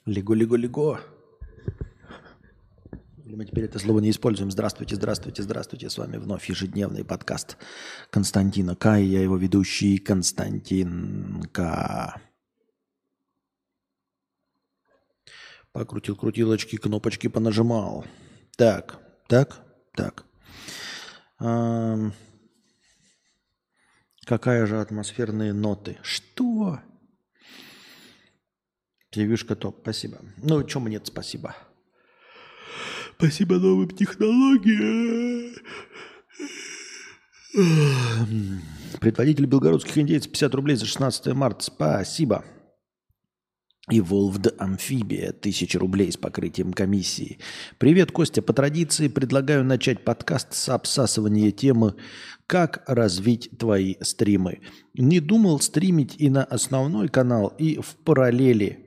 Лего. Или мы теперь это слово не используем. Здравствуйте. С вами вновь ежедневный подкаст Константина К. И я его ведущий Константин К. Покрутил крутилочки, кнопочки понажимал. Так. Какая же атмосферные ноты? Что? Ревьюшка топ, спасибо. Ну, чему нет, спасибо. Спасибо новым технологиям. Предводитель белгородских индейцев 50 рублей за 16 марта. Спасибо. Evolved Amphibia 1000 рублей с покрытием комиссии. Привет, Костя. По традиции предлагаю начать подкаст с обсасывания темы «Как развить твои стримы». Не думал стримить и на основной канал, и в параллели.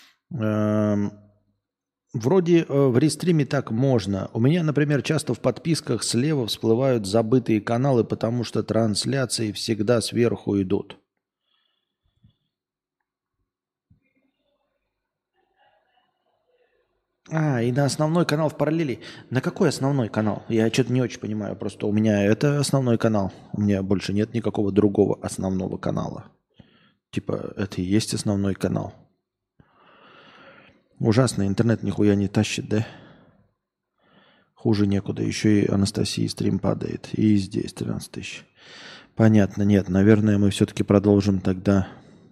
Вроде в рестриме так можно. У меня, например, часто в подписках слева всплывают забытые каналы, потому что трансляции всегда сверху идут. И на основной канал в параллели. На какой основной канал? Я что-то не очень понимаю. Просто у меня это основной канал. У меня больше нет никакого другого основного канала. Типа, это и есть основной канал. Ужасно, интернет нихуя не тащит, да? Хуже некуда. Еще и Анастасии стрим падает. И здесь 13 тысяч. Понятно, нет. Наверное, мы все-таки продолжим тогда.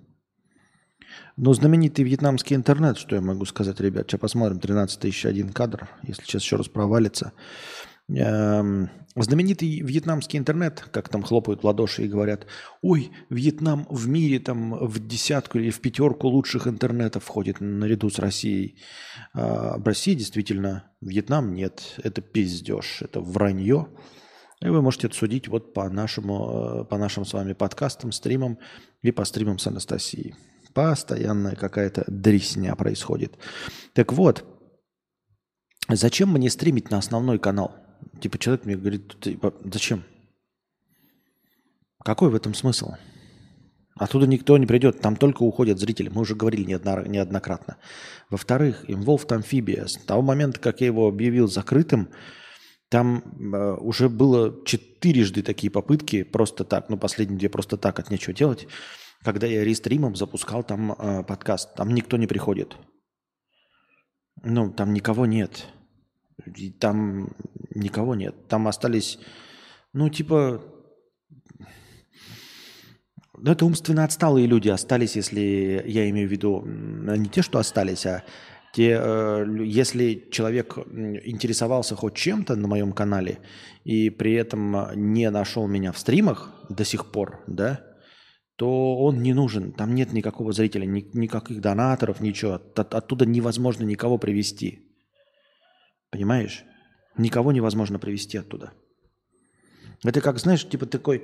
Но знаменитый вьетнамский интернет, что я могу сказать, ребят? Сейчас посмотрим. 13 тысяч один кадр. Если сейчас еще раз провалится. Знаменитый вьетнамский интернет, как там хлопают в ладоши и говорят, ой, Вьетнам в мире там в десятку или в пятерку лучших интернетов входит наряду с Россией. В России действительно, Вьетнам нет. Это пиздеж, это вранье. И вы можете это судить вот по нашим с вами подкастам, стримам и по стримам с Анастасией. Постоянная какая-то дресня происходит. Так вот, зачем мне стримить на основной канал? Типа человек мне говорит, типа, зачем? Какой в этом смысл? Оттуда никто не придет, там только уходят зрители. Мы уже говорили неоднократно. Во-вторых, Involved Amphibia. С того момента, как я его объявил закрытым, там уже было 4 такие попытки просто так, последние 2 просто так, от нечего делать, когда я рестримом запускал там подкаст. Там никто не приходит. Там никого нет. И там никого нет. Там остались, это умственно отсталые люди остались, если я имею в виду не те, что остались, а те, если человек интересовался хоть чем-то на моем канале и при этом не нашел меня в стримах до сих пор, да, то он не нужен. Там нет никакого зрителя, никаких донаторов, ничего. Оттуда невозможно никого привести. Понимаешь? Никого невозможно привести оттуда. Это как, знаешь, типа такой...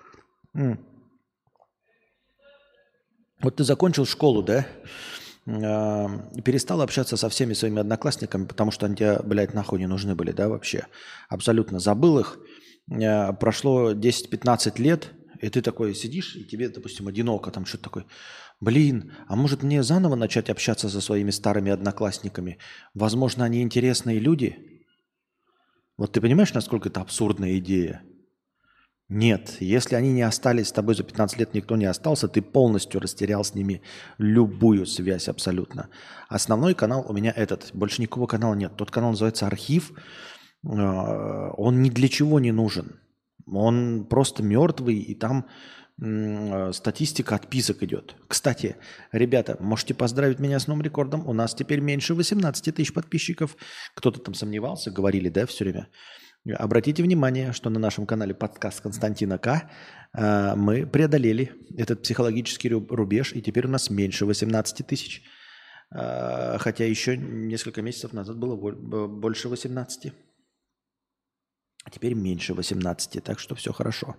Вот ты закончил школу, да? Перестал общаться со всеми своими одноклассниками, потому что они тебе, блядь, нахуй не нужны были, да, вообще? Абсолютно забыл их. Прошло 10-15 лет, и ты такой сидишь, и тебе, допустим, одиноко, там что-то такое. Блин, а может мне заново начать общаться со своими старыми одноклассниками? Возможно, они интересные люди? Вот ты понимаешь, насколько это абсурдная идея? Нет, если они не остались с тобой за 15 лет, никто не остался, ты полностью растерял с ними любую связь абсолютно. Основной канал у меня этот, больше никакого канала нет. Тот канал называется «Архив», он ни для чего не нужен. Он просто мертвый, и там статистика отписок идет. Кстати, ребята, можете поздравить меня с новым рекордом. У нас теперь меньше 18 тысяч подписчиков. Кто-то там сомневался, говорили, да, все время. Обратите внимание, что на нашем канале подкаст Константина К. Мы преодолели этот психологический рубеж, и теперь у нас меньше 18 тысяч. Хотя еще несколько месяцев назад было больше 18. А теперь меньше 18, так что все хорошо.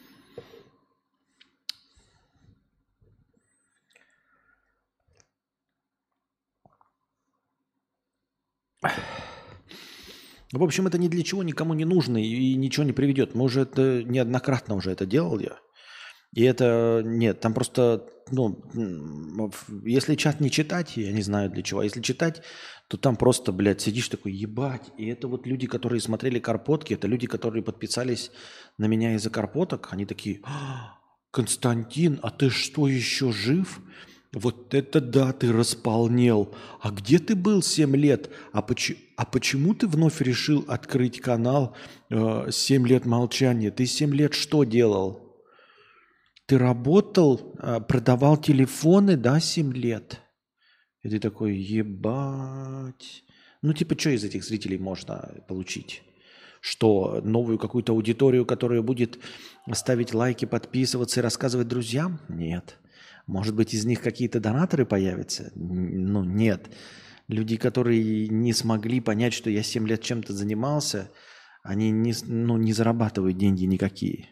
В общем, это ни для чего никому не нужно и ничего не приведет. Мы уже это неоднократно уже это делали. И это, нет, там просто, ну, если чат не читать, я не знаю для чего, а если читать, то там просто, блядь, сидишь такой, ебать. И это вот люди, которые смотрели «Карпотки», это люди, которые подписались на меня из-за «Карпоток», они такие: Константин, а ты что, еще жив? Вот это да, ты располнел. А где ты был 7 лет? А почему ты вновь решил открыть канал 7 лет молчания? Ты 7 лет что делал? Ты работал, продавал телефоны, да, 7 лет? И ты такой, ебать. Ну, типа, что из этих зрителей можно получить? Что, новую какую-то аудиторию, которая будет ставить лайки, подписываться и рассказывать друзьям? Нет. Может быть, из них какие-то донаторы появятся? Ну, нет. Люди, которые не смогли понять, что я 7 лет чем-то занимался, они не зарабатывают деньги никакие.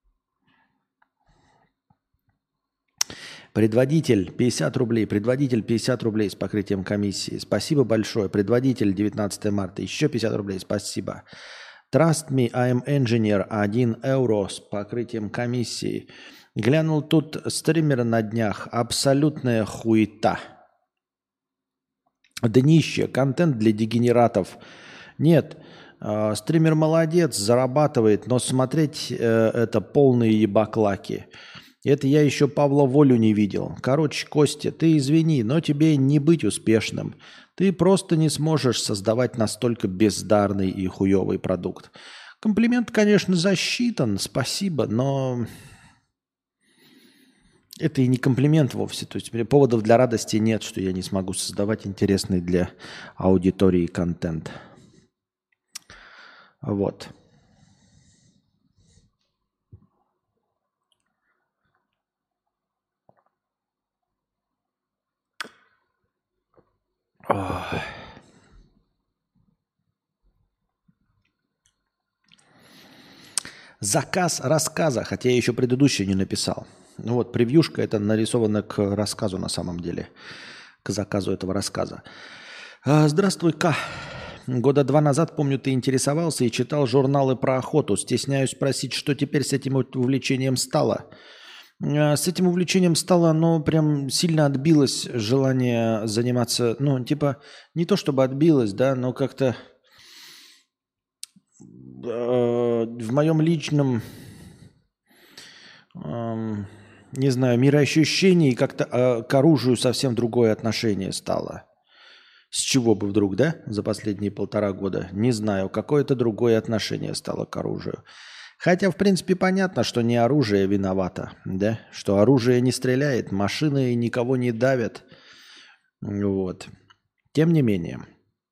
Предводитель 50 рублей. Предводитель 50 рублей с покрытием комиссии. Спасибо большое. Предводитель 19 марта. Еще 50 рублей. Спасибо. Trust me, I'm engineer. 1 евро с покрытием комиссии. Глянул тут стримера на днях. Абсолютная хуета. Днище. Контент для дегенератов. Нет. Стример молодец, зарабатывает, но смотреть это полные ебаклаки. Это я еще Павла Волю не видел. Короче, Костя, ты извини, но тебе не быть успешным. Ты просто не сможешь создавать настолько бездарный и хуевый продукт. Комплимент, конечно, засчитан, спасибо, но это и не комплимент вовсе. То есть поводов для радости нет, что я не смогу создавать интересный для аудитории контент. Вот. Заказ рассказа, хотя я еще предыдущий не написал. Ну вот, превьюшка это нарисовано к рассказу на самом деле, к заказу этого рассказа. Здравствуй, К. Года 2 назад, помню, ты интересовался и читал журналы про охоту. Стесняюсь спросить, что теперь с этим увлечением стало? С этим увлечением стало, оно прям сильно отбилось желание заниматься, ну, типа, не то чтобы отбилось, да, но как-то в моем личном, не знаю, мироощущении как-то к оружию совсем другое отношение стало. С чего бы вдруг, да, за последние 1,5 года? Не знаю, какое-то другое отношение стало к оружию. Хотя, в принципе, понятно, что не оружие виновато, да, что оружие не стреляет, машины никого не давят. Вот. Тем не менее.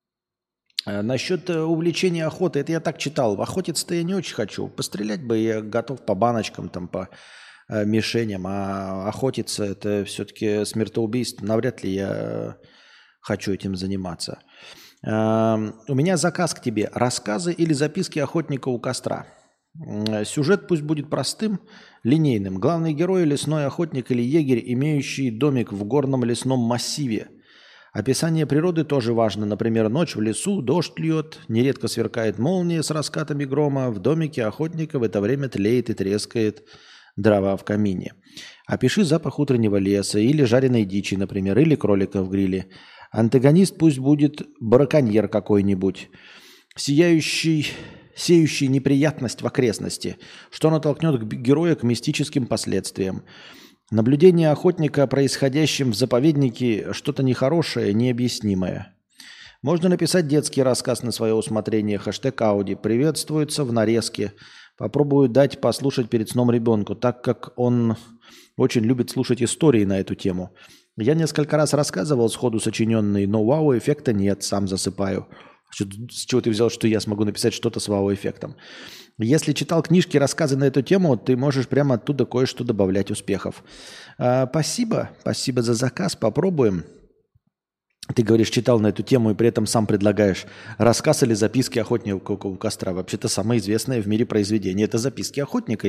Насчет увлечения охотой, это я так читал. Охотиться-то я не очень хочу. Пострелять бы я готов по баночкам, там, по мишеням, а охотиться это все-таки смертоубийство. Навряд ли я хочу этим заниматься. У меня заказ к тебе. Рассказы или записки охотника у костра. Сюжет пусть будет простым, линейным. Главный герой – лесной охотник или егерь, имеющий домик в горном лесном массиве. Описание природы тоже важно. Например, ночь в лесу, дождь льет, нередко сверкает молния с раскатами грома. В домике охотника в это время тлеет и трескает дрова в камине. Опиши запах утреннего леса или жареной дичи, например, или кролика в гриле. Антагонист пусть будет браконьер какой-нибудь, сеющий неприятность в окрестности, что натолкнет героя к мистическим последствиям. Наблюдение охотника о происходящем в заповеднике – что-то нехорошее, необъяснимое. Можно написать детский рассказ на свое усмотрение, хэштег Ауди. Приветствуется в нарезке. Попробую дать послушать перед сном ребенку, так как он очень любит слушать истории на эту тему. Я несколько раз рассказывал сходу сочиненные, но вау-эффекта нет, сам засыпаю. С чего ты взял, что я смогу написать что-то с вау-эффектом? Если читал книжки, рассказы на эту тему, ты можешь прямо оттуда кое-что добавлять успехов. Спасибо за заказ, попробуем. Ты говоришь, читал на эту тему и при этом сам предлагаешь рассказ или записки охотника у костра. Вообще-то самое известное в мире произведение – это записки охотника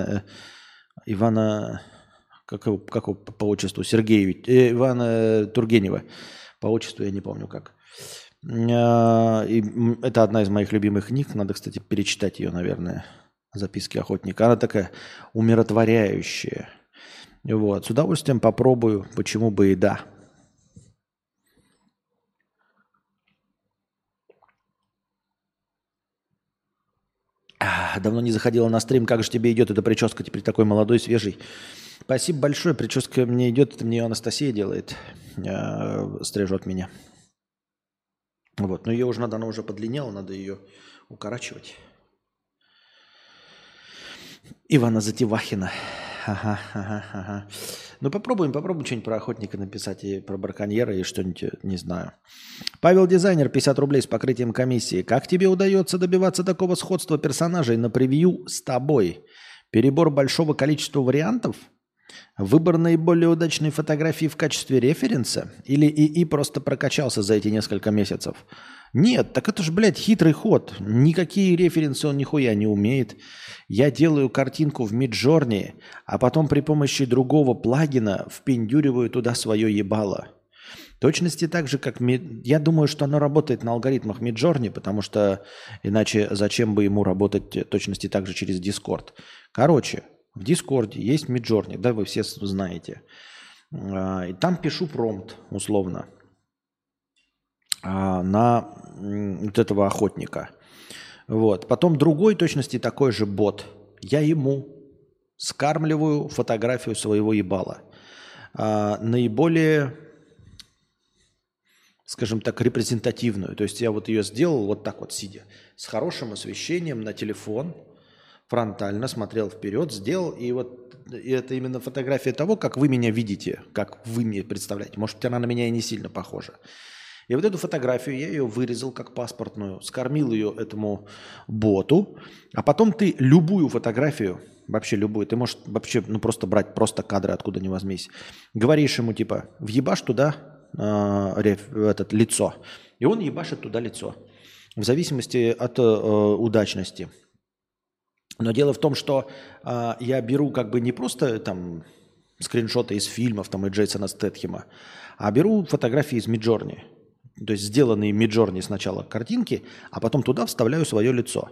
Ивана как его по отчеству, Ивана Тургенева. По отчеству я не помню как. И это одна из моих любимых книг. Надо, кстати, перечитать ее, наверное. записки охотника. Она такая умиротворяющая. Вот. С удовольствием попробую, почему бы и да. Давно не заходила на стрим. Как же тебе идет эта прическа теперь такой молодой, свежий? Спасибо большое. Прическа мне идет. Это мне Анастасия делает. Стрижет меня. Вот. Но ее уже надо, она уже подлинела. Надо ее укорачивать. Ивана Затевахина. Ага. Ну попробуем что-нибудь про охотника написать и про браконьера и что-нибудь, не знаю. Павел Дизайнер, 50 рублей с покрытием комиссии. Как тебе удается добиваться такого сходства персонажей на превью с тобой? Перебор большого количества вариантов? Выбор наиболее удачной фотографии в качестве референса? Или ИИ просто прокачался за эти несколько месяцев? Нет, так это же, блядь, хитрый ход. Никакие референсы он нихуя не умеет. Я делаю картинку в Midjourney, а потом при помощи другого плагина впендюриваю туда свое ебало. Точности так же, как... Я думаю, что оно работает на алгоритмах Midjourney, потому что иначе зачем бы ему работать точности так же через Discord. Короче, в Discord есть Midjourney, да, вы все знаете. И там пишу промпт, условно, на вот этого охотника. Вот. Потом другой точности такой же бот. Я ему скармливаю фотографию своего ебала. Наиболее, скажем так, репрезентативную. То есть я вот ее сделал вот так вот сидя. С хорошим освещением на телефон. Фронтально смотрел вперед, сделал. И вот и это именно фотография того, как вы меня видите. Как вы мне представляете. Может, она на меня и не сильно похожа. И вот эту фотографию, я ее вырезал как паспортную, скормил ее этому боту, а потом ты любую фотографию, вообще любую, ты можешь вообще просто брать просто кадры, откуда ни возьмись, говоришь ему типа, въебашь туда это лицо, и он ебашит туда лицо, в зависимости от удачности. Но дело в том, что я беру как бы не просто там скриншоты из фильмов там, и Джейсона Стэтхема, а беру фотографии из Midjourney. То есть сделанные Midjourney сначала картинки, а потом туда вставляю свое лицо.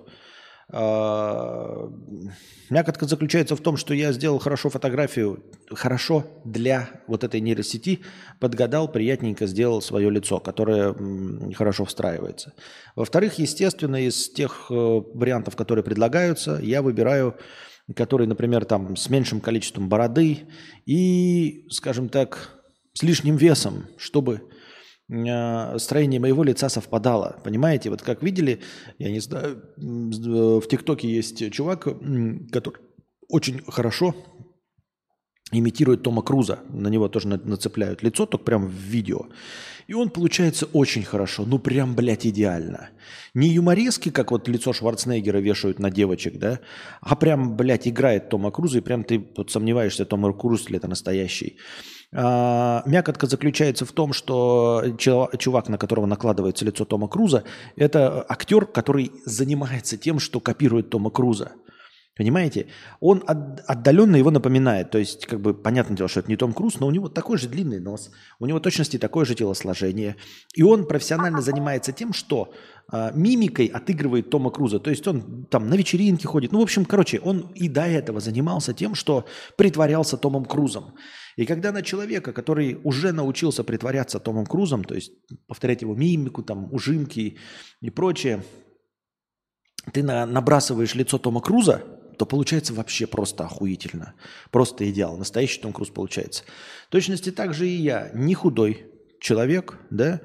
Мякотка заключается в том, что я сделал хорошо фотографию, хорошо для вот этой нейросети, подгадал, приятненько сделал свое лицо, которое хорошо встраивается. Во-вторых, естественно, из тех вариантов, которые предлагаются, я выбираю, которые, например, там с меньшим количеством бороды и, скажем так, с лишним весом, чтобы строение моего лица совпадало. Понимаете? Вот как видели, я не знаю, в ТикТоке есть чувак, который очень хорошо имитирует Тома Круза. На него тоже нацепляют лицо, только прям в видео. И он получается очень хорошо. Ну прям, блядь, идеально. Не юморески, как вот лицо Шварценеггера вешают на девочек, да? А прям, блядь, играет Тома Круза, и прям ты вот сомневаешься, Тома Круз ли это настоящий. Мякотка заключается в том, что чувак, на которого накладывается лицо Тома Круза, это актер, который занимается тем, что копирует Тома Круза. Понимаете? Он отдаленно его напоминает. То есть, как бы, понятное дело, что это не Том Круз, но у него такой же длинный нос, у него точности такое же телосложение. И он профессионально занимается тем, что мимикой отыгрывает Тома Круза. То есть он там на вечеринке ходит. Ну, в общем, короче, он и до этого занимался тем, что притворялся Томом Крузом. И когда на человека, который уже научился притворяться Томом Крузом, то есть повторять его мимику, там, ужимки и прочее, ты набрасываешь лицо Тома Круза, то получается вообще просто охуительно. Просто идеал. Настоящий Том Круз получается. В точности так же и я. Не худой человек, да?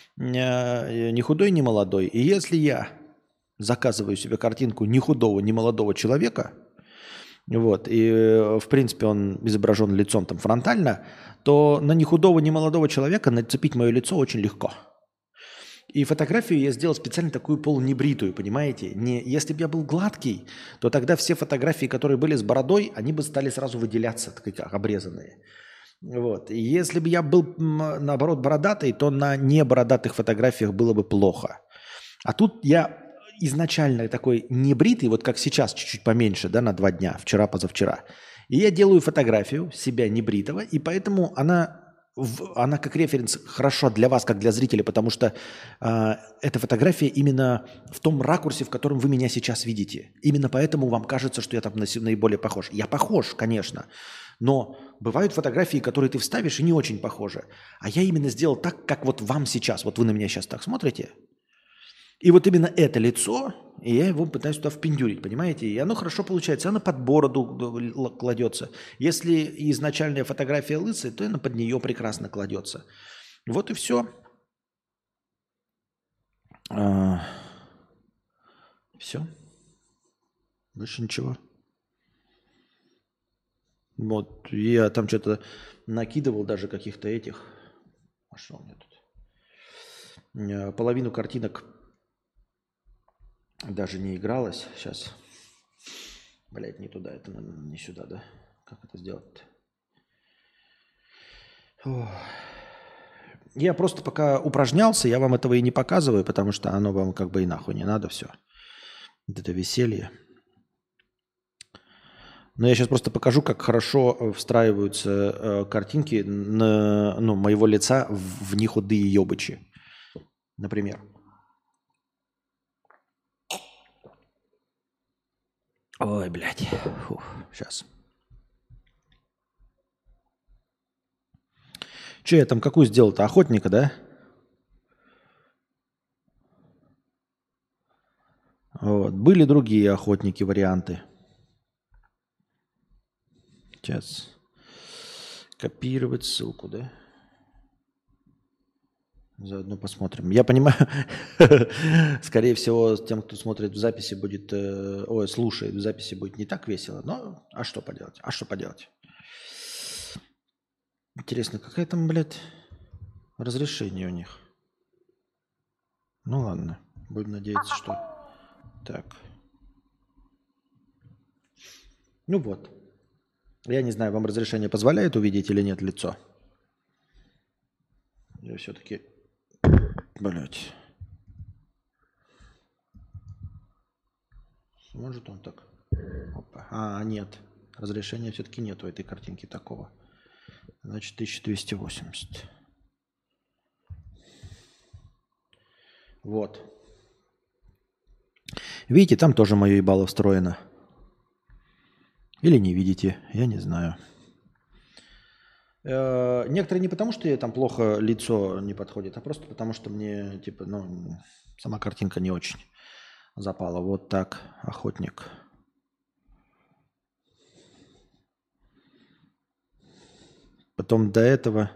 Не худой, не молодой. И если я заказываю себе картинку не худого, не молодого человека, вот, и в принципе он изображен лицом там фронтально, то на не худого, не молодого человека нацепить мое лицо очень легко. И фотографию я сделал специально такую полунебритую, понимаете? Если бы я был гладкий, то тогда все фотографии, которые были с бородой, они бы стали сразу выделяться, как обрезанные. Вот. И если бы я был, наоборот, бородатый, то на небородатых фотографиях было бы плохо. А тут я изначально такой небритый, вот как сейчас, чуть-чуть поменьше, да, на 2 дня, вчера, позавчера. И я делаю фотографию себя небритого, и поэтому она она как референс хорошо для вас, как для зрителя, потому что эта фотография именно в том ракурсе, в котором вы меня сейчас видите. Именно поэтому вам кажется, что я там наиболее похож. Я похож, конечно, но бывают фотографии, которые ты вставишь и не очень похожи. А я именно сделал так, как вот вам сейчас. Вот вы на меня сейчас так смотрите. И вот именно это лицо, и я его пытаюсь туда впендюрить, понимаете? И оно хорошо получается, оно под бороду кладется. Если изначальная фотография лысая, то она под нее прекрасно кладется. Вот и все. Все. Больше ничего. Вот, я там что-то накидывал даже каких-то этих. А что у меня тут? Половину картинок даже не игралось. Сейчас. Блять, не туда, это не сюда, да? Как это сделать-то? Я просто пока упражнялся, я вам этого и не показываю, потому что оно вам как бы и нахуй не надо все. Вот это веселье. Но я сейчас просто покажу, как хорошо встраиваются картинки моего лица в них худые ебычи. Например. Ой, блядь. Фух, сейчас. Че я там какую сделал-то? Охотника, да? Вот. Были другие охотники, варианты. Сейчас. Копировать ссылку, да? Заодно посмотрим. Я понимаю, скорее всего, тем, кто смотрит в записи, будет, слушает в записи, будет не так весело. Но, а что поделать? А что поделать? Интересно, какая там, блядь, разрешение у них? Ну ладно, будем надеяться, что... Так. Ну вот. Я не знаю, вам разрешение позволяет увидеть или нет лицо? Я все-таки... Блядь. Может он так? Опа. А, нет. Разрешения все-таки нет у этой картинки такого. Значит, 1280. Вот. Видите, там тоже мое ебало встроено. Или не видите, я не знаю. Некоторые не потому, что я там плохо лицо не подходит, а просто потому, что мне, типа, сама картинка не очень запала. Вот так, охотник. Потом до этого...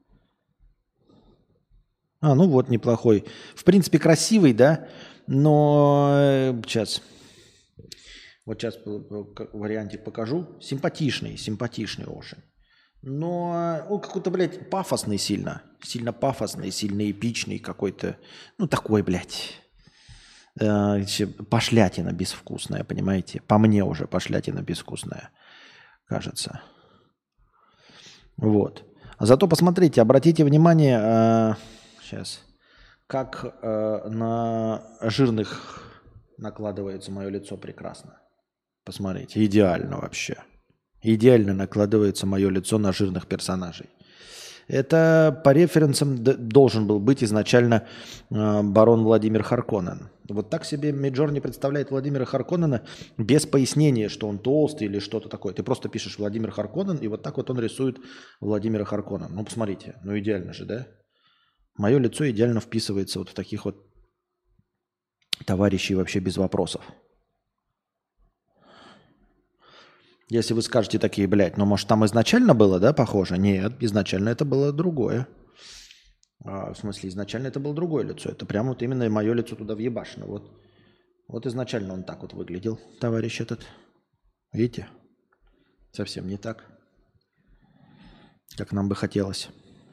ну вот, неплохой. В принципе, красивый, да? Но сейчас... Вот сейчас вариантик покажу. Симпатичный очень. Но он какой-то, блядь, пафосный сильно. Сильно пафосный, сильно эпичный какой-то. Ну, такой, блядь. Пошлятина безвкусная, понимаете? По мне уже пошлятина безвкусная, кажется. Вот. Зато посмотрите, обратите внимание, сейчас, как на жирных накладывается мое лицо прекрасно. Посмотрите, идеально вообще. Идеально накладывается мое лицо на жирных персонажей. Это по референсам должен был быть изначально барон Владимир Харконнен. Вот так себе Миджорни представляет Владимира Харконнена без пояснения, что он толстый или что-то такое. Ты просто пишешь Владимир Харконнен, и вот так вот он рисует Владимира Харконнена. Ну, посмотрите, ну идеально же, да? Мое лицо идеально вписывается вот в таких вот товарищей вообще без вопросов. Если вы скажете такие, блядь, ну может там изначально было, да, похоже? Нет, изначально это было другое. В смысле, изначально это было другое лицо. Это прямо вот именно мое лицо туда въебашено. Вот изначально он так вот выглядел, товарищ этот. Видите? Совсем не так, как нам бы хотелось.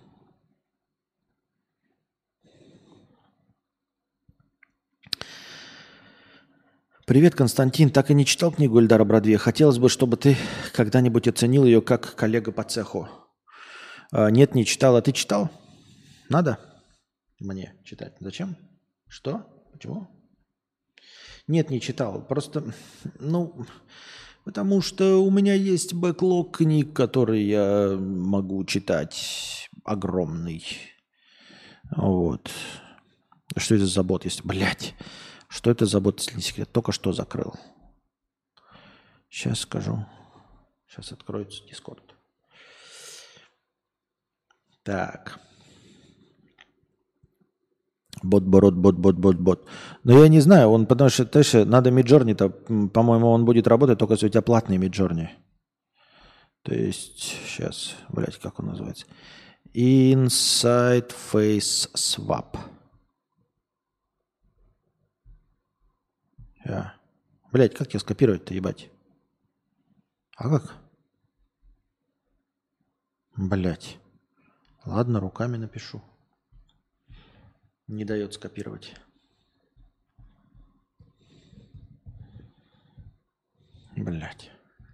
Привет, Константин. Так и не читал книгу Эльдара Бродвея. Хотелось бы, чтобы ты когда-нибудь оценил ее как коллега по цеху. Нет, не читал. А ты читал? Надо мне читать? Зачем? Что? Почему? Нет, не читал. Просто, Потому что у меня есть бэклог книг, которые я могу читать. Огромный. Вот. Что это за бот, если... Блядь. Что это за бот, если не секрет? Только что закрыл. Сейчас скажу. Сейчас откроется Discord. Так. Бот. Но я не знаю, он, потому что, знаешь, надо Миджорни-то, по-моему, он будет работать только если у тебя платный Миджорни. То есть, сейчас, блядь, как он называется? Inside Face Swap. Блядь, как я скопировать-то, ебать? А как? Блядь. Ладно, руками напишу. Не дает скопировать. Блядь.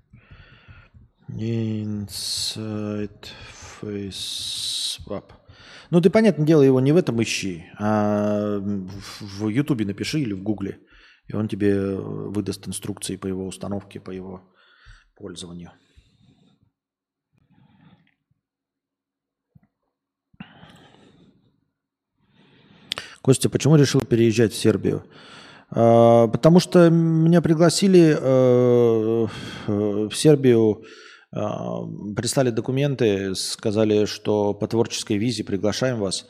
Inside Face Swap. Ну, ты, понятное дело, его не в этом ищи, а в Ютубе напиши или в Гугле. И он тебе выдаст инструкции по его установке, по его пользованию. Костя, почему решил переезжать в Сербию? Потому что меня пригласили в Сербию, прислали документы, сказали, что по творческой визе приглашаем вас.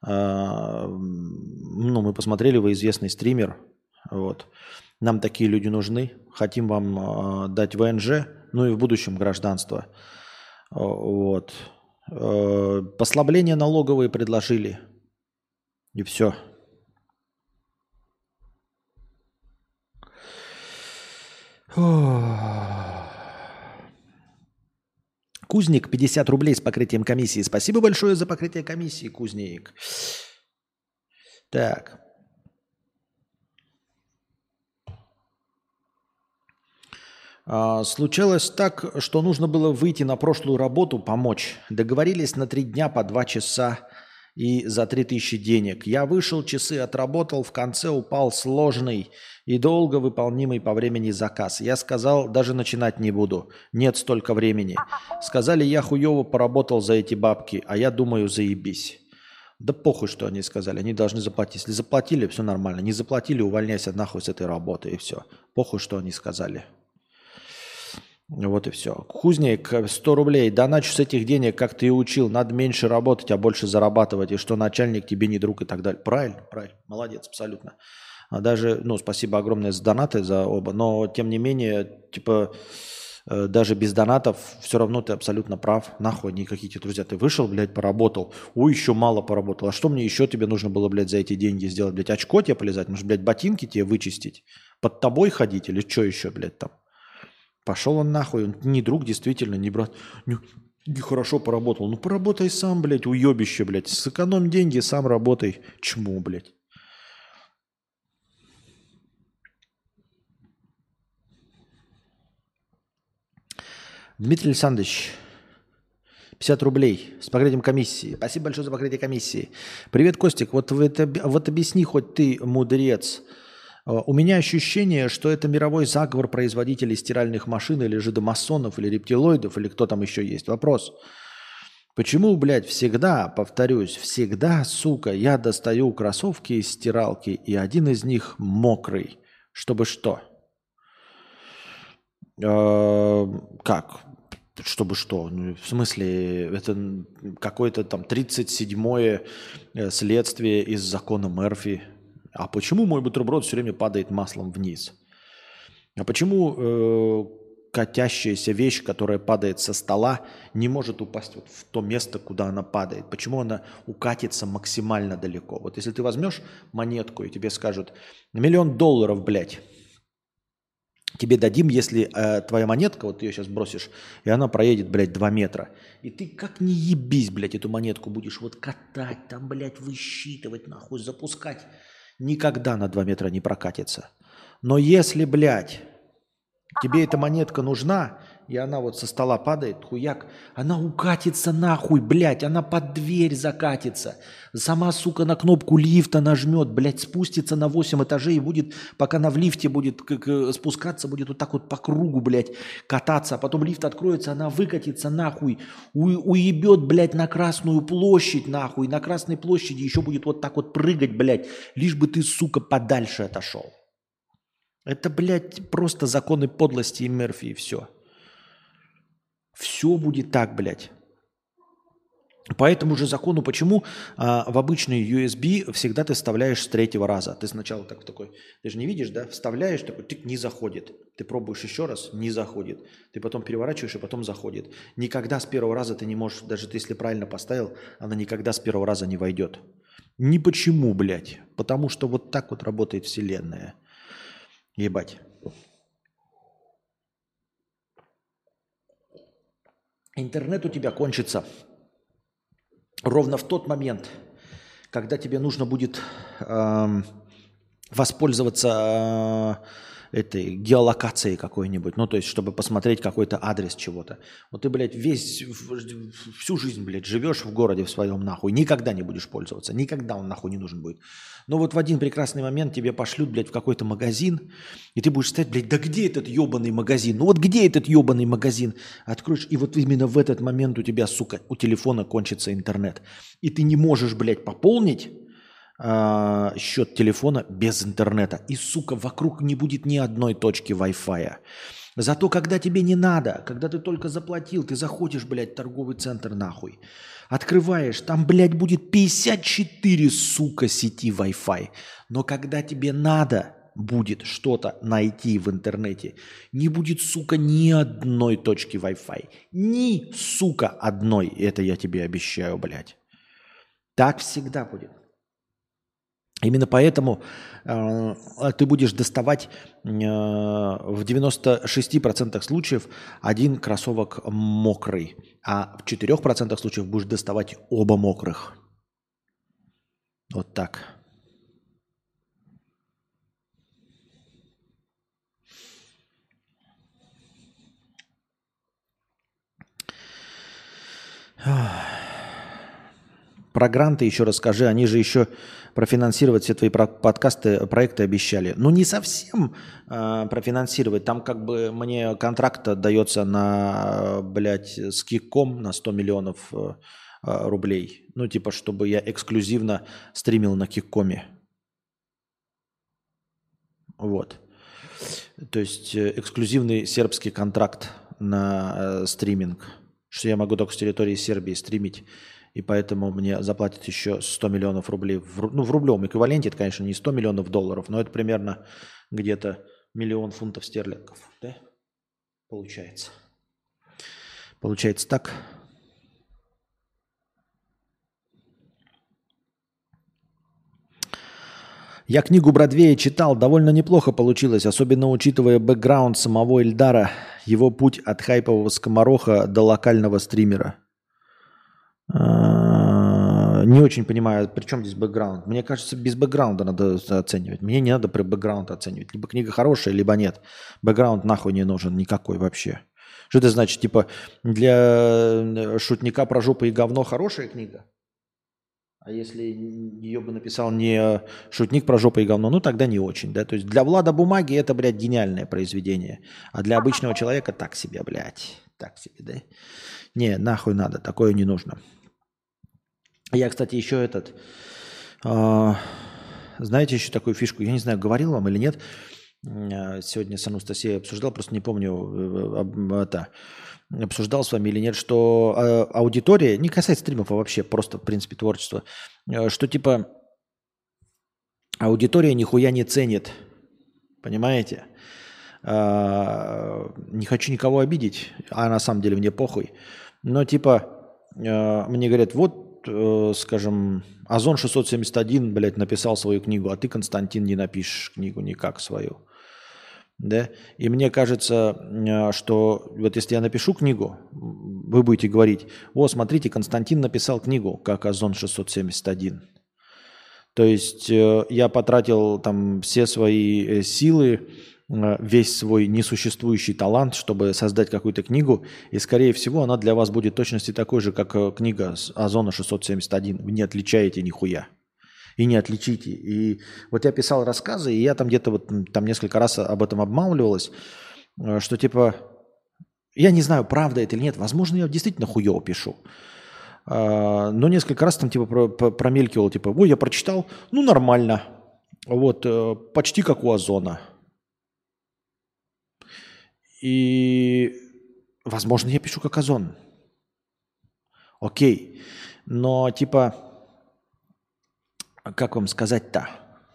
Ну, мы посмотрели, вы известный стример. Вот. Нам такие люди нужны. Хотим вам дать ВНЖ, ну и в будущем гражданство. Вот. Послабления налоговые предложили. И все. Кузник, 50 рублей с покрытием комиссии. Спасибо большое за покрытие комиссии, Кузник. Так. Случилось так, что нужно было выйти на прошлую работу, помочь. Договорились на 3 дня по 2 часа и за 3000 денег. Я вышел, часы отработал, в конце упал сложный и долго выполнимый по времени заказ. Я сказал, даже начинать не буду, нет столько времени. Сказали, я хуево поработал за эти бабки, а я думаю, заебись. Да похуй, что они сказали, они должны заплатить. Если заплатили, все нормально. Не заплатили, увольняйся нахуй с этой работы и все. Похуй, что они сказали. Вот и все. Кузник, 100 рублей. Доначу с этих денег, как ты и учил. Надо меньше работать, а больше зарабатывать. И что начальник тебе не друг и так далее. Правильно, правильно. Молодец, абсолютно. Даже, ну, спасибо огромное за донаты, за оба. Но, тем не менее, типа, даже без донатов все равно ты абсолютно прав. Нахуй никакие тебе друзья. Ты вышел, блядь, поработал. Ой, еще мало поработал. А что мне еще тебе нужно было, блядь, за эти деньги сделать? Блядь, очко тебе полезать? Может, блядь, ботинки тебе вычистить? Под тобой ходить? Или что еще, блядь, там? Пошел он нахуй, он не друг, действительно, не брат. Не хорошо поработал. Ну поработай сам, блядь, уебище, блядь. Сэкономь деньги, сам работай. Чему, блядь? Дмитрий Александрович, 50 рублей с покрытием комиссии. Спасибо большое за покрытие комиссии. Привет, Костик. Вот объясни, хоть ты мудрец. У меня ощущение, что это мировой заговор производителей стиральных машин или жидомасонов, или рептилоидов, или кто там еще есть. Вопрос. Почему, блядь, всегда, повторюсь, всегда, сука, я достаю кроссовки из стиралки, и один из них мокрый? Чтобы что? Как? Чтобы что? Ну, в смысле, это какое-то там 37-е следствие из закона Мерфи. А почему мой бутерброд все время падает маслом вниз? А почему катящаяся вещь, которая падает со стола, не может упасть вот в то место, куда она падает? Почему она укатится максимально далеко? Вот если ты возьмешь монетку и тебе скажут $1 миллион, блядь, тебе дадим, если твоя монетка, вот ты ее сейчас бросишь, и она проедет, блядь, 2 метра. И ты как не ебись, блядь, эту монетку будешь вот катать, там, блядь, высчитывать, нахуй, запускать. Никогда на 2 метра не прокатится. Но если, блядь, Тебе эта монетка нужна, и она вот со стола падает, хуяк, она укатится нахуй, блядь, она под дверь закатится. Сама, сука, на кнопку лифта нажмет, блядь, спустится на 8 этажей и будет, пока она в лифте будет спускаться, будет вот так вот по кругу, блядь, кататься. А потом лифт откроется, она выкатится нахуй, уебет, блядь, на Красную площадь, нахуй. На Красной площади еще будет вот так вот прыгать, блядь, лишь бы ты, сука, подальше отошел. Это, блядь, просто законы подлости и Мерфи, и все. Все будет так, блядь. По этому же закону, почему в обычный USB всегда ты вставляешь с третьего раза? Ты сначала так такой, ты же не видишь, да? Вставляешь, такой, тык, не заходит. Ты пробуешь еще раз, не заходит. Ты потом переворачиваешь, и потом заходит. Никогда с первого раза ты не можешь, даже ты, если правильно поставил, она никогда с первого раза не войдет. Ни почему, блядь. Потому что вот так вот работает вселенная. Ебать. Интернет у тебя кончится ровно в тот момент, когда тебе нужно будет воспользоваться этой геолокацией какой-нибудь, ну, то есть, чтобы посмотреть какой-то адрес чего-то. Вот ты, блядь, всю жизнь, блядь, живешь в городе в своем, нахуй, никогда не будешь пользоваться, никогда он, нахуй, не нужен будет. Но вот в один прекрасный момент тебе пошлют, блядь, в какой-то магазин, и ты будешь стоять, блядь, да где этот ебаный магазин? Ну вот где этот ебаный магазин? Откроешь, и вот именно в этот момент у тебя, сука, у телефона кончится интернет. И ты не можешь, блядь, пополнить счет телефона без интернета. И, сука, вокруг не будет ни одной точки Wi-Fi. Зато когда тебе не надо, когда ты только заплатил, ты заходишь, блядь, в торговый центр нахуй. Открываешь, там, блядь, будет 54, сука, сети Wi-Fi. Но когда тебе надо будет что-то найти в интернете, не будет, сука, ни одной точки Wi-Fi. Ни, сука, одной. Это я тебе обещаю, блядь. Так всегда будет. Именно поэтому ты будешь доставать в 96% случаев один кроссовок мокрый, а в 4% случаев будешь доставать оба мокрых. Вот так. Про гранты еще расскажи. Они же еще профинансировать все твои подкасты, проекты обещали. Ну, не совсем профинансировать. Там как бы мне контракт дается на, блядь, с Киком на 100 миллионов рублей. Ну, типа, чтобы я эксклюзивно стримил на Киккоме. Вот. То есть эксклюзивный сербский контракт на стриминг. Что я могу только с территории Сербии стримить. И поэтому мне заплатят еще 100 миллионов рублей. В рублевом эквиваленте это, конечно, не 100 миллионов долларов, но это примерно где-то 1 000 000 фунтов стерлингов. Да? Получается. Получается так. Я книгу Бродвея читал, довольно неплохо получилось, особенно учитывая бэкграунд самого Эльдара, его путь от хайпового скомороха до локального стримера. Не очень понимаю, при чем здесь бэкграунд. Мне кажется, без бэкграунда надо оценивать. Мне не надо при бэкграунде оценивать. Либо книга хорошая, либо нет. Бэкграунд нахуй не нужен никакой вообще. Что это значит? Типа для шутника про жопу и говно хорошая книга? А если ее бы написал не шутник про жопу и говно, ну тогда не очень, да? То есть для Влада Бумаги это, блядь, гениальное произведение. А для обычного человека так себе, блядь. Так себе, да? Не, нахуй надо, такое не нужно. Я, кстати, еще знаете еще такую фишку, я не знаю, говорил вам или нет, сегодня с Анастасией обсуждал, просто не помню, обсуждал с вами или нет, что аудитория, не касается стримов, а вообще просто, в принципе, творчества, что типа аудитория нихуя не ценит, понимаете? Не хочу никого обидеть, а на самом деле мне похуй, но типа мне говорят, вот, скажем, Озон 671, блядь, написал свою книгу, а ты, Константин, не напишешь книгу никак свою. Да? И мне кажется, что вот если я напишу книгу, вы будете говорить, о, смотрите, Константин написал книгу, как Озон 671. То есть я потратил там все свои силы, весь свой несуществующий талант, чтобы создать какую-то книгу, и, скорее всего, она для вас будет в точности такой же, как книга Озона 671. Вы не отличаете нихуя. И не отличите. И вот я писал рассказы, и я там где-то вот там несколько раз об этом обмалывалось, что типа, я не знаю, правда это или нет, возможно, я действительно хуёво пишу. Но несколько раз там типа промелькивал, типа, ой, я прочитал, ну нормально, вот, почти как у Озона. И, возможно, я пишу как Озон. Окей, но типа, как вам сказать-то?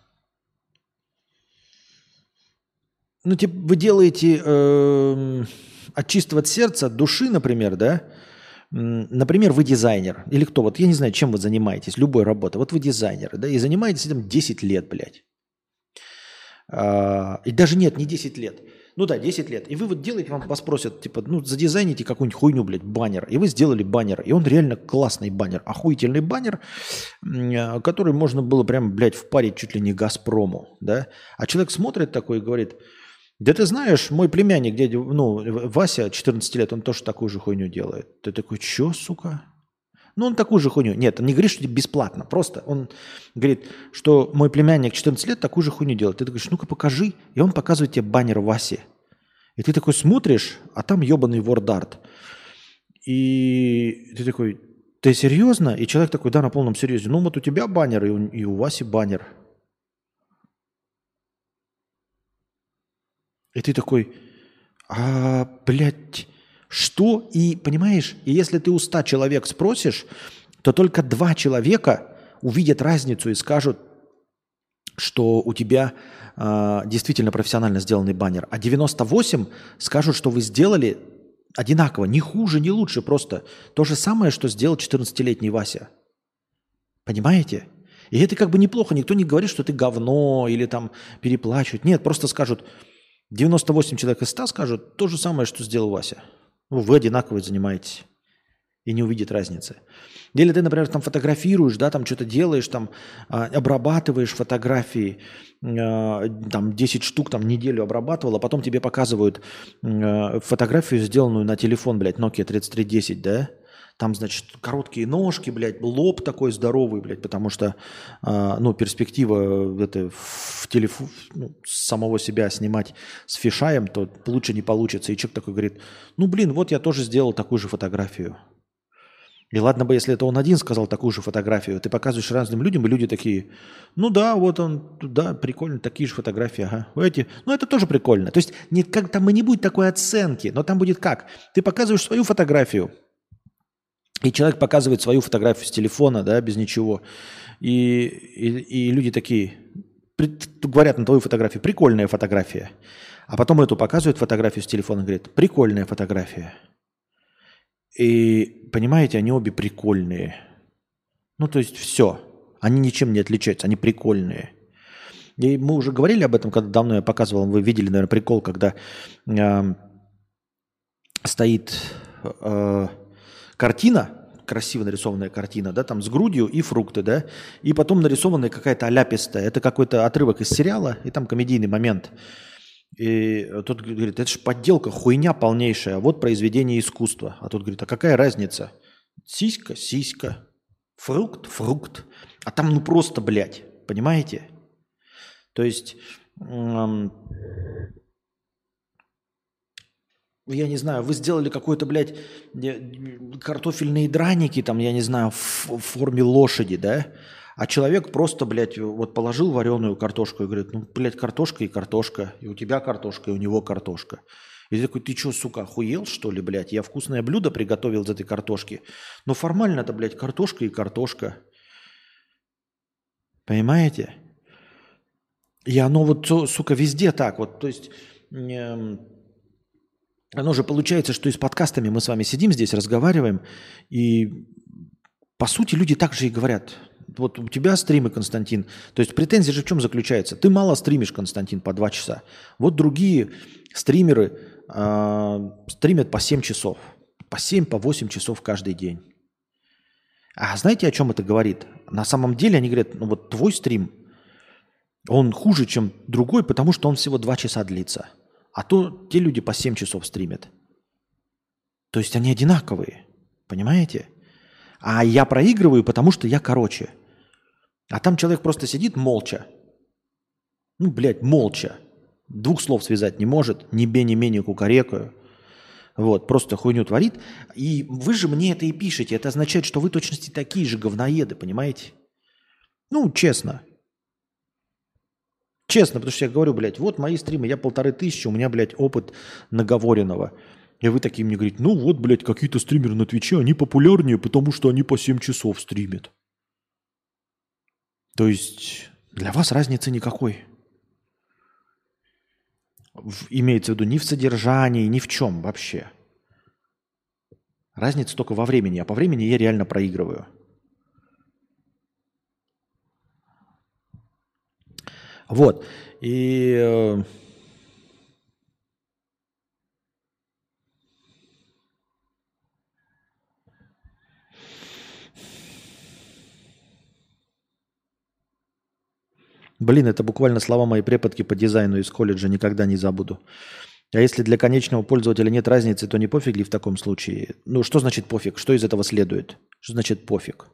Ну, типа, вы делаете от чистого сердца, от души, например, да? Например, вы дизайнер. Или кто? Вот я не знаю, чем вы занимаетесь, любой работой. Вот вы дизайнер, да, и занимаетесь этим 10 лет, блядь. И даже нет, не 10 лет. Ну да, 10 лет. И вы вот делаете, вас просят, типа, ну, задизайните какую-нибудь хуйню, блядь, баннер. И вы сделали баннер. И он реально классный баннер. Охуительный баннер, который можно было прям, блядь, впарить чуть ли не Газпрому, да. А человек смотрит такой и говорит, да ты знаешь, мой племянник, дядя, ну, Вася, 14 лет, он тоже такую же хуйню делает. Ты такой, чё, сука? Ну, он такую же хуйню. Нет, он не говорит, что тебе бесплатно. Просто он говорит, что мой племянник 14 лет такую же хуйню делает. Ты говоришь, ну-ка покажи. И он показывает тебе баннер Васи. И ты такой смотришь, а там ебаный ворд-арт. И ты такой, ты серьезно? И человек такой, да, на полном серьезе. Ну, вот у тебя баннер, и у Васи баннер. И ты такой, блядь, что? И, понимаешь, и если ты у 100 человек спросишь, то только 2 человека увидят разницу и скажут, что у тебя действительно профессионально сделанный баннер. А 98 скажут, что вы сделали одинаково, ни хуже, ни лучше, просто то же самое, что сделал 14-летний Вася. Понимаете? И это как бы неплохо. Никто не говорит, что ты говно или там переплачивают. Нет, просто скажут, 98 человек из 100 скажут то же самое, что сделал Вася. Ну, вы одинаково занимаетесь и не увидит разницы. Или ты, например, там фотографируешь, да, там что-то делаешь, там обрабатываешь фотографии, там 10 штук, там неделю обрабатывал, а потом тебе показывают фотографию, сделанную на телефон, блядь, Nokia 3310, да, там, значит, короткие ножки, блядь, лоб такой здоровый, блядь, потому что, ну, перспектива это в телефон, ну, самого себя снимать с фишаем, то лучше не получится. И человек такой говорит, ну, блин, вот я тоже сделал такую же фотографию. И ладно бы, если это он один сказал такую же фотографию, ты показываешь разным людям, и люди такие, ну да, вот он, да, прикольно, такие же фотографии, ага. Эти, ну это тоже прикольно. То есть не, как, там и не будет такой оценки, но там будет как? Ты показываешь свою фотографию, и человек показывает свою фотографию с телефона, да, без ничего. И люди такие, говорят на твою фотографию, прикольная фотография. А потом эту показывают фотографию с телефона и говорят, прикольная фотография. И, понимаете, они обе прикольные. Ну, то есть все. Они ничем не отличаются, они прикольные. И мы уже говорили об этом, когда давно я показывал, вы видели, наверное, прикол, когда стоит картина, красиво нарисованная картина, да, там с грудью и фрукты, да, и потом нарисованная какая-то аляпистая. Это какой-то отрывок из сериала, и там комедийный момент. И тот говорит, это же подделка, хуйня полнейшая, вот произведение искусства. А тот говорит, а какая разница? Сиська, сиська, фрукт, фрукт. А там ну просто, блядь, понимаете? То есть, я не знаю, вы сделали какой-то, блядь, картофельные драники, там, я не знаю, в форме лошади, да? А человек просто, блядь, вот положил вареную картошку и говорит, ну, блядь, картошка и картошка, и у тебя картошка, и у него картошка. И ты такой, ты что, сука, охуел, что ли, блядь? Я вкусное блюдо приготовил из этой картошки. Но формально-то, блядь, картошка и картошка. Понимаете? И оно вот, сука, везде так вот. То есть, оно же получается, что и с подкастами мы с вами сидим здесь, разговариваем, и по сути люди так же и говорят. Вот у тебя стримы, Константин. То есть претензия же в чем заключается? Ты мало стримишь, Константин, по 2 часа. Вот другие стримеры стримят по 7 часов. По 7, по 8 часов каждый день. А знаете, о чем это говорит? На самом деле они говорят, ну вот твой стрим, Он хуже, чем другой, потому что он всего 2 часа длится. А то те люди по 7 часов стримят. То есть они одинаковые. Понимаете? А я проигрываю, потому что я короче. А там человек просто сидит молча. Ну, блядь, молча. 2 слов связать не может. Ни бе, ни ме, ни кукарекаю. Вот, просто хуйню творит. И вы же мне это и пишете. Это означает, что вы точности такие же говноеды, понимаете? Ну, честно. Честно, потому что я говорю, блядь, вот мои стримы, я 1500, у меня, блядь, опыт наговоренного. И вы такие мне говорите, ну вот, блядь, какие-то стримеры на Твиче, они популярнее, потому что они по 7 часов стримят. То есть для вас разницы никакой. Имеется в виду ни в содержании, ни в чем вообще. Разница только во времени, а по времени я реально проигрываю. Вот. И блин, это буквально слова моей преподки по дизайну из колледжа, никогда не забуду. А если для конечного пользователя нет разницы, то не пофиг ли в таком случае? Ну, что значит пофиг? Что из этого следует? Что значит пофиг?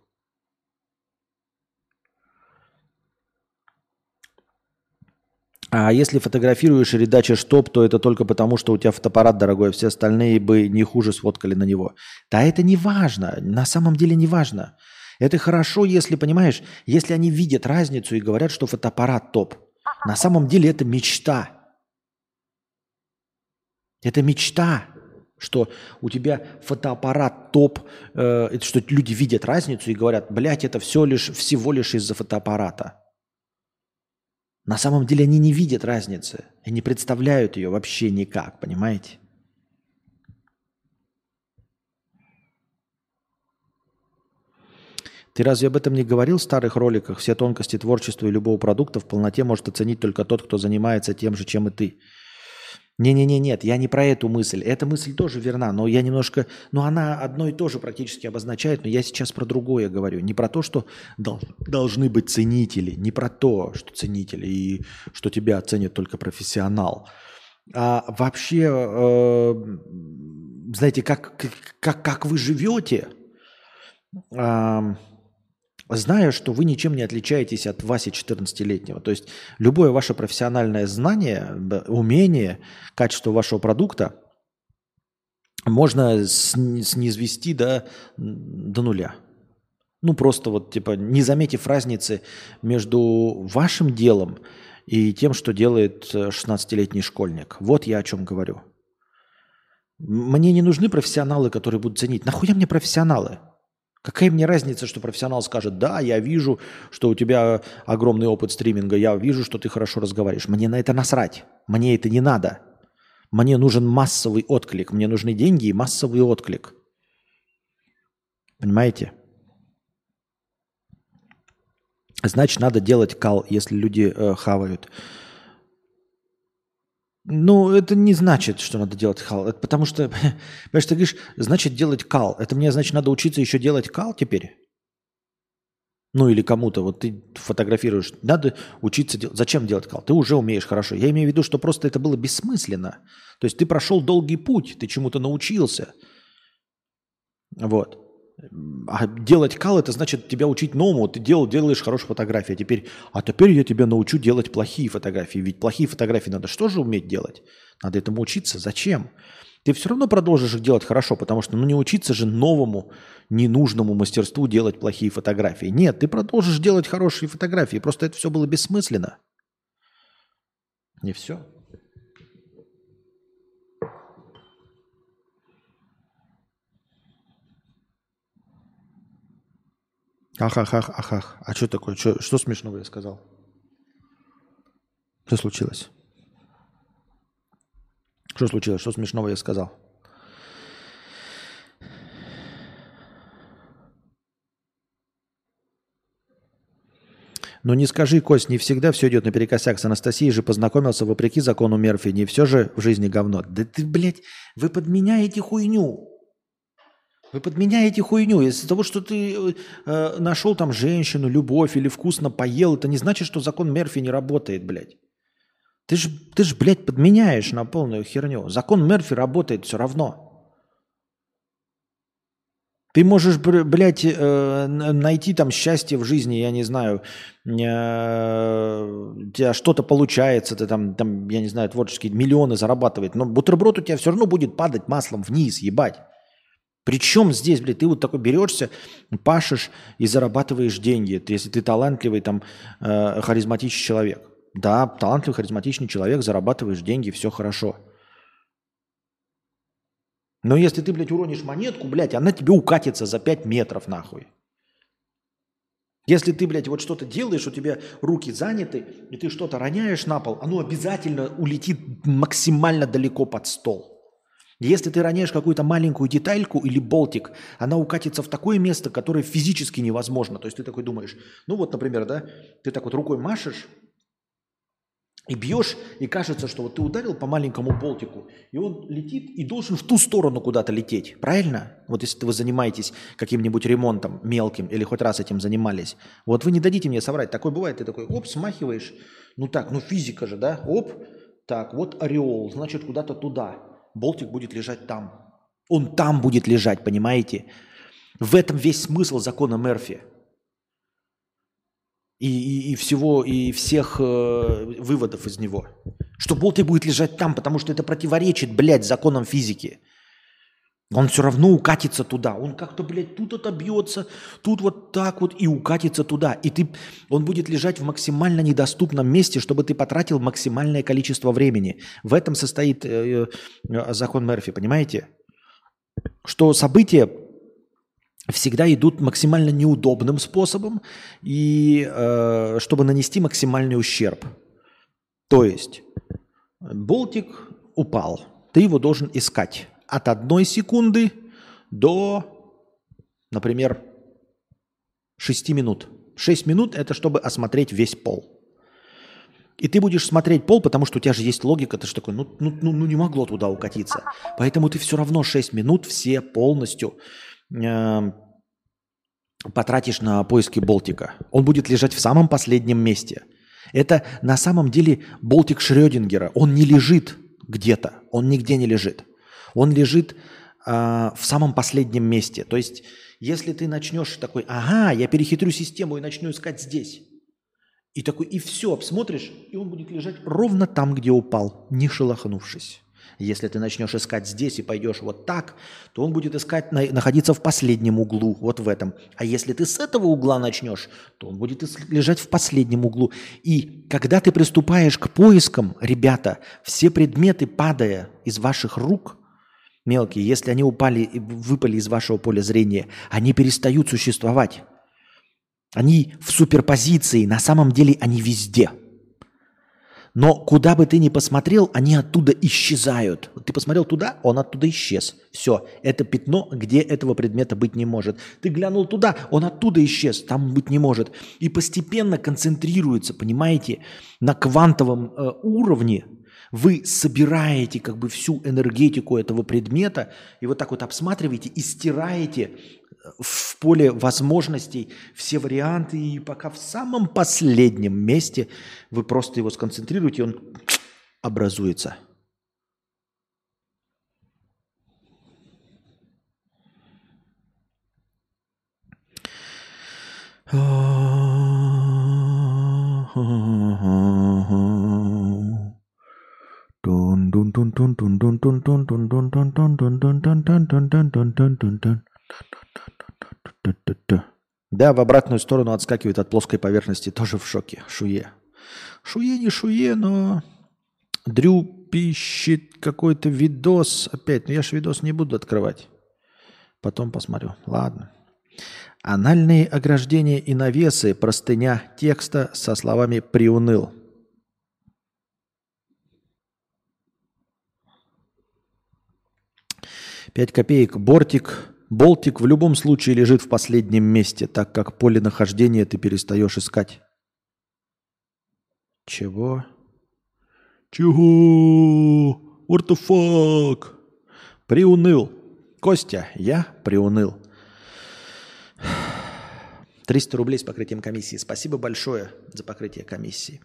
А если фотографируешь и редачишь топ, то это только потому, что у тебя фотоаппарат дорогой, а все остальные бы не хуже сфоткали на него. Да это не важно, на самом деле не важно. Это хорошо, если, понимаешь, если они видят разницу и говорят, что фотоаппарат топ. На самом деле это мечта. Это мечта, что у тебя фотоаппарат топ, что люди видят разницу и говорят, блядь, это всего лишь из-за фотоаппарата. На самом деле они не видят разницы и не представляют ее вообще никак, понимаете? Ты разве об этом не говорил в старых роликах? Все тонкости творчества и любого продукта в полноте может оценить только тот, кто занимается тем же, чем и ты. Нет, я не про эту мысль. Эта мысль тоже верна, но я немножко... Ну, она одно и то же практически обозначает, но я сейчас про другое говорю. Не про то, что должны быть ценители, не про то, что ценители и что тебя оценит только профессионал. А вообще, знаете, как вы живете, зная, что вы ничем не отличаетесь от Васи 14-летнего. То есть любое ваше профессиональное знание, умение, качество вашего продукта можно снизвести до нуля. Ну, просто вот типа не заметив разницы между вашим делом и тем, что делает 16-летний школьник. Вот я о чем говорю. Мне не нужны профессионалы, которые будут ценить. Нахуя мне профессионалы? Какая мне разница, что профессионал скажет, да, я вижу, что у тебя огромный опыт стриминга, я вижу, что ты хорошо разговариваешь. Мне на это насрать. Мне это не надо. Мне нужен массовый отклик. Мне нужны деньги и массовый отклик. Понимаете? Значит, надо делать кал, если люди хавают. Ну, это не значит, что надо делать кал. Это потому что, понимаешь, ты говоришь, значит, делать кал. Это мне, значит, надо учиться еще делать кал теперь? Ну, или кому-то. Вот ты фотографируешь. Надо учиться делать. Зачем делать кал? Ты уже умеешь хорошо. Я имею в виду, что просто это было бессмысленно. То есть ты прошел долгий путь, ты чему-то научился. Вот. А делать кал, это значит тебя учить новому. Ты делаешь хорошие фотографии. А теперь я тебя научу делать плохие фотографии. Ведь плохие фотографии надо что же уметь делать? Надо этому учиться. Зачем? Ты все равно продолжишь их делать хорошо, потому что не учиться же новому, ненужному мастерству делать плохие фотографии. Нет, ты продолжишь делать хорошие фотографии. Просто это все было бессмысленно. Не все. Ахах. А что такое? Что смешного я сказал? Что случилось? Что случилось? Что смешного я сказал? Ну не скажи, Кость, не всегда все идет наперекосяк. С Анастасией же познакомился вопреки закону Мерфи. Не все же в жизни говно. Да ты, блядь, вы подменяете хуйню. Вы подменяете хуйню. Из-за того, что ты нашел там женщину, любовь или вкусно поел, это не значит, что закон Мерфи не работает, блядь. Ты ж, блядь, подменяешь на полную херню. Закон Мерфи работает все равно. Ты можешь, блядь, найти там счастье в жизни, я не знаю, у тебя что-то получается, ты там, я не знаю, творческие миллионы зарабатывать, но бутерброд у тебя все равно будет падать маслом вниз, ебать. Причем здесь, блядь, ты вот такой берешься, пашешь и зарабатываешь деньги, если ты талантливый, там, харизматичный человек. Да, талантливый, харизматичный человек, зарабатываешь деньги, все хорошо. Но если ты, блядь, уронишь монетку, блядь, она тебе укатится за 5 метров, нахуй. Если ты, блядь, вот что-то делаешь, у тебя руки заняты, и ты что-то роняешь на пол, оно обязательно улетит максимально далеко под стол. Если ты роняешь какую-то маленькую детальку или болтик, она укатится в такое место, которое физически невозможно. То есть ты такой думаешь, ну вот, например, да, ты так вот рукой машешь, и бьешь, и кажется, что вот ты ударил по маленькому болтику, и он летит и должен в ту сторону куда-то лететь. Правильно? Вот если вы занимаетесь каким-нибудь ремонтом мелким или хоть раз этим занимались. Вот вы не дадите мне соврать. Такое бывает. Ты такой, оп, смахиваешь. Ну так, ну физика же, да? Оп. Так, вот ореол. Значит, куда-то туда. Болтик будет лежать там. Он там будет лежать, понимаете? В этом весь смысл закона Мерфи. И всего, и всех выводов из него. Что болтик будет лежать там, потому что это противоречит, блядь, законам физики. Он все равно укатится туда. Он как-то, блядь, тут отобьется, тут вот так вот и укатится туда. И он будет лежать в максимально недоступном месте, чтобы ты потратил максимальное количество времени. В этом состоит закон Мерфи, понимаете? Что события всегда идут максимально неудобным способом, и чтобы нанести максимальный ущерб. То есть болтик упал, ты его должен искать от 1 секунды до, например, 6 минут. 6 минут – это чтобы осмотреть весь пол. И ты будешь смотреть пол, потому что у тебя же есть логика, ты же такой, ну не могло туда укатиться. Поэтому ты все равно 6 минут все полностью потратишь на поиски болтика. Он будет лежать в самом последнем месте. Это на самом деле болтик Шрёдингера. Он не лежит где-то, он нигде не лежит. Он лежит в самом последнем месте. То есть, если ты начнешь такой, ага, я перехитрю систему и начну искать здесь. И такой, и все, обсмотришь, и он будет лежать ровно там, где упал, не шелохнувшись. Если ты начнешь искать здесь и пойдешь вот так, то он будет искать, находиться в последнем углу, вот в этом. А если ты с этого угла начнешь, то он будет лежать в последнем углу. И когда ты приступаешь к поискам, ребята, все предметы, падая из ваших рук, мелкие, если они выпали из вашего поля зрения, они перестают существовать. Они в суперпозиции, на самом деле они везде. Но куда бы ты ни посмотрел, они оттуда исчезают. Ты посмотрел туда, он оттуда исчез. Все, это пятно, где этого предмета быть не может. Ты глянул туда, он оттуда исчез, там быть не может. И постепенно концентрируется, понимаете, на квантовом уровне. Вы собираете как бы всю энергетику этого предмета и вот так вот обсматриваете и стираете в поле возможностей все варианты, и пока в самом последнем месте вы просто его сконцентрируете, и он образуется. Да, в обратную сторону отскакивает от плоской поверхности, тоже в шоке. Шуе. Шуе не шуе, но Дрю пищит какой-то видос. Опять, ну я же видос не буду открывать. Потом посмотрю. Ладно. Анальные ограждения и навесы, простыня текста со словами «приуныл». 5 копеек. Болтик в любом случае лежит в последнем месте, так как поле нахождения ты перестаешь искать. Чего? Чего? What the fuck? Приуныл. Костя, я приуныл. 300 рублей с покрытием комиссии. Спасибо большое за покрытие комиссии.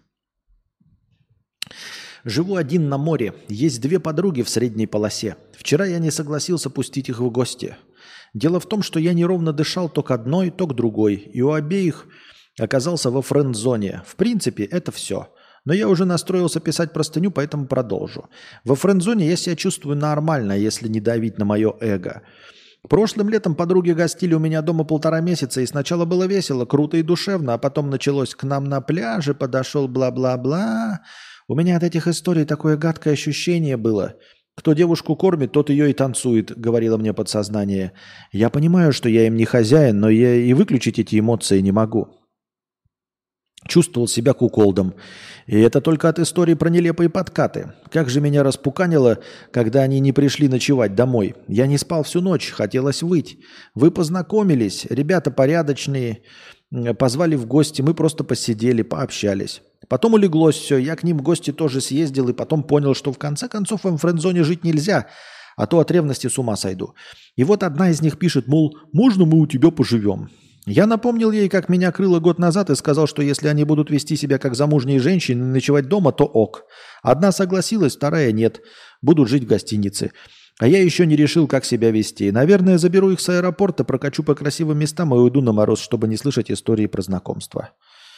Живу один на море. Есть две подруги в средней полосе. Вчера я не согласился пустить их в гости. Дело в том, что я неровно дышал то к одной, то к другой. И у обеих оказался во френд-зоне. В принципе, это все. Но я уже настроился писать простыню, поэтому продолжу. Во френд-зоне я себя чувствую нормально, если не давить на мое эго. Прошлым летом подруги гостили у меня дома 1,5 месяца, и сначала было весело, круто и душевно, а потом началось к нам на пляже, подошел бла-бла-бла. У меня от этих историй такое гадкое ощущение было. Кто девушку кормит, тот ее и танцует, говорило мне подсознание. Я понимаю, что я им не хозяин, но я и выключить эти эмоции не могу. Чувствовал себя куколдом. И это только от истории про нелепые подкаты. Как же меня распуканило, когда они не пришли ночевать домой. Я не спал всю ночь, хотелось выть. Вы познакомились, ребята порядочные, позвали в гости, мы просто посидели, пообщались. Потом улеглось все, я к ним в гости тоже съездил и потом понял, что в конце концов в френд-зоне жить нельзя, а то от ревности с ума сойду. И вот одна из них пишет, мол, можно мы у тебя поживем? Я напомнил ей, как меня крыло год назад, и сказал, что если они будут вести себя как замужние женщины и ночевать дома, то ок. Одна согласилась, вторая нет. Будут жить в гостинице. А я еще не решил, как себя вести. Наверное, заберу их с аэропорта, прокачу по красивым местам и уйду на мороз, чтобы не слышать истории про знакомство.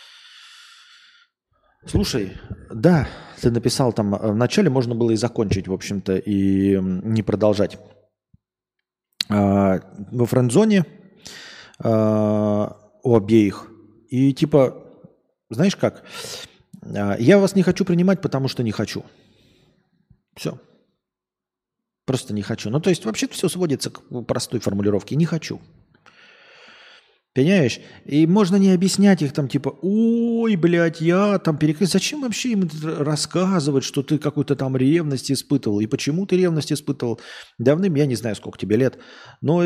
Слушай, да, ты написал там, вначале можно было и закончить, в общем-то, и не продолжать. Во френд-зоне у обеих. И типа, знаешь как, я вас не хочу принимать, потому что не хочу. Все. Просто не хочу. Ну, то есть вообще все сводится к простой формулировке. Не хочу. Понимаешь? И можно не объяснять их там типа, ой, блядь, я там перекрыл. Зачем вообще им рассказывать, что ты какую-то там ревность испытывал? И почему ты ревность испытывал? Давным, я не знаю, сколько тебе лет. Но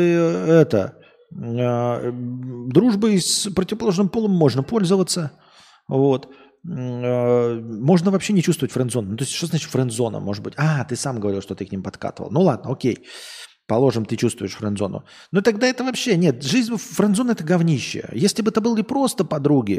дружбой с противоположным полом можно пользоваться. Вот. Можно вообще не чувствовать френд-зону. Ну, то есть, что значит френд-зона, может быть? Ты сам говорил, что ты к ним подкатывал. Ну, ладно, окей. Положим, ты чувствуешь френд-зону. Но тогда это вообще... Нет, жизнь в френд-зоне – это говнище. Если бы это были просто подруги,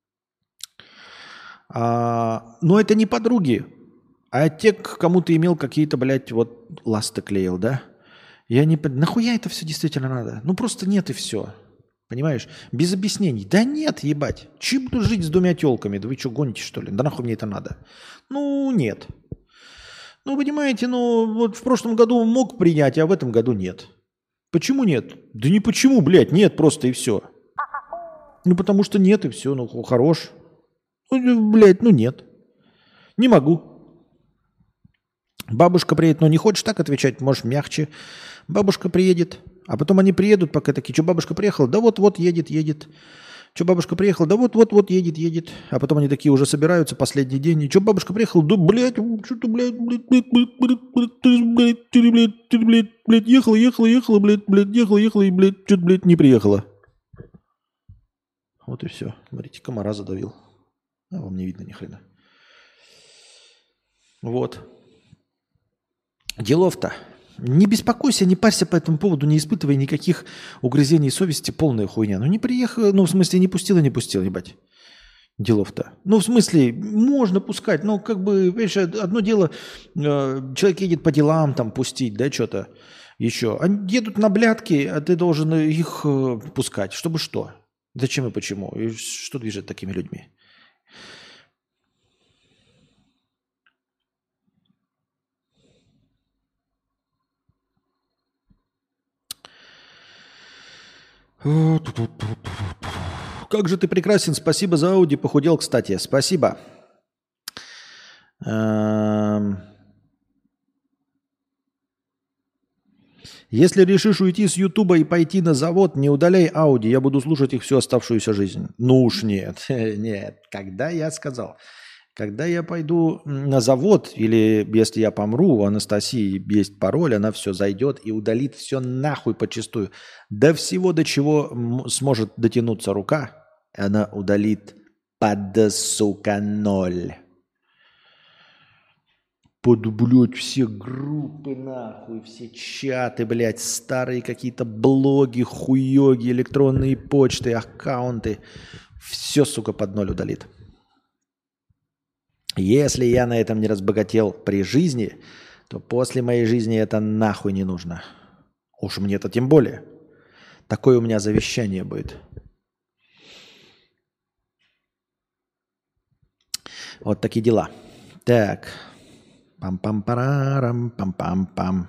но это не подруги, а те, к кому ты имел какие-то, блядь, вот ласты клеил, да? Я не... Нахуя это все действительно надо? Ну, просто нет и все. Понимаешь? Без объяснений. Да нет, ебать. Чем буду жить с 2 тёлками? Да вы что, гоните, что ли? Да нахуй мне это надо? Ну, нет. Ну, понимаете, вот в прошлом году мог принять, а в этом году нет. Почему нет? Да не почему, блядь, нет просто и все. Ну, потому что нет и все, ну, хорош. Ну, блядь, ну нет. Не могу. Бабушка приедет, но не хочешь так отвечать, можешь мягче. Бабушка приедет, а потом они приедут, пока такие, что бабушка приехала? Да вот-вот едет. Что бабушка приехала? Да вот-вот едет. А потом они такие уже собираются, последний день. И что бабушка приехала? Да, блядь, что-то, блядь, ехала, ехала, и, блядь, что-то, блядь, не приехала. Вот и все. Смотрите, комара задавил. Вам не видно ни хрена. Вот. Делов-то. Не беспокойся, не парься по этому поводу, не испытывай никаких угрызений совести, полная хуйня. Ну не приехал, ну в смысле не пустил, ебать. Делов-то. Ну в смысле, можно пускать, но как бы, видишь, одно дело, человек едет по делам, там пустить, да, что-то еще. Они едут на блядки, а ты должен их пускать. Чтобы что? Зачем и почему? И что движет такими людьми? Как же ты прекрасен, спасибо за Ауди, похудел, кстати, спасибо. Если решишь уйти с Ютуба и пойти на завод, не удаляй Ауди, я буду слушать их всю оставшуюся жизнь. Ну уж нет, нет, когда я сказал... Когда я пойду на завод, или если я помру, у Анастасии есть пароль, она все зайдет и удалит все нахуй почистую. До всего, до чего сможет дотянуться рука, она удалит под, сука, 0. блядь, все группы, нахуй, все чаты, блядь, старые какие-то блоги, хуёги, электронные почты, аккаунты. Все, сука, под ноль удалит. Если я на этом не разбогател при жизни, то после моей жизни это нахуй не нужно. Уж мне-то тем более. Такое у меня завещание будет. Вот такие дела. Так. Пам-пам-парарам, пам-пам-пам.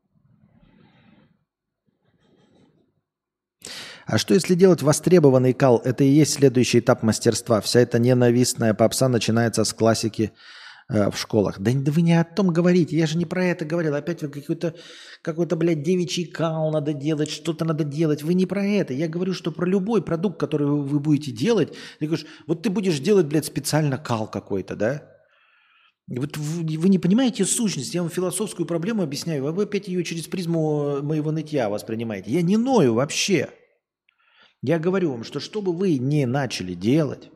А что если делать востребованный кал? Это и есть следующий этап мастерства. Вся эта ненавистная попса начинается с классики в школах. Да вы не о том говорите, я же не про это говорил. Опять вы какой-то, блядь, девичий кал надо делать, что-то надо делать. Вы не про это. Я говорю, что про любой продукт, который вы будете делать. Ты говоришь, вот ты будешь делать, блядь, специально кал какой-то, да? Вот вы не понимаете сущность. Я вам философскую проблему объясняю, а вы опять ее через призму моего нытья воспринимаете. Я не ною вообще. Я говорю вам, что бы вы не начали делать,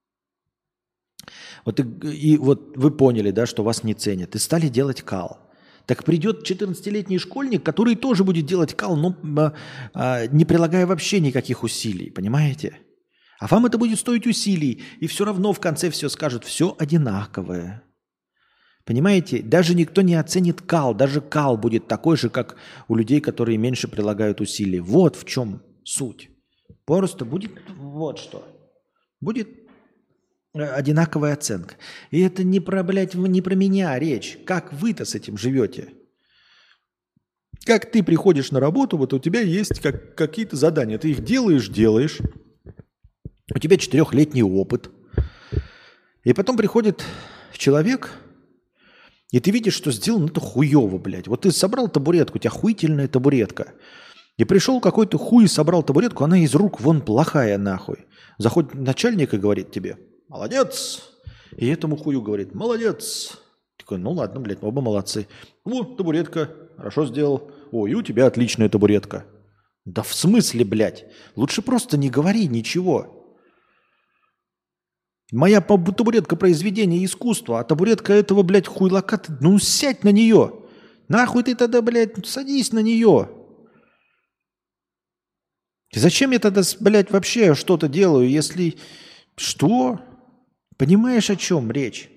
вот вы поняли, да, что вас не ценят, и стали делать кал. Так придет 14-летний школьник, который тоже будет делать кал, но не прилагая вообще никаких усилий, понимаете? А вам это будет стоить усилий, и все равно в конце все скажут, все одинаковое. Понимаете? Даже никто не оценит кал, даже кал будет такой же, как у людей, которые меньше прилагают усилий. Вот в чем суть. Просто будет вот что. Будет одинаковая оценка. И это не про, блядь, не про меня речь. Как вы-то с этим живете? Как ты приходишь на работу, вот у тебя есть какие-то задания. Ты их делаешь. У тебя 4-летний опыт. И потом приходит человек, и ты видишь, что сделано это хуево, блядь. Вот ты собрал табуретку, у тебя охуительная табуретка. И пришел какой-то хуй и собрал табуретку, она из рук вон плохая нахуй. Заходит начальник и говорит тебе, молодец. И этому хую говорит, молодец. Такой, ну ладно, блядь, оба молодцы. Вот табуретка, хорошо сделал. Ой, и у тебя отличная табуретка. Да в смысле, блядь? Лучше просто не говори ничего. Моя табуретка произведение искусства, а табуретка этого, блядь, хуйлака, ну сядь на нее. Нахуй ты тогда, блядь, садись на нее. Зачем я тогда, блядь, вообще что-то делаю, если... Что? Понимаешь, о чем речь?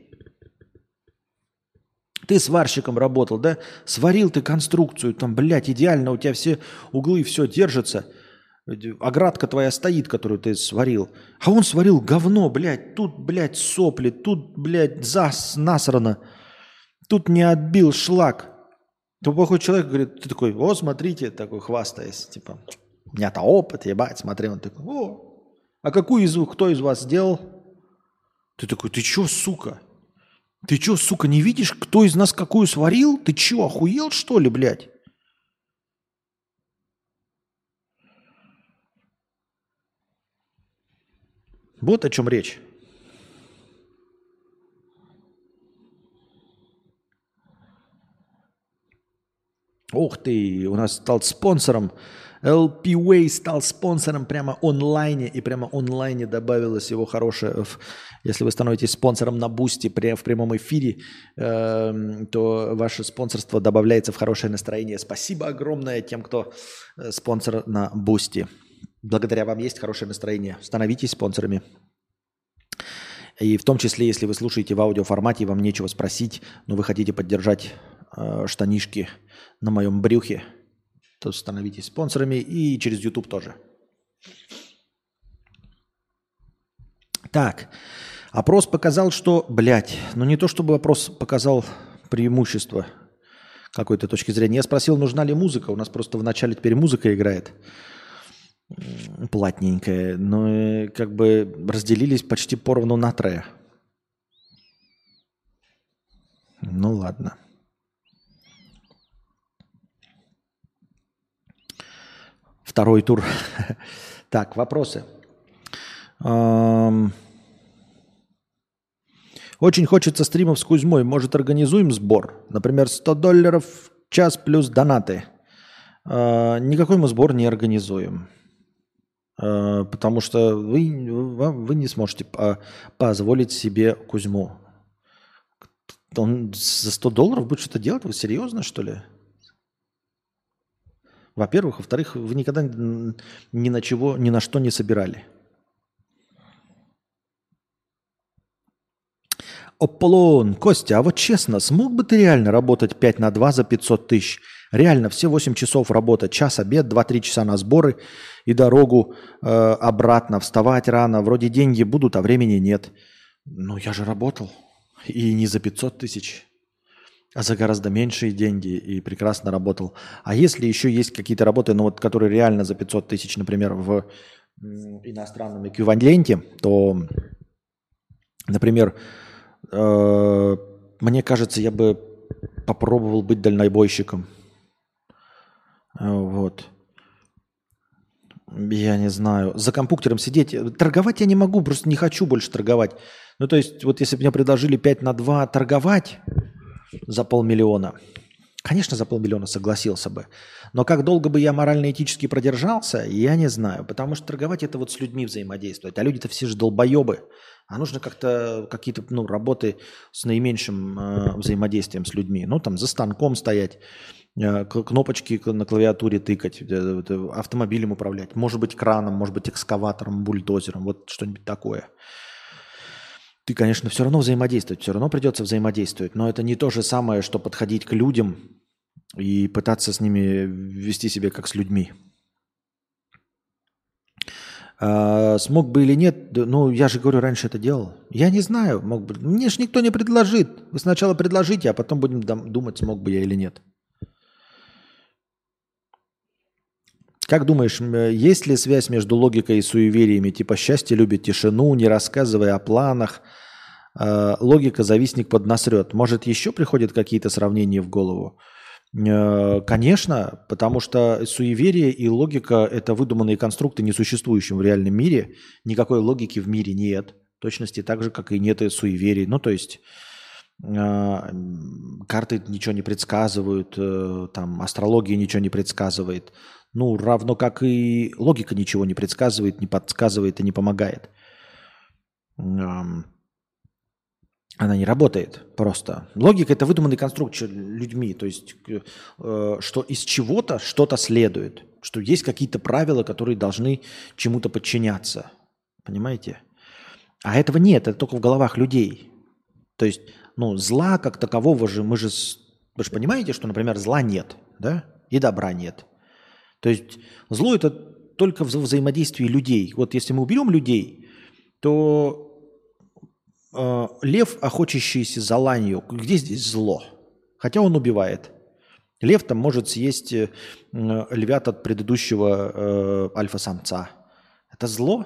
Ты сварщиком работал, да? Сварил ты конструкцию, там, блядь, идеально, у тебя все углы, все держится. Оградка твоя стоит, которую ты сварил. А он сварил говно, блядь. Тут, блядь, сопли, тут, блядь, насрано. Тут не отбил шлак. То плохой человек говорит, ты такой, о, смотрите, такой хвастаясь, типа... У меня-то опыт, ебать, смотри, он такой, о, а кто из вас сделал? Ты такой, ты чё, сука? Ты чё, сука, не видишь, кто из нас какую сварил? Ты чё, охуел, что ли, блядь? Вот о чем речь. Ух ты, у нас стал спонсором. LP Way стал спонсором прямо онлайне, и прямо онлайне добавилось его хорошее. Если вы становитесь спонсором на Бусти в прямом эфире, то ваше спонсорство добавляется в хорошее настроение. Спасибо огромное тем, кто спонсор на Бусти. Благодаря вам есть хорошее настроение. Становитесь спонсорами. И в том числе, если вы слушаете в аудиоформате, и вам нечего спросить, но вы хотите поддержать штанишки на моем брюхе, то становитесь спонсорами и через YouTube тоже. Так, опрос показал, что, блядь, ну не то чтобы опрос показал преимущество какой-то точки зрения. Я спросил, нужна ли музыка. У нас просто в начале теперь музыка играет платненькая, но как бы разделились почти поровну на трое. Ну ладно. Второй тур. Так, вопросы. Очень хочется стримов с Кузьмой. Может, организуем сбор? Например, $100 в час плюс донаты. Никакой мы сбор не организуем. Потому что вы не сможете позволить себе Кузьму. Он за $100 будет что-то делать? Вы серьезно, что ли? Во-первых. Во-вторых, вы никогда ни на что не собирали. Ополон, Костя, а вот честно, смог бы ты реально работать 5 на 2 за 500 тысяч? Реально, все 8 часов работать, час обед, 2-3 часа на сборы и дорогу обратно, вставать рано. Вроде деньги будут, а времени нет. Ну, я же работал. И не за 500 тысяч, а за гораздо меньшие деньги. И прекрасно работал. А если еще есть какие-то работы, ну вот, которые реально за 500 тысяч, например, в иностранном эквиваленте, то, например, мне кажется, я бы попробовал быть дальнобойщиком. Вот. Я не знаю. За компьютером сидеть. Торговать я не могу, просто не хочу больше торговать. Ну, то есть, вот если бы мне предложили 5 на 2 торговать за 500 000, конечно, за 500 000 согласился бы. Но как долго бы я морально-этически продержался, я не знаю. Потому что торговать – это вот с людьми взаимодействовать. А люди-то все же долбоебы. А нужно как-то какие-то работы с наименьшим взаимодействием с людьми. Ну, там, за станком стоять, кнопочки на клавиатуре тыкать, автомобилем управлять. Может быть, краном, может быть, экскаватором, бульдозером. Вот что-нибудь такое. Ты, конечно, все равно взаимодействовать, все равно придется взаимодействовать. Но это не то же самое, что подходить к людям и пытаться с ними вести себя как с людьми. Смог бы или нет, ну, я же говорю, раньше это делал. Я не знаю, мог бы. Мне же никто не предложит. Вы сначала предложите, а потом будем думать, смог бы я или нет. Как думаешь, есть ли связь между логикой и суевериями? Типа счастье любит тишину, не рассказывая о планах. Логика завистник поднасрет. Может, еще приходят какие-то сравнения в голову? Конечно, потому что суеверие и логика – это выдуманные конструкты, несуществующие в реальном мире. Никакой логики в мире нет. В точности так же, как и нет и суеверий. Ну, то есть карты ничего не предсказывают, там, астрология ничего не предсказывает. Ну, равно как и логика ничего не предсказывает, не подсказывает и не помогает. Она не работает просто. Логика – это выдуманный конструкт людьми. То есть, что из чего-то что-то следует. Что есть какие-то правила, которые должны чему-то подчиняться. Понимаете? А этого нет. Это только в головах людей. То есть, ну, зла как такового же, вы же понимаете, что, например, зла нет, да? И добра нет. То есть, зло – это только в взаимодействии людей. Вот если мы уберем людей, то лев, охотящийся за ланью, где здесь зло? Хотя он убивает. Лев там может съесть львят от предыдущего альфа-самца. Это зло?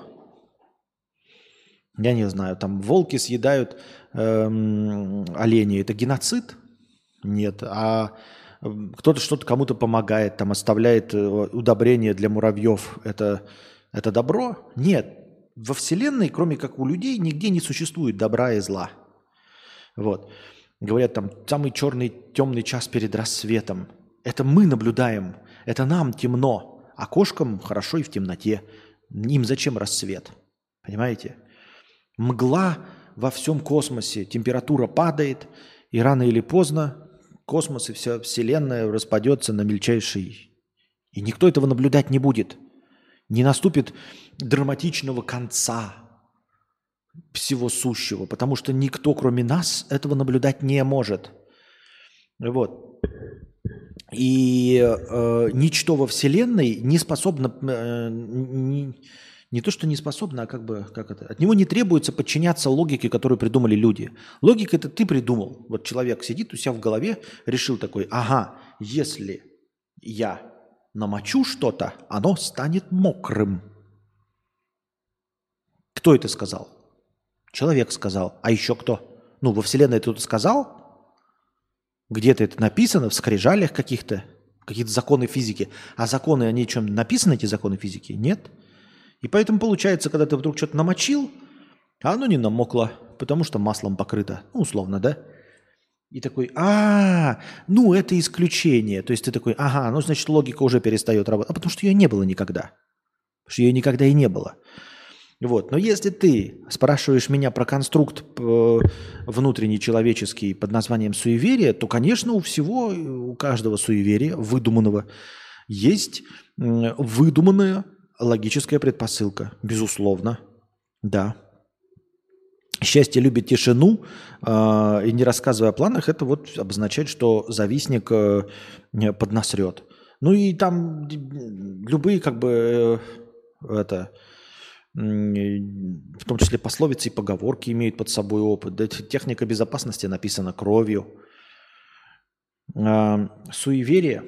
Я не знаю. Там волки съедают оленей. Это геноцид? Нет. А кто-то что-то кому-то помогает, там оставляет удобрения для муравьев. Это добро? Нет. Во Вселенной, кроме как у людей, нигде не существует добра и зла. Вот. Говорят, там, самый черный, темный час перед рассветом. Это мы наблюдаем. Это нам темно. А кошкам хорошо и в темноте. Им зачем рассвет? Понимаете? Мгла во всем космосе. Температура падает. И рано или поздно космос и вся Вселенная распадется на мельчайший. И никто этого наблюдать не будет. Не наступит драматичного конца всего сущего, потому что никто, кроме нас, этого наблюдать не может. Вот. И ничто во Вселенной не способно, не то что не способно, а как это? От него не требуется подчиняться логике, которую придумали люди. Логика – это ты придумал. Вот человек сидит у себя в голове, решил такой, ага, если я намочу что-то, оно станет мокрым. Кто это сказал? Человек сказал. А еще кто? Ну, во Вселенной кто-то сказал? Где-то это написано, в скрижалях каких-то законы физики. А законы, они чем написаны, эти законы физики? Нет. И поэтому получается, когда ты вдруг что-то намочил, а оно не намокло, потому что маслом покрыто. Ну, условно, да? И такой, ну это исключение. То есть ты такой, ага, ну значит логика уже перестает работать. А потому что ее не было никогда. Потому что ее никогда и не было. Вот. Но если ты спрашиваешь меня про конструкт внутренний человеческий под названием суеверие, то, конечно, у всего, у каждого суеверия, выдуманного, есть выдуманная логическая предпосылка. Безусловно. Да. Счастье любит тишину, и не рассказывая о планах, это вот обозначает, что завистник поднасрет. Ну и там любые как бы это, в том числе пословицы и поговорки имеют под собой опыт. Да, техника безопасности написана кровью. Суеверие.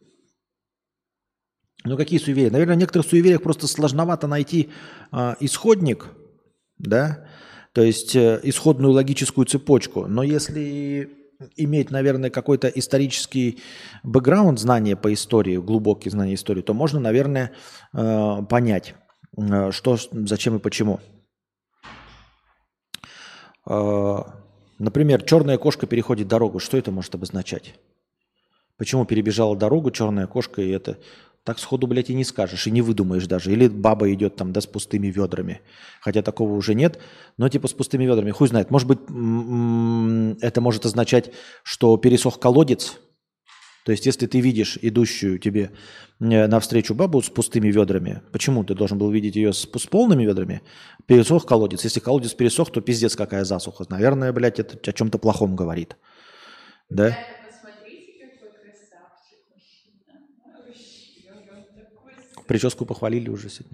Ну какие суеверия? Наверное, в некоторых суевериях просто сложновато найти исходник, да, то есть исходную логическую цепочку. Но если иметь, наверное, какой-то исторический бэкграунд, знания по истории, глубокие знания истории, то можно, наверное, понять, что, зачем и почему. Например, черная кошка переходит дорогу. Что это может обозначать? Почему перебежала дорогу черная кошка, и это... Так сходу, блядь, и не скажешь, и не выдумаешь даже. Или баба идет там, да, с пустыми ведрами. Хотя такого уже нет. Но типа с пустыми ведрами. Хуй знает. Может быть, это может означать, что пересох колодец. То есть, если ты видишь идущую тебе навстречу бабу с пустыми ведрами, почему ты должен был видеть ее с полными ведрами? Пересох колодец. Если колодец пересох, то пиздец какая засуха. Наверное, блядь, это о чем-то плохом говорит. Да? Прическу похвалили уже сегодня.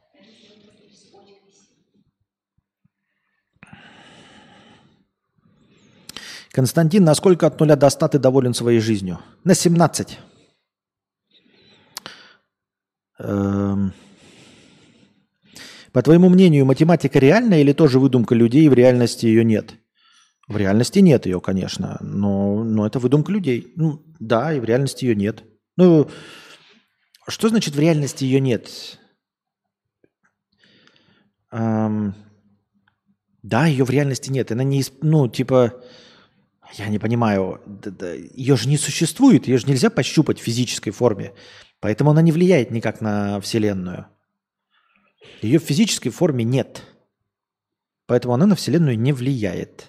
Константин, насколько от 0 до 100 ты доволен своей жизнью? На 17. По твоему мнению, математика реальная или тоже выдумка людей, и в реальности ее нет? В реальности нет ее, конечно, но это выдумка людей. Ну, да, и в реальности ее нет. Ну, что значит в реальности ее нет? Да, ее в реальности нет. Она не... Ну, типа... Я не понимаю. Ее же не существует. Ее же нельзя пощупать в физической форме. Поэтому она не влияет никак на Вселенную. Ее в физической форме нет. Поэтому она на Вселенную не влияет.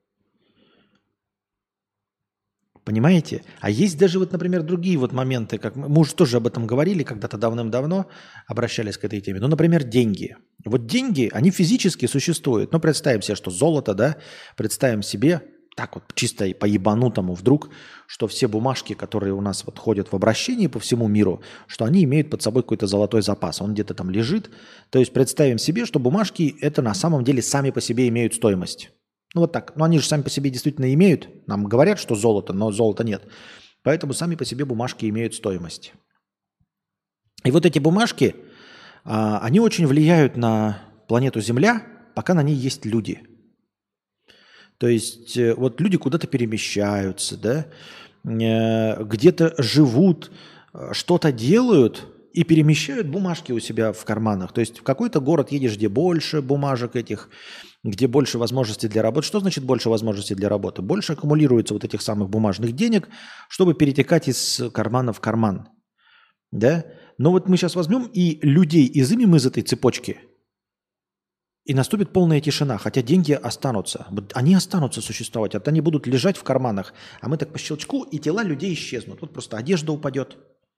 Понимаете? А есть даже вот, например, другие вот моменты, как мы уже тоже об этом говорили когда-то давным-давно, обращались к этой теме. Ну, например, деньги. Вот деньги, они физически существуют. Ну, представим себе, что золото, да, представим себе, так вот чисто по-ебанутому вдруг, что все бумажки, которые у нас вот ходят в обращении по всему миру, что они имеют под собой какой-то золотой запас. Он где-то там лежит. То есть представим себе, что бумажки это на самом деле сами по себе имеют стоимость. Ну вот так. Но они же сами по себе действительно имеют. Нам говорят, что золото, но золота нет. Поэтому сами по себе бумажки имеют стоимость. И вот эти бумажки, они очень влияют на планету Земля, пока на ней есть люди. То есть вот люди куда-то перемещаются, да, где-то живут, что-то делают и перемещают бумажки у себя в карманах. То есть в какой-то город едешь, где больше бумажек этих, где больше возможностей для работы. Что значит больше возможностей для работы? Больше аккумулируется вот этих самых бумажных денег, чтобы перетекать из кармана в карман. Да? Но вот мы сейчас возьмем и людей изымем из этой цепочки, и наступит полная тишина, хотя деньги останутся. Они останутся существовать, они будут лежать в карманах, а мы так по щелчку, и тела людей исчезнут. Вот просто одежда упадет,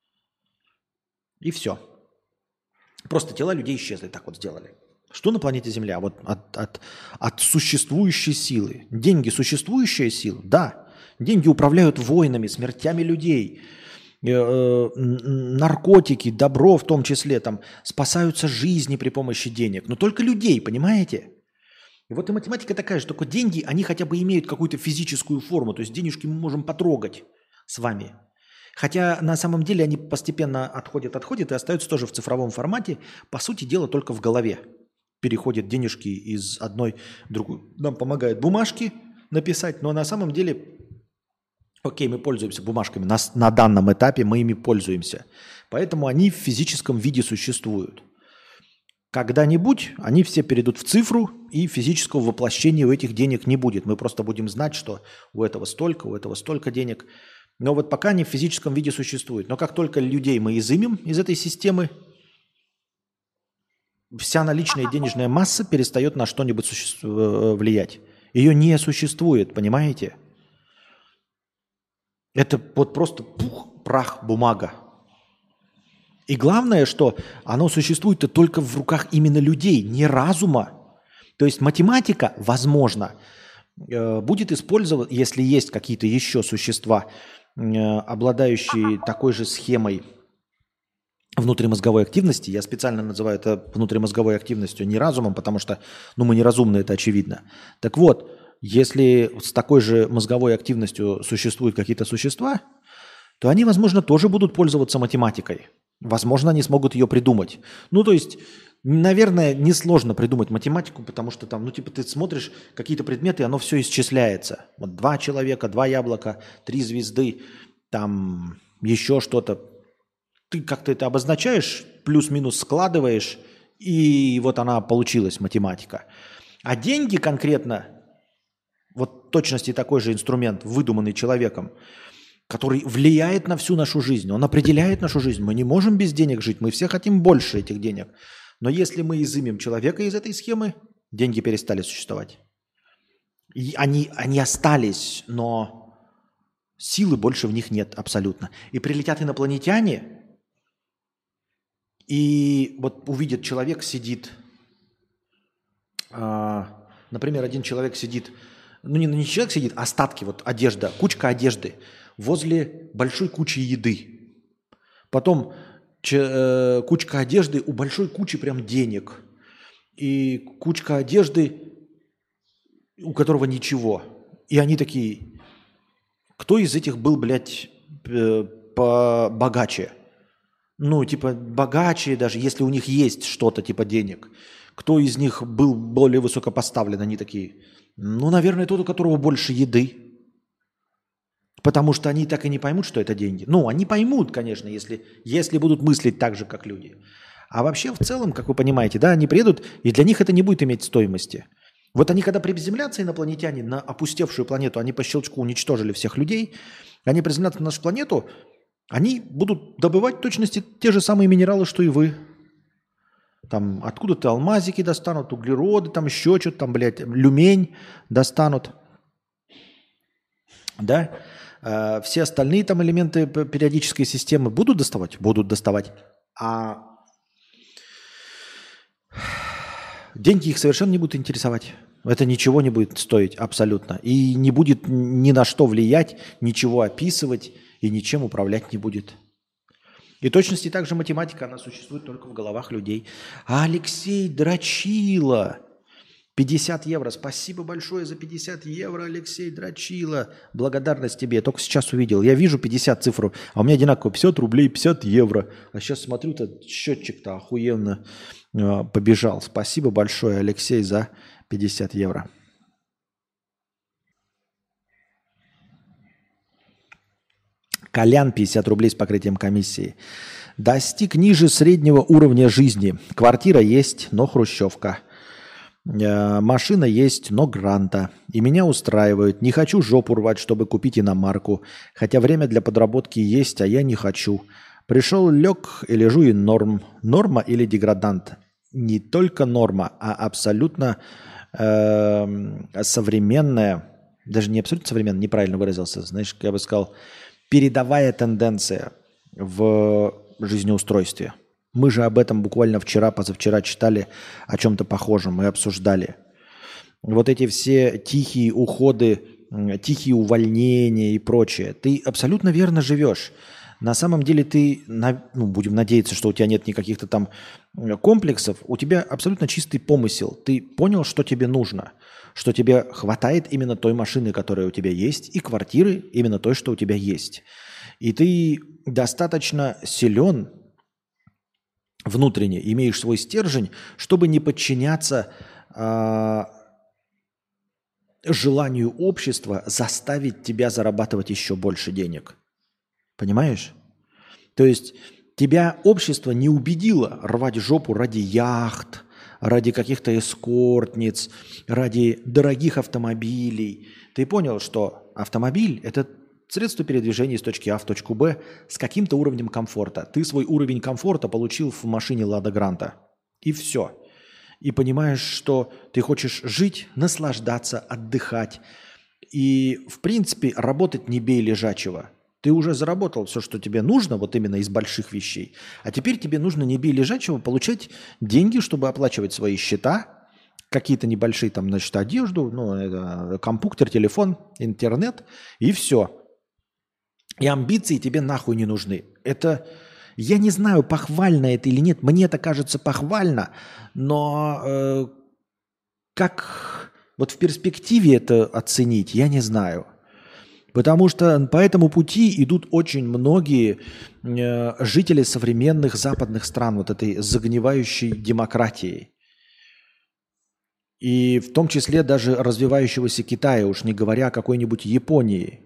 и все. Просто тела людей исчезли, так вот сделали. Что на планете Земля? Вот от существующей силы. Деньги – существующая сила? Да. Деньги управляют войнами, смертями людей. Наркотики, добро в том числе, там, спасаются жизни при помощи денег. Но только людей, понимаете? И вот и математика такая же, только деньги, они хотя бы имеют какую-то физическую форму. То есть денежки мы можем потрогать с вами. Хотя на самом деле они постепенно отходят и остаются тоже в цифровом формате. По сути дела, только в голове переходят денежки из одной в другую. Нам помогают бумажки написать, но на самом деле, окей, мы пользуемся бумажками. На данном этапе мы ими пользуемся. Поэтому они в физическом виде существуют. Когда-нибудь они все перейдут в цифру, и физического воплощения у этих денег не будет. Мы просто будем знать, что у этого столько денег. Но вот пока они в физическом виде существуют. Но как только людей мы изымем из этой системы, вся наличная денежная масса перестает на что-нибудь влиять. Ее не существует, понимаете? Это вот просто пух, прах, бумага. И главное, что оно существует только в руках именно людей, не разума. То есть математика, возможно, будет использоваться, если есть какие-то еще существа, обладающие такой же схемой внутримозговой активности. Я специально называю это внутримозговой активностью, не разумом, потому что мы неразумны, это очевидно. Так вот, если с такой же мозговой активностью существуют какие-то существа, то они, возможно, тоже будут пользоваться математикой. Возможно, они смогут ее придумать. То есть, наверное, несложно придумать математику, потому что там, ты смотришь какие-то предметы, и оно все исчисляется. Вот 2 человека, 2 яблока, 3 звезды, там еще что-то. Ты как-то это обозначаешь, плюс-минус складываешь, и вот она получилась, математика. А деньги конкретно, вот в точности такой же инструмент, выдуманный человеком, который влияет на всю нашу жизнь, он определяет нашу жизнь. Мы не можем без денег жить, мы все хотим больше этих денег. Но если мы изымем человека из этой схемы, деньги перестали существовать. И они остались, но силы больше в них нет абсолютно. И прилетят инопланетяне, и вот увидит человек сидит, например, один человек сидит, не человек сидит, а остатки, вот одежда, кучка одежды возле большой кучи еды. Потом кучка одежды у большой кучи прям денег. И кучка одежды, у которого ничего. И они такие, кто из этих был, блядь, побогаче? Богаче даже, если у них есть что-то типа денег. Кто из них был более высокопоставлен? Они такие, наверное, тот, у которого больше еды. Потому что они так и не поймут, что это деньги. Они поймут, конечно, если будут мыслить так же, как люди. А вообще, в целом, как вы понимаете, да, они приедут, и для них это не будет иметь стоимости. Вот они, когда приземлятся, инопланетяне, на опустевшую планету, они по щелчку уничтожили всех людей, они приземлятся на нашу планету, они будут добывать в точности те же самые минералы, что и вы. Там откуда-то алмазики достанут, углероды, там еще что-то, там, блядь, люмень достанут. Да? Все остальные там элементы периодической системы будут доставать? Будут доставать. А деньги их совершенно не будут интересовать. Это ничего не будет стоить абсолютно. И не будет ни на что влиять, ничего описывать и ничем управлять не будет. И точности также математика, она существует только в головах людей. А Алексей Дрочила, 50 евро. Спасибо большое за 50 евро, Алексей Дрочила. Благодарность тебе. Я только сейчас увидел. Я вижу 50 цифру, а у меня одинаково 50 рублей, 50 евро. А сейчас смотрю-то, счетчик-то охуенно побежал. Спасибо большое, Алексей, за 50 евро. Колян, 50 рублей с покрытием комиссии. Достиг ниже среднего уровня жизни. Квартира есть, но хрущевка. Машина есть, но гранта. И меня устраивают. Не хочу жопу рвать, чтобы купить иномарку. Хотя время для подработки есть, а я не хочу. Пришел, лег и лежу, и норм. Норма или деградант? Не только норма, а абсолютно современная. Даже не абсолютно современная, неправильно выразился. Знаешь, я бы сказал, передовая тенденция в жизнеустройстве. Мы же об этом буквально вчера, позавчера читали о чем-то похожем, мы обсуждали. Вот эти все тихие уходы, тихие увольнения и прочее. Ты абсолютно верно живешь. На самом деле ты, будем надеяться, что у тебя нет никаких-то там комплексов, у тебя абсолютно чистый помысел. Ты понял, что тебе нужно, что тебе хватает именно той машины, которая у тебя есть, и квартиры именно той, что у тебя есть. И ты достаточно силен внутренне, имеешь свой стержень, чтобы не подчиняться желанию общества заставить тебя зарабатывать еще больше денег. Понимаешь? То есть тебя общество не убедило рвать жопу ради яхт, ради каких-то эскортниц, ради дорогих автомобилей. Ты понял, что автомобиль – это средство передвижения из точки А в точку Б с каким-то уровнем комфорта. Ты свой уровень комфорта получил в машине Лада Гранта. И все. и понимаешь, что ты хочешь жить, наслаждаться, отдыхать. И, в принципе, работать не бей лежачего. Ты уже заработал все, что тебе нужно, вот именно из больших вещей. А теперь тебе нужно не бей лежачего получать деньги, чтобы оплачивать свои счета, какие-то небольшие, там, значит, одежду, ну, это, компьютер, телефон, интернет, и все. И амбиции тебе нахуй не нужны. Это, я не знаю, похвально это или нет. Мне это кажется похвально, но как вот в перспективе это оценить, я не знаю. Потому что по этому пути идут очень многие жители современных западных стран, вот этой загнивающей демократией. И в том числе даже развивающегося Китая, уж не говоря о какой-нибудь Японии,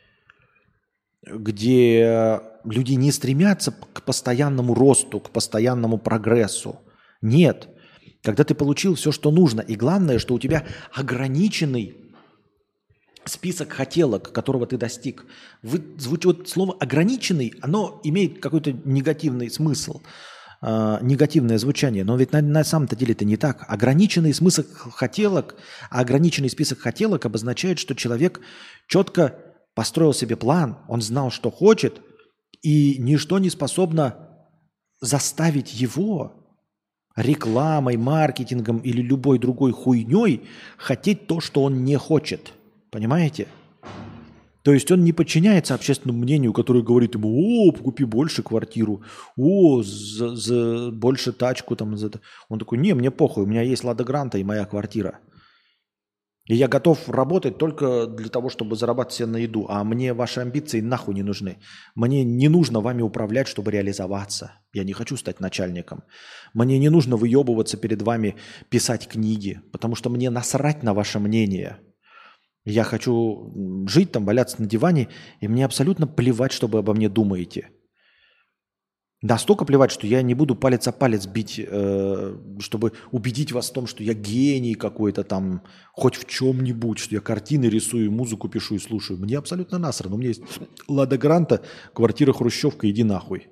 где люди не стремятся к постоянному росту, к постоянному прогрессу. Нет. Когда ты получил все, что нужно, и главное, что у тебя ограниченный список хотелок, которого ты достиг. Вот слово «ограниченный», оно имеет какой-то негативный смысл, негативное звучание. Но ведь на самом-то деле это не так. Ограниченный смысл хотелок, ограниченный список хотелок обозначает, что человек четко построил себе план, он знал, что хочет, и ничто не способно заставить его рекламой, маркетингом или любой другой хуйней хотеть то, что он не хочет. Понимаете? То есть он не подчиняется общественному мнению, которое говорит ему: о, купи больше квартиру, о, за больше тачку. Там, за... Он такой: не, мне похуй, у меня есть Лада Гранта и моя квартира. И я готов работать только для того, чтобы зарабатывать себе на еду. А мне ваши амбиции нахуй не нужны. Мне не нужно вами управлять, чтобы реализоваться. Я не хочу стать начальником. Мне не нужно выебываться перед вами, писать книги, потому что мне насрать на ваше мнение. Я хочу жить там, валяться на диване, и мне абсолютно плевать, что вы обо мне думаете. Настолько плевать, что я не буду палец о палец бить, чтобы убедить вас в том, что я гений какой-то там, хоть в чем-нибудь, что я картины рисую, музыку пишу и слушаю. Мне абсолютно насрано. У меня есть Лада Гранта, квартира хрущевка, иди нахуй.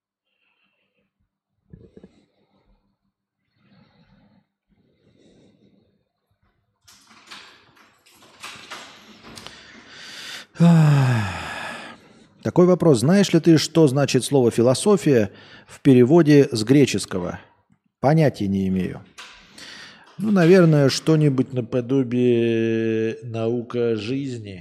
Такой вопрос. Знаешь ли ты, что значит слово «философия» в переводе с греческого? Понятия не имею. Ну, наверное, что-нибудь наподобие наука жизни.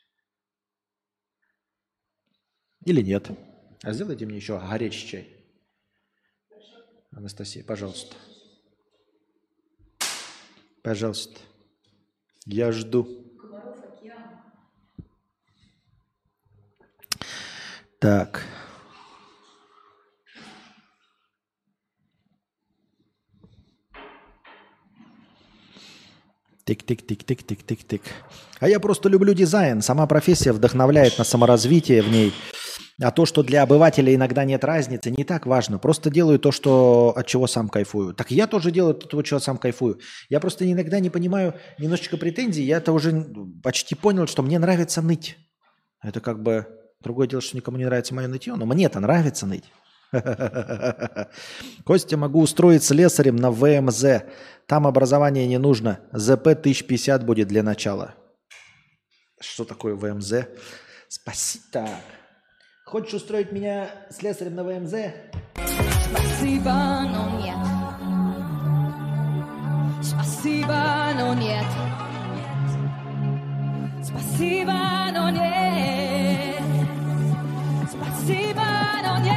Или нет. А сделайте мне еще горячий чай. Анастасия, пожалуйста. Пожалуйста. Я жду. Так. Тик-тик-тик-тик-тик-тик-тик. А я просто люблю дизайн. Сама профессия вдохновляет на саморазвитие в ней. А то, что для обывателя иногда нет разницы, не так важно. Просто делаю то, что, от чего сам кайфую. Так я тоже делаю то, от чего сам кайфую. Я просто иногда не понимаю немножечко претензий. Я-то уже почти понял, что мне нравится ныть. Это как бы... Другое дело, что никому не нравится мое нытье, но мне-то нравится ныть. Костя, могу устроить слесарем на ВМЗ. Там образование не нужно. ЗП 1050 будет для начала. Что такое ВМЗ? Спасибо. Так. Хочешь устроить меня слесарем на ВМЗ? Спасибо, но нет. Спасибо, но нет. Спасибо, но нет. Спасибо, но нет.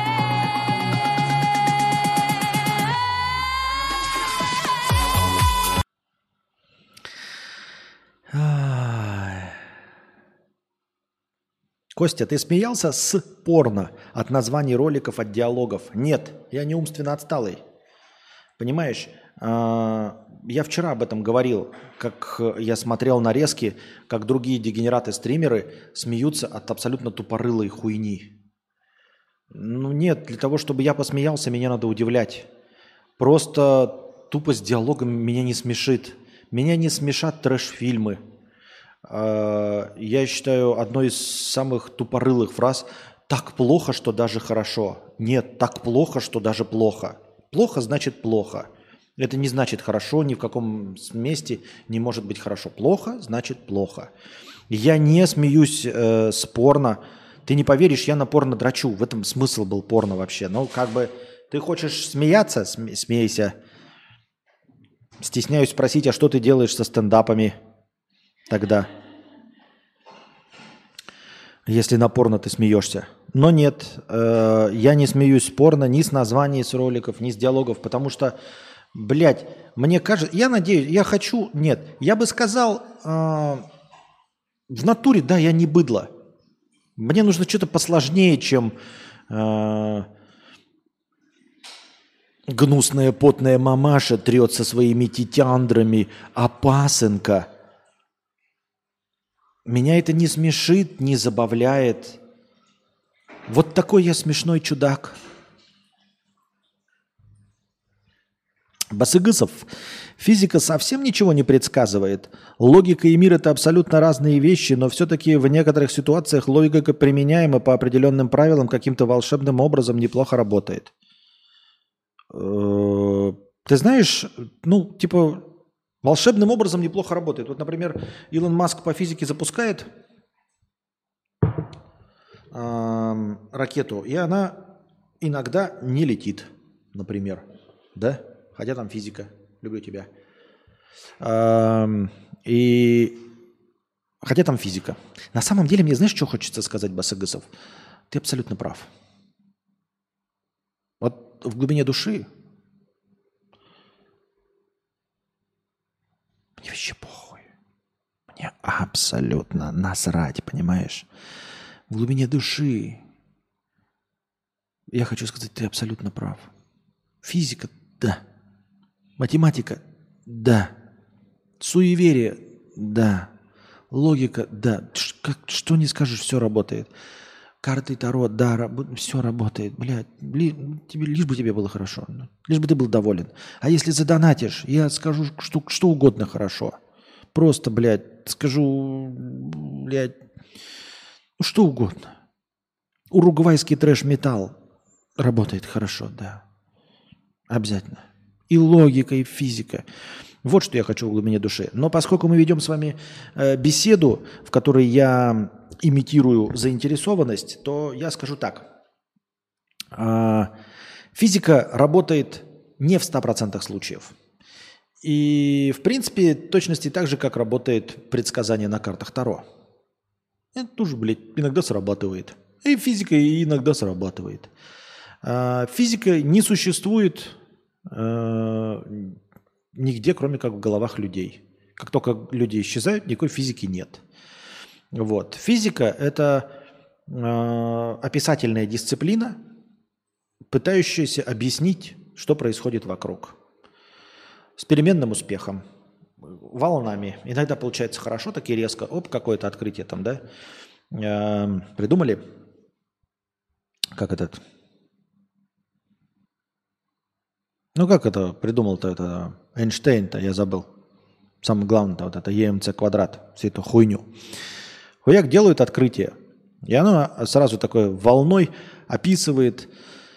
Костя, ты смеялся с порно от названий роликов, от диалогов? Нет, я не умственно отсталый. Понимаешь, я вчера об этом говорил, как я смотрел нарезки, как другие дегенераты-стримеры смеются от абсолютно тупорылой хуйни. Ну нет, для того, чтобы я посмеялся, меня надо удивлять. Просто тупость диалога меня не смешит. Меня не смешат трэш-фильмы. Я считаю, одной из самых тупорылых фраз: «Так плохо, что даже хорошо». Нет, так плохо, что даже плохо. Плохо значит плохо. Это не значит хорошо, ни в каком месте не может быть хорошо. Плохо значит плохо. Я не смеюсь с порно. Ты не поверишь, я на порно дрочу. В этом смысл был порно вообще. Ну, как бы ты хочешь смеяться, смейся. Стесняюсь спросить, а что ты делаешь со стендапами тогда, если на порно ты смеешься? Но нет, я не смеюсь с порно ни с названий с роликов, ни с диалогов, потому что, блядь, мне кажется, я надеюсь, я хочу, нет, я бы сказал, в натуре, да, я не быдло. Мне нужно что-то посложнее, чем гнусная потная мамаша трет со своими титяндрами, а пасынка. Меня это не смешит, не забавляет. Вот такой я смешной чудак. Басыгысов. Физика совсем ничего не предсказывает. Логика и мир – это абсолютно разные вещи, но все-таки в некоторых ситуациях логика применяема по определенным правилам каким-то волшебным образом неплохо работает. Ты знаешь, ну, типа, волшебным образом неплохо работает. Вот, например, Илон Маск по физике запускает ракету, и она иногда не летит, например, да? Хотя там физика. Люблю тебя. И хотя там физика. На самом деле, мне знаешь, что хочется сказать, Басыгысов? Ты абсолютно прав. Вот в глубине души мне вообще похуй. Мне абсолютно насрать, понимаешь? В глубине души я хочу сказать, ты абсолютно прав. Физика – да. Математика – да. Суеверие – да. Логика – да. Что не скажешь, все работает. Карты Таро – да, все работает. Блядь, лишь бы тебе было хорошо. Лишь бы ты был доволен. А если задонатишь, я скажу что угодно хорошо. Просто, блядь, скажу, блядь, что угодно. Уругвайский трэш-металл работает хорошо, да. Обязательно. И логика, и физика. Вот что я хочу в глубине души. Но поскольку мы ведем с вами беседу, в которой я имитирую заинтересованность, то я скажу так. Физика работает не в 100% случаев. И, в принципе, точности так же, как работает предсказание на картах Таро. Это тоже, блядь, иногда срабатывает. И физика иногда срабатывает. Физика не существует нигде, кроме как в головах людей. Как только люди исчезают, никакой физики нет. Вот. Физика – это описательная дисциплина, пытающаяся объяснить, что происходит вокруг. С переменным успехом, волнами. Иногда получается хорошо, таки резко. Оп, какое-то открытие там, да? Придумали? Как этот... Ну, как это придумал-то это Эйнштейн-то, я забыл. Самое главное-то вот это ЕМЦ квадрат, всю эту хуйню. Хуяк делают открытие. И оно сразу такой волной описывает,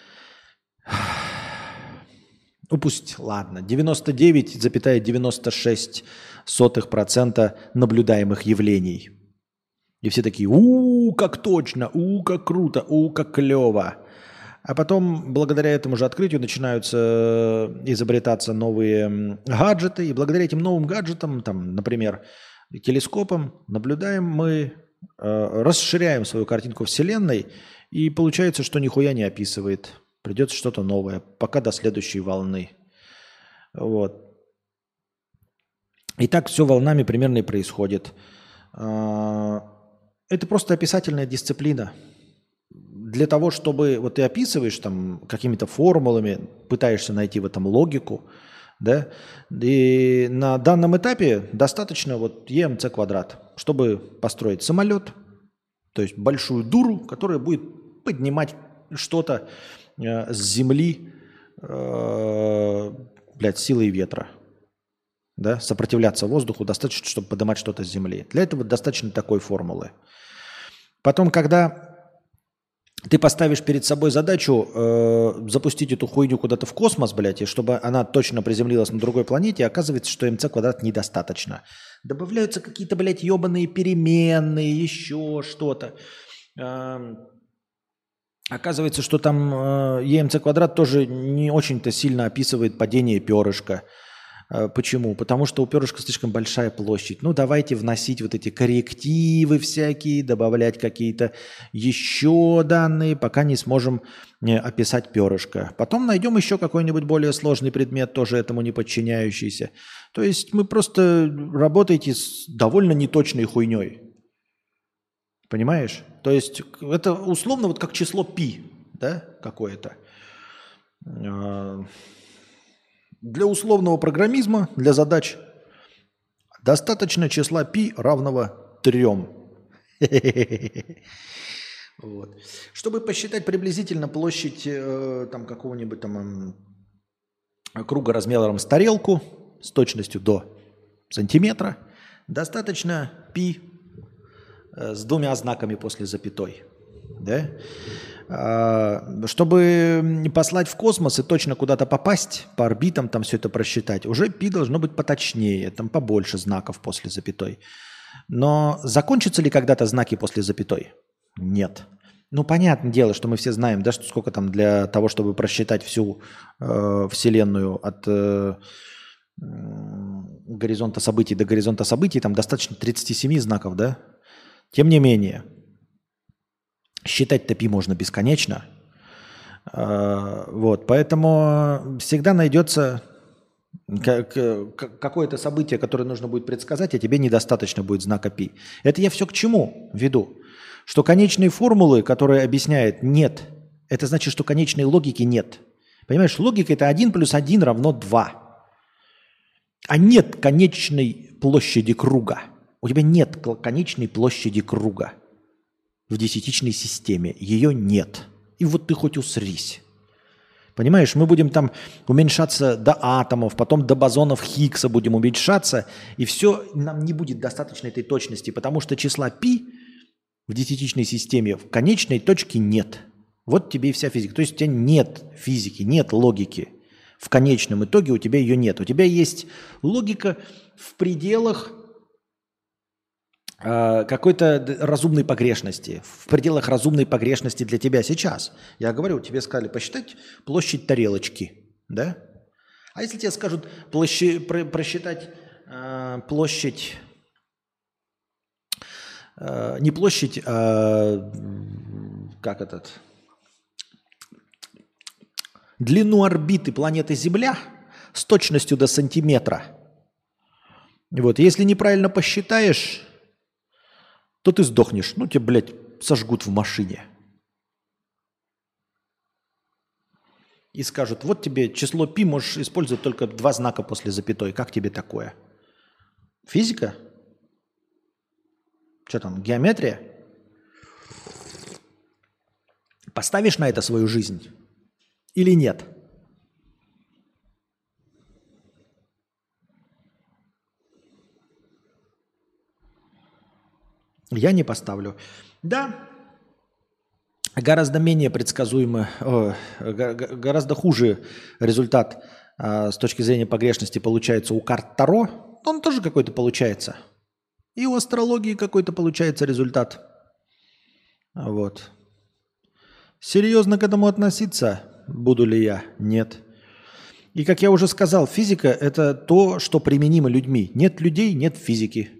ну пусть, ладно, 99,96% наблюдаемых явлений. И все такие, как точно, как круто, как клево. А потом, благодаря этому же открытию, начинаются изобретаться новые гаджеты. И благодаря этим новым гаджетам, там, например, телескопом, наблюдаем мы, расширяем свою картинку Вселенной. И получается, что нихуя не описывает. Придется что-то новое, пока до следующей волны. Вот. И так все волнами примерно и происходит. Это просто описательная дисциплина. Для того, чтобы вот ты описываешь там какими-то формулами, пытаешься найти в этом логику, да, и на данном этапе достаточно вот ЕМЦ квадрат, чтобы построить самолет, то есть большую дуру, которая будет поднимать что-то с земли, силой ветра, да, сопротивляться воздуху достаточно, чтобы поднимать что-то с земли. Для этого достаточно такой формулы. Потом, когда ты поставишь перед собой задачу запустить эту хуйню куда-то в космос, блядь, и чтобы она точно приземлилась на другой планете, и оказывается, что МЦ квадрат недостаточно. Добавляются какие-то, блядь, ебаные переменные, еще что-то. Оказывается, что там ЕМЦ квадрат тоже не очень-то сильно описывает падение перышка. Почему? Потому что у перышка слишком большая площадь. Ну, давайте вносить вот эти коррективы всякие, добавлять какие-то еще данные, пока не сможем описать перышко. Потом найдем еще какой-нибудь более сложный предмет, тоже этому не подчиняющийся. То есть мы просто работаете с довольно неточной хуйней. Понимаешь? То есть это условно вот как число π, да, какое-то. Для условного программизма, для задач достаточно числа π равного 3. Вот. Чтобы посчитать приблизительно площадь там, какого-нибудь там круга размером с тарелку с точностью до сантиметра, достаточно π с 2 знаками после запятой. Да? Чтобы послать в космос и точно куда-то попасть, по орбитам там все это просчитать, уже π должно быть поточнее, там побольше знаков после запятой. Но закончатся ли когда-то знаки после запятой? Нет. Ну, понятное дело, что мы все знаем, да, что сколько там для того, чтобы просчитать всю Вселенную от горизонта событий до горизонта событий, там достаточно 37 знаков, да? Тем не менее, считать-то π можно бесконечно. Вот, поэтому всегда найдется какое-то событие, которое нужно будет предсказать, а тебе недостаточно будет знака π. Это я все к чему веду? Что конечные формулы, которые объясняют нет, это значит, что конечной логики нет. Понимаешь, логика – это 1 + 1 = 2. А нет конечной площади круга. У тебя нет конечной площади круга в десятичной системе. Ее нет. И вот ты хоть усрись. Понимаешь, мы будем там уменьшаться до атомов, потом до бозонов Хиггса будем уменьшаться, и все, нам не будет достаточно этой точности, потому что числа π в десятичной системе в конечной точке нет. Вот тебе и вся физика. То есть у тебя нет физики, нет логики. В конечном итоге у тебя ее нет. У тебя есть логика в пределах какой-то разумной погрешности, в пределах разумной погрешности для тебя сейчас. Я говорю, тебе сказали посчитать площадь тарелочки, да? А если тебе скажут просчитать площадь, не площадь, а длину орбиты планеты Земля с точностью до сантиметра. Вот, если неправильно посчитаешь, то ты сдохнешь. Ну, тебя, блядь, сожгут в машине. И скажут, вот тебе число π можешь использовать только 2 знака после запятой. Как тебе такое? Физика? Что там, геометрия? Поставишь на это свою жизнь или нет? Я не поставлю. Да, гораздо менее предсказуемый, гораздо хуже результат с точки зрения погрешности получается у карт Таро. Он тоже какой-то получается. И у астрологии какой-то получается результат. Вот. Серьезно к этому относиться буду ли я? Нет. И как я уже сказал, физика – это то, что применимо людьми. Нет людей – нет физики.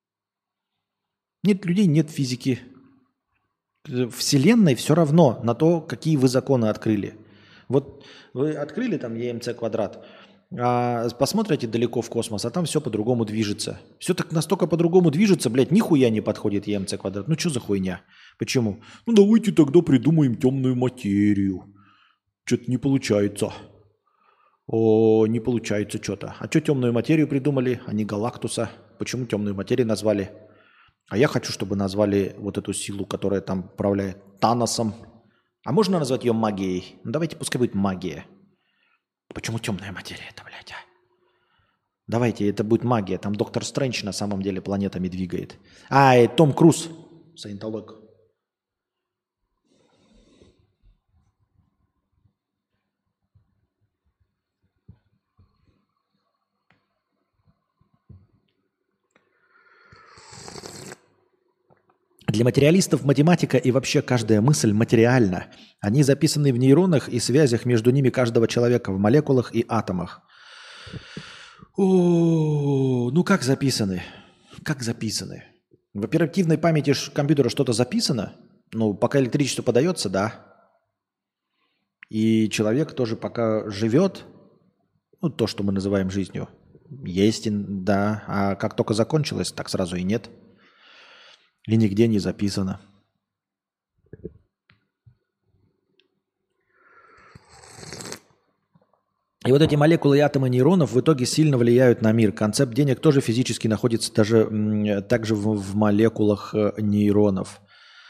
Нет людей, нет физики. Вселенной все равно на то, какие вы законы открыли. Вот вы открыли там ЕМЦ квадрат, а посмотрите далеко в космос, а там все по-другому движется. Все так настолько по-другому движется, блядь, нихуя не подходит ЕМЦ квадрат. Ну что за хуйня? Почему? Ну давайте тогда придумаем темную материю. Что-то не получается. Не получается что-то. А что темную материю придумали, а не Галактуса? Почему темную материю назвали? А я хочу, чтобы назвали вот эту силу, которая там управляет Таносом. А можно назвать ее магией? Ну давайте, пускай будет магия. Почему темная материя это, блядь, а? Давайте, это будет магия. Там Доктор Стрэндж на самом деле планетами двигает. И Том Круз, саентолог. Для материалистов математика и вообще каждая мысль материальна. Они записаны в нейронах и связях между ними каждого человека, в молекулах и атомах. О, ну как записаны? Как записаны? В оперативной памяти компьютера что-то записано? Ну, пока электричество подается, да. И человек тоже пока живет, ну, то, что мы называем жизнью, есть, да. А как только закончилось, так сразу и нет. И нигде не записано. И вот эти молекулы и атомы нейронов в итоге сильно влияют на мир. Концепт денег тоже физически находится также в молекулах нейронов.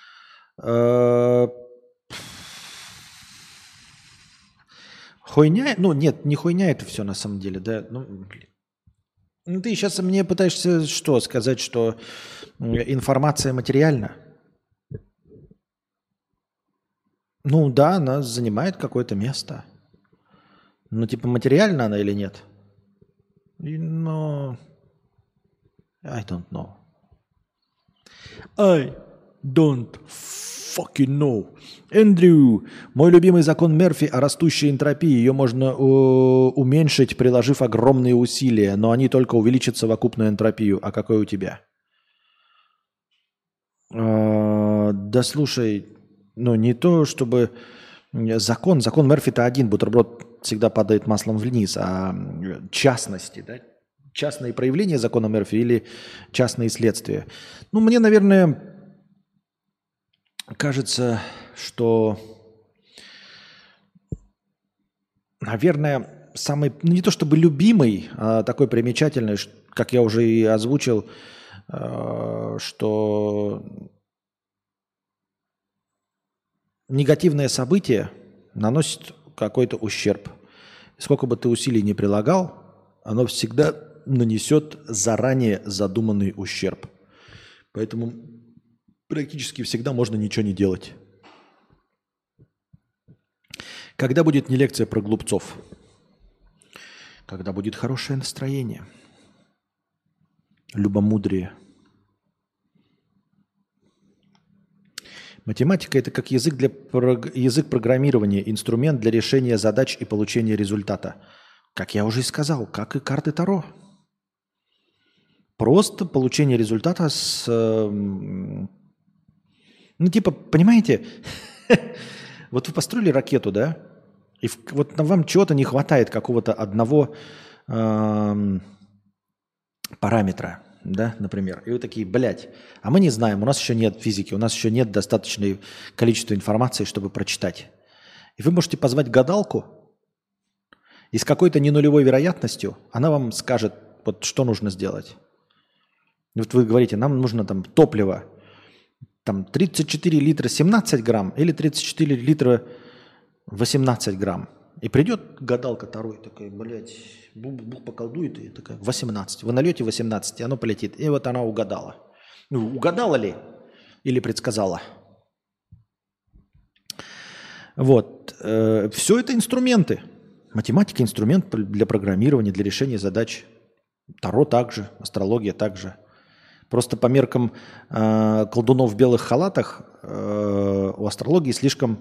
Хуйня? Ну, нет, не хуйня это все на самом деле, да. Ну, ты сейчас мне пытаешься что, сказать, что информация материальна? Ну да, она занимает какое-то место. Ну, типа, материальна она или нет? Но... I don't know. I don't fucking know. Эндрю, мой любимый закон Мерфи о растущей энтропии. Ее можно уменьшить, приложив огромные усилия, но они только увеличат совокупную энтропию. А какой у тебя? Да слушай, ну не то чтобы... Закон Мерфи-то один, бутерброд всегда падает маслом вниз, а частности, да? Частные проявления закона Мерфи или частные следствия. Ну, мне, наверное, кажется, что, наверное, самый, ну, не то чтобы любимый, а такой примечательный, как я уже и озвучил, что негативное событие наносит какой-то ущерб. Сколько бы ты усилий не прилагал, оно всегда нанесет заранее задуманный ущерб. Поэтому практически всегда можно ничего не делать. Когда будет не лекция про глупцов? Когда будет хорошее настроение, любомудрие. Математика – это как язык программирования, инструмент для решения задач и получения результата. Как я уже и сказал, как и карты Таро. Просто получение результата с... Ну, типа, понимаете, вот вы построили ракету, да? И вот вам чего-то не хватает, какого-то одного параметра. Да, например. И вы такие, блядь, а мы не знаем, у нас еще нет физики, у нас еще нет достаточного количества информации, чтобы прочитать. И вы можете позвать гадалку, и с какой-то ненулевой вероятностью она вам скажет, вот что нужно сделать. И вот вы говорите, нам нужно там топливо, там 34 литра 17 грамм или 34 литра 18 грамм. И придет гадалка второй, такая, блядь, бух поколдует, и такая, 18. Вы нальете 18, и оно полетит. И вот она угадала. Ну, угадала ли? Или предсказала? Вот. Все это инструменты. Математика – инструмент для программирования, для решения задач. Таро также, астрология также. Просто по меркам колдунов в белых халатах у астрологии слишком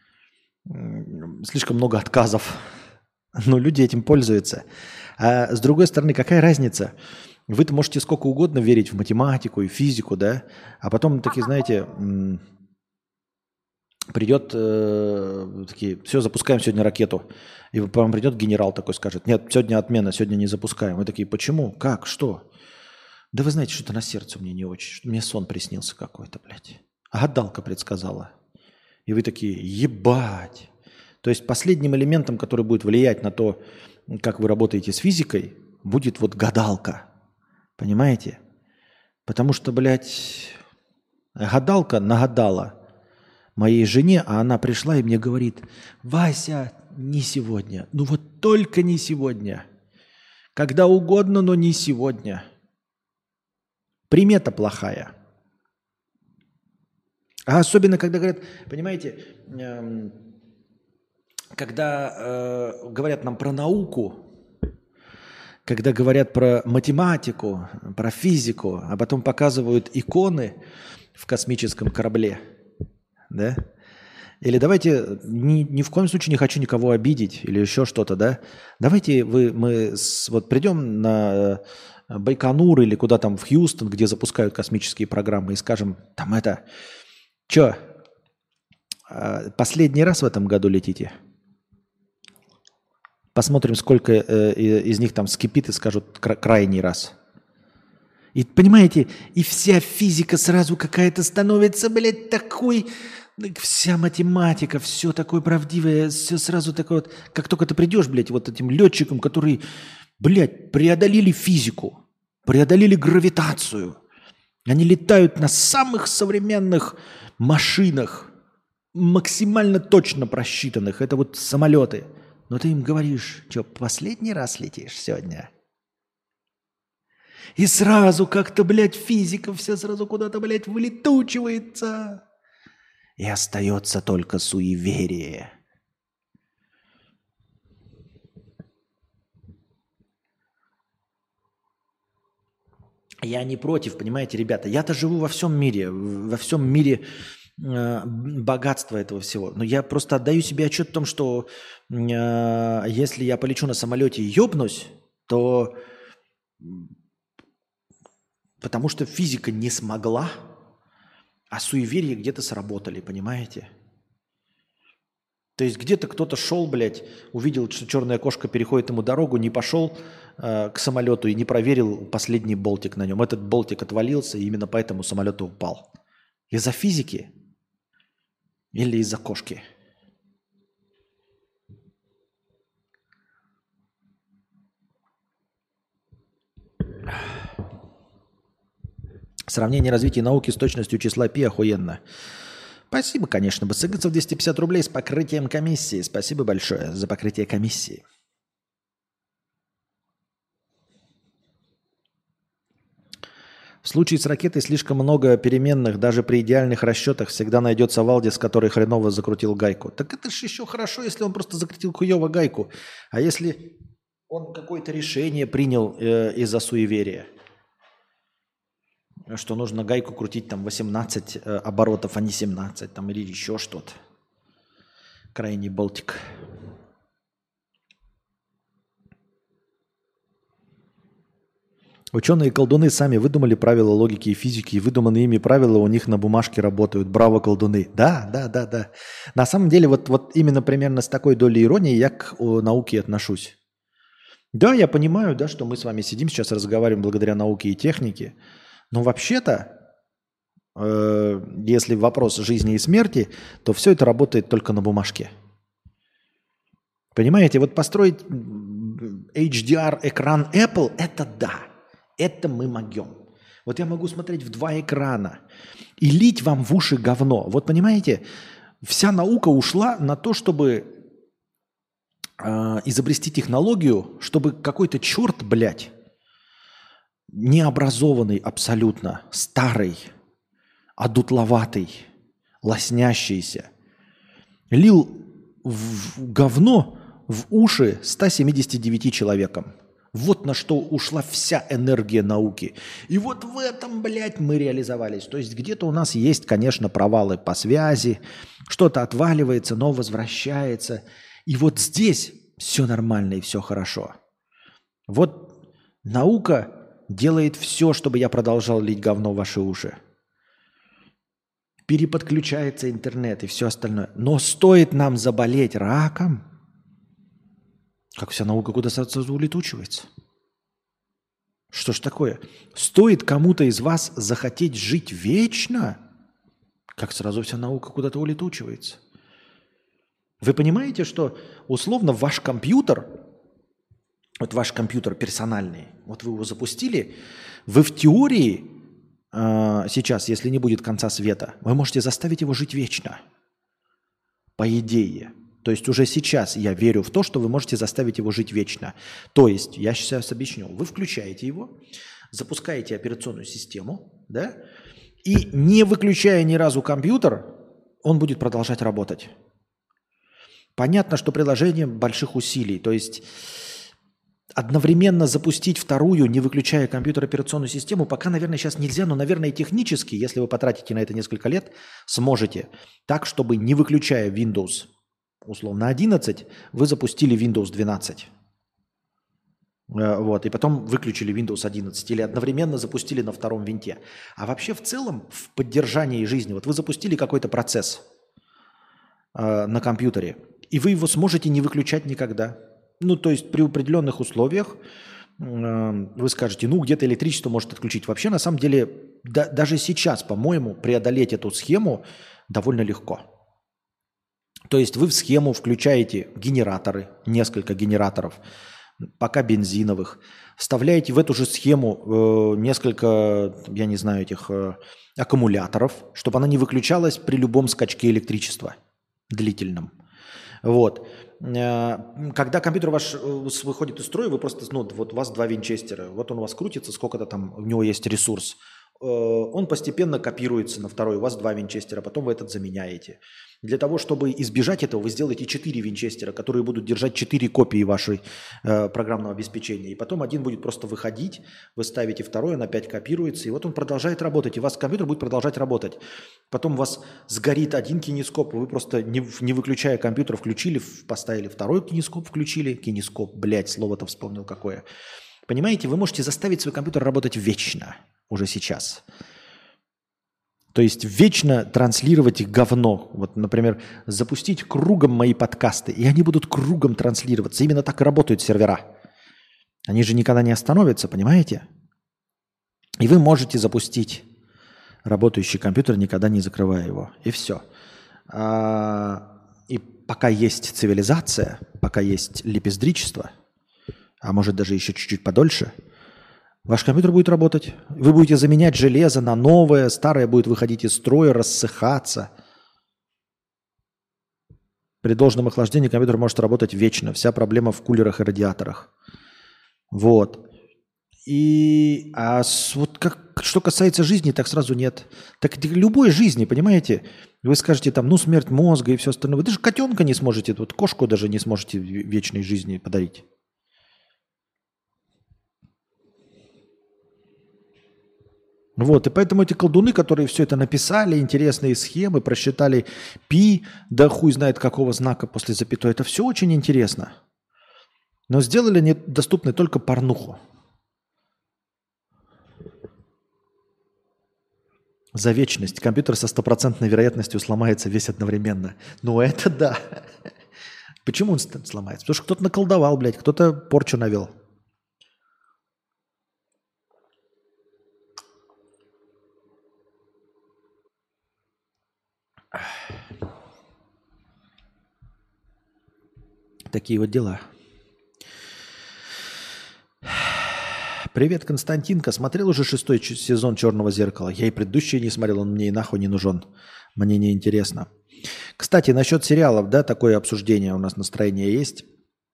много отказов. Но люди этим пользуются. А с другой стороны, какая разница? Вы-то можете сколько угодно верить в математику и физику, да? А потом такие, знаете, придет такие, все, запускаем сегодня ракету. И вам придет генерал такой, скажет, нет, сегодня отмена, сегодня не запускаем. Вы такие, почему? Как? Что? Да вы знаете, что-то на сердце мне не очень. Что мне сон приснился какой-то, блядь. А гадалка предсказала. И вы такие, ебать. То есть последним элементом, который будет влиять на то, как вы работаете с физикой, будет вот гадалка. Понимаете? Потому что, блядь, гадалка нагадала моей жене, а она пришла и мне говорит, Вася, не сегодня. Ну вот только не сегодня. Когда угодно, но не сегодня. Примета плохая. А особенно, когда говорят, понимаете, когда говорят нам про науку, когда говорят про математику, про физику, а потом показывают иконы в космическом корабле, да? Или давайте, ни в коем случае не хочу никого обидеть или еще что-то, да? Давайте вот придем на Байконур или куда там в Хьюстон, где запускают космические программы, и скажем, там что, последний раз в этом году летите? Посмотрим, сколько из них там скипит и скажут крайний раз. И понимаете, и вся физика сразу какая-то становится, блядь, такой... Вся математика, все такое правдивое, все сразу такое вот... Как только ты придешь, блядь, вот этим летчикам, которые, блядь, преодолели физику, преодолели гравитацию. Они летают на самых современных машинах, максимально точно просчитанных. Это вот самолеты. Но ты им говоришь, что, последний раз летишь сегодня? И сразу как-то, блядь, физика вся сразу куда-то, блядь, вылетучивается. И остается только суеверие. Я не против, понимаете, ребята. Я-то живу во всем мире богатства этого всего. Но я просто отдаю себе отчет в том, что если я полечу на самолете и ёбнусь, то потому что физика не смогла, а суеверия где-то сработали, понимаете? То есть где-то кто-то шел, блядь, увидел, что черная кошка переходит ему дорогу, не пошел к самолету и не проверил последний болтик на нем. Этот болтик отвалился, и именно поэтому самолет и упал. Из-за физики или из-за кошки? Сравнение развития науки с точностью числа π охуенно. Спасибо, конечно. Басыгыцев 250 рублей с покрытием комиссии. Спасибо большое за покрытие комиссии. В случае с ракетой слишком много переменных, даже при идеальных расчетах всегда найдется Валдис, который хреново закрутил гайку. Так это же еще хорошо, если он просто закрутил хуево гайку. А если он какое-то решение принял из-за суеверия? Что нужно гайку крутить там 18 оборотов, а не 17, там, или еще что-то. Крайний болтик. Ученые-колдуны сами выдумали правила логики и физики, и выдуманные ими правила у них на бумажке работают. Браво, колдуны. Да. На самом деле, вот именно примерно с такой долей иронии я к науке отношусь. Да, я понимаю, да, что мы с вами сидим сейчас, разговариваем благодаря науке и технике. Но вообще-то, если вопрос жизни и смерти, то все это работает только на бумажке. Понимаете, вот построить HDR-экран Apple – это да, это мы могем. Вот я могу смотреть в 2 экрана и лить вам в уши говно. Вот понимаете, вся наука ушла на то, чтобы изобрести технологию, чтобы какой-то черт, блядь, необразованный абсолютно, старый, одутловатый, лоснящийся, лил говно в уши 179 человекам. Вот на что ушла вся энергия науки. И вот в этом, блядь, мы реализовались. То есть где-то у нас есть, конечно, провалы по связи, что-то отваливается, но возвращается. И вот здесь все нормально и все хорошо. Вот наука делает все, чтобы я продолжал лить говно в ваши уши. Переподключается интернет и все остальное. Но стоит нам заболеть раком, как вся наука куда-то сразу улетучивается. Что ж такое? Стоит кому-то из вас захотеть жить вечно, как сразу вся наука куда-то улетучивается. Вы понимаете, что условно ваш компьютер, вот ваш компьютер персональный, вот вы его запустили, вы в теории сейчас, если не будет конца света, вы можете заставить его жить вечно. По идее. То есть уже сейчас я верю в то, что вы можете заставить его жить вечно. То есть, я сейчас объясню, вы включаете его, запускаете операционную систему, да, и не выключая ни разу компьютер, он будет продолжать работать. Понятно, что приложение больших усилий, то есть одновременно запустить вторую, не выключая компьютер, операционную систему, пока, наверное, сейчас нельзя, но, наверное, технически, если вы потратите на это несколько лет, сможете так, чтобы не выключая Windows, условно, 11, вы запустили Windows 12. Вот, и потом выключили Windows 11 или одновременно запустили на втором винте. А вообще в целом в поддержании жизни, вот вы запустили какой-то процесс на компьютере, и вы его сможете не выключать никогда. Ну, то есть при определенных условиях вы скажете, ну, где-то электричество может отключить. Вообще, на самом деле, даже сейчас, по-моему, преодолеть эту схему довольно легко. То есть вы в схему включаете генераторы, несколько генераторов, пока бензиновых, вставляете в эту же схему несколько, я не знаю, этих аккумуляторов, чтобы она не выключалась при любом скачке электричества длительном. Вот. Когда компьютер ваш выходит из строя, вы просто, ну, вот у вас два винчестера, вот он у вас крутится, сколько-то там, у него есть ресурс, он постепенно копируется на второй, у вас два винчестера, потом вы этот заменяете. Для того, чтобы избежать этого, вы сделаете 4 винчестера, которые будут держать 4 копии вашей программного обеспечения. И потом один будет просто выходить, вы ставите второй, он опять копируется, и вот он продолжает работать, и у вас компьютер будет продолжать работать. Потом у вас сгорит один кинескоп, вы просто не выключая компьютер включили, поставили второй кинескоп, включили. Кинескоп, блядь, слово-то вспомнил какое. Понимаете, вы можете заставить свой компьютер работать вечно уже сейчас. То есть вечно транслировать их говно. Вот, например, запустить кругом мои подкасты, и они будут кругом транслироваться. Именно так и работают сервера. Они же никогда не остановятся, понимаете? И вы можете запустить работающий компьютер, никогда не закрывая его. И все. И пока есть цивилизация, пока есть лепездричество, а может даже еще чуть-чуть подольше, ваш компьютер будет работать. Вы будете заменять железо на новое, старое будет выходить из строя, рассыхаться. При должном охлаждении компьютер может работать вечно. Вся проблема в кулерах и радиаторах. Вот. Что касается жизни, так сразу нет. Так любой жизни, понимаете? Вы скажете там, ну, смерть мозга и все остальное. Вы даже котенка не сможете, вот кошку даже не сможете вечной жизни подарить. Вот, и поэтому эти колдуны, которые все это написали, интересные схемы, просчитали пи, да хуй знает какого знака после запятой, это все очень интересно. Но сделали они доступной только порнуху. За вечность. Компьютер со 100% вероятностью сломается весь одновременно. Ну это да. Почему он сломается? Потому что кто-то наколдовал, блядь, кто-то порчу навел. Такие вот дела. Привет, Константинка. Смотрел уже 6-й сезон «Черного зеркала». Я и предыдущий не смотрел, он мне и нахуй не нужен. Мне не интересно. Кстати, насчет сериалов, да, такое обсуждение у нас настроение есть.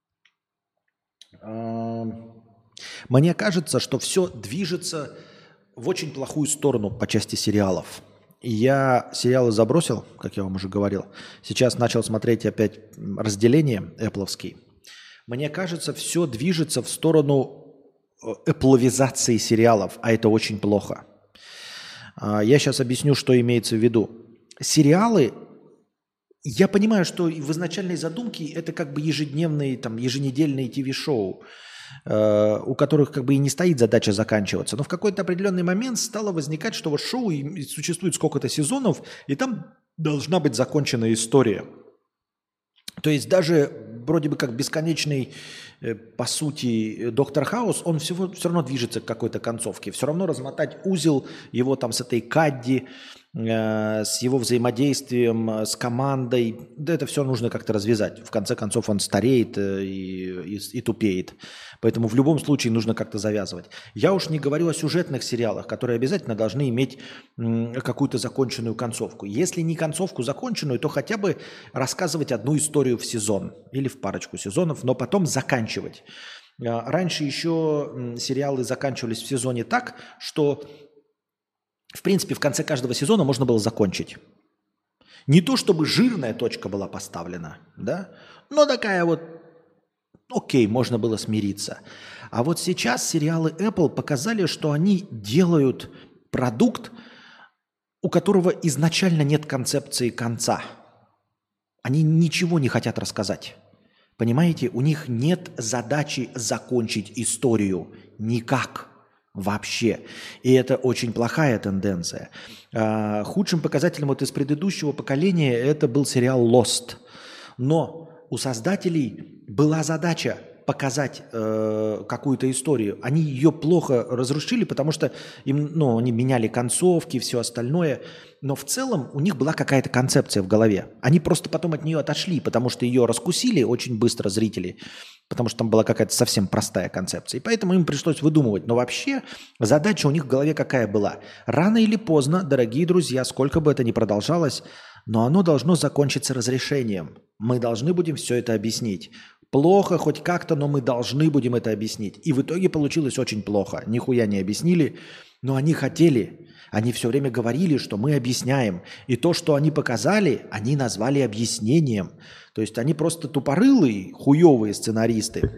Мне кажется, что все движется в очень плохую сторону по части сериалов. И я сериалы забросил, как я вам уже говорил. Сейчас начал смотреть опять «Разделение» эппловский. Мне кажется, все движется в сторону эппловизации сериалов, а это очень плохо. Я сейчас объясню, что имеется в виду. Сериалы, я понимаю, что в изначальной задумке это как бы ежедневные, там, еженедельные ТВ-шоу, у которых как бы и не стоит задача заканчиваться. Но в какой-то определенный момент стало возникать, что вот шоу существует сколько-то сезонов, и там должна быть законченная история. То есть даже вроде бы как бесконечный, по сути, Доктор Хаус, он все равно движется к какой-то концовке. Все равно размотать узел его там с этой Кадди, с его взаимодействием, с командой, да это все нужно как-то развязать. В конце концов он стареет и тупеет. Поэтому в любом случае нужно как-то завязывать. Я уж не говорю о сюжетных сериалах, которые обязательно должны иметь какую-то законченную концовку. Если не концовку законченную, то хотя бы рассказывать одну историю в сезон или в парочку сезонов, но потом заканчивать. Раньше еще сериалы заканчивались в сезоне так, что в принципе в конце каждого сезона можно было закончить. Не то чтобы жирная точка была поставлена, да, но такая вот окей, можно было смириться. А вот сейчас сериалы Apple показали, что они делают продукт, у которого изначально нет концепции конца. Они ничего не хотят рассказать. Понимаете, у них нет задачи закончить историю. Никак. Вообще. И это очень плохая тенденция. Худшим показателем вот из предыдущего поколения это был сериал Lost. Но у создателей была задача показать какую-то историю. Они ее плохо разрушили, потому что они меняли концовки и все остальное. Но в целом у них была какая-то концепция в голове. Они просто потом от нее отошли, потому что ее раскусили очень быстро зрители, потому что там была какая-то совсем простая концепция. И поэтому им пришлось выдумывать. Но вообще задача у них в голове какая была? Рано или поздно, дорогие друзья, сколько бы это ни продолжалось, но оно должно закончиться разрешением. Мы должны будем все это объяснить. Плохо хоть как-то, но мы должны будем это объяснить. И в итоге получилось очень плохо. Нихуя не объяснили, но они хотели. Они все время говорили, что мы объясняем. И то, что они показали, они назвали объяснением. То есть они просто тупорылые, хуевые сценаристы.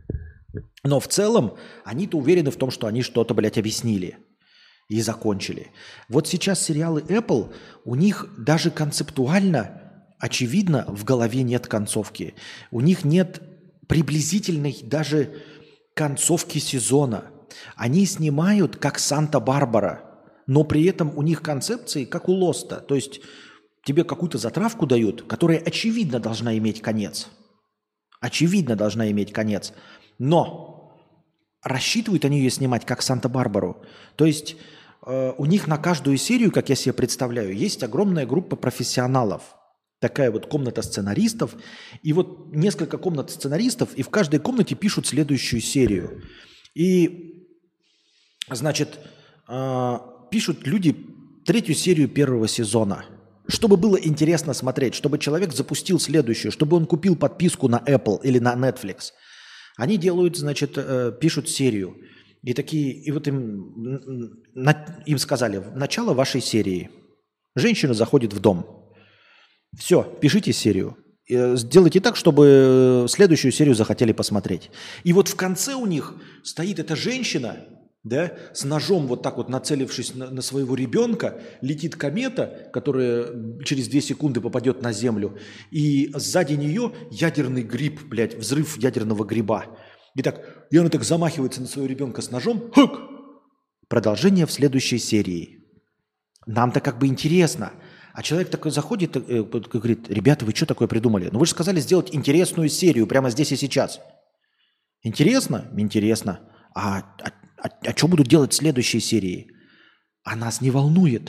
Но в целом они-то уверены в том, что они что-то, блядь, объяснили. И закончили. Вот сейчас сериалы Apple, у них даже концептуально, очевидно, в голове нет концовки. У них нет приблизительной даже концовки сезона. Они снимают как Санта-Барбара, но при этом у них концепции как у Лоста. То есть тебе какую-то затравку дают, которая очевидно должна иметь конец. Очевидно должна иметь конец. Но рассчитывают они ее снимать как Санта-Барбару. То есть у них на каждую серию, как я себе представляю, есть огромная группа профессионалов. Такая вот комната сценаристов. И вот несколько комнат сценаристов, и в каждой комнате пишут следующую серию. И, значит, пишут люди третью серию первого сезона. Чтобы было интересно смотреть, чтобы человек запустил следующую, чтобы он купил подписку на Apple или на Netflix. Они делают, значит, пишут серию. И такие, и вот им сказали, начало вашей серии. Женщина заходит в дом. Все, пишите серию. Сделайте так, чтобы следующую серию захотели посмотреть. И вот в конце у них стоит эта женщина, да, с ножом вот так вот нацелившись на своего ребенка, летит комета, которая через 2 секунды попадет на Землю, и сзади нее ядерный гриб, блядь, взрыв ядерного гриба. И она так замахивается на своего ребенка с ножом. Хук! Продолжение в следующей серии. Нам-то как бы интересно. А человек такой заходит и говорит, ребята, вы что такое придумали? Ну вы же сказали сделать интересную серию прямо здесь и сейчас. Интересно? Интересно. А что будут делать в следующей серии? А нас не волнует.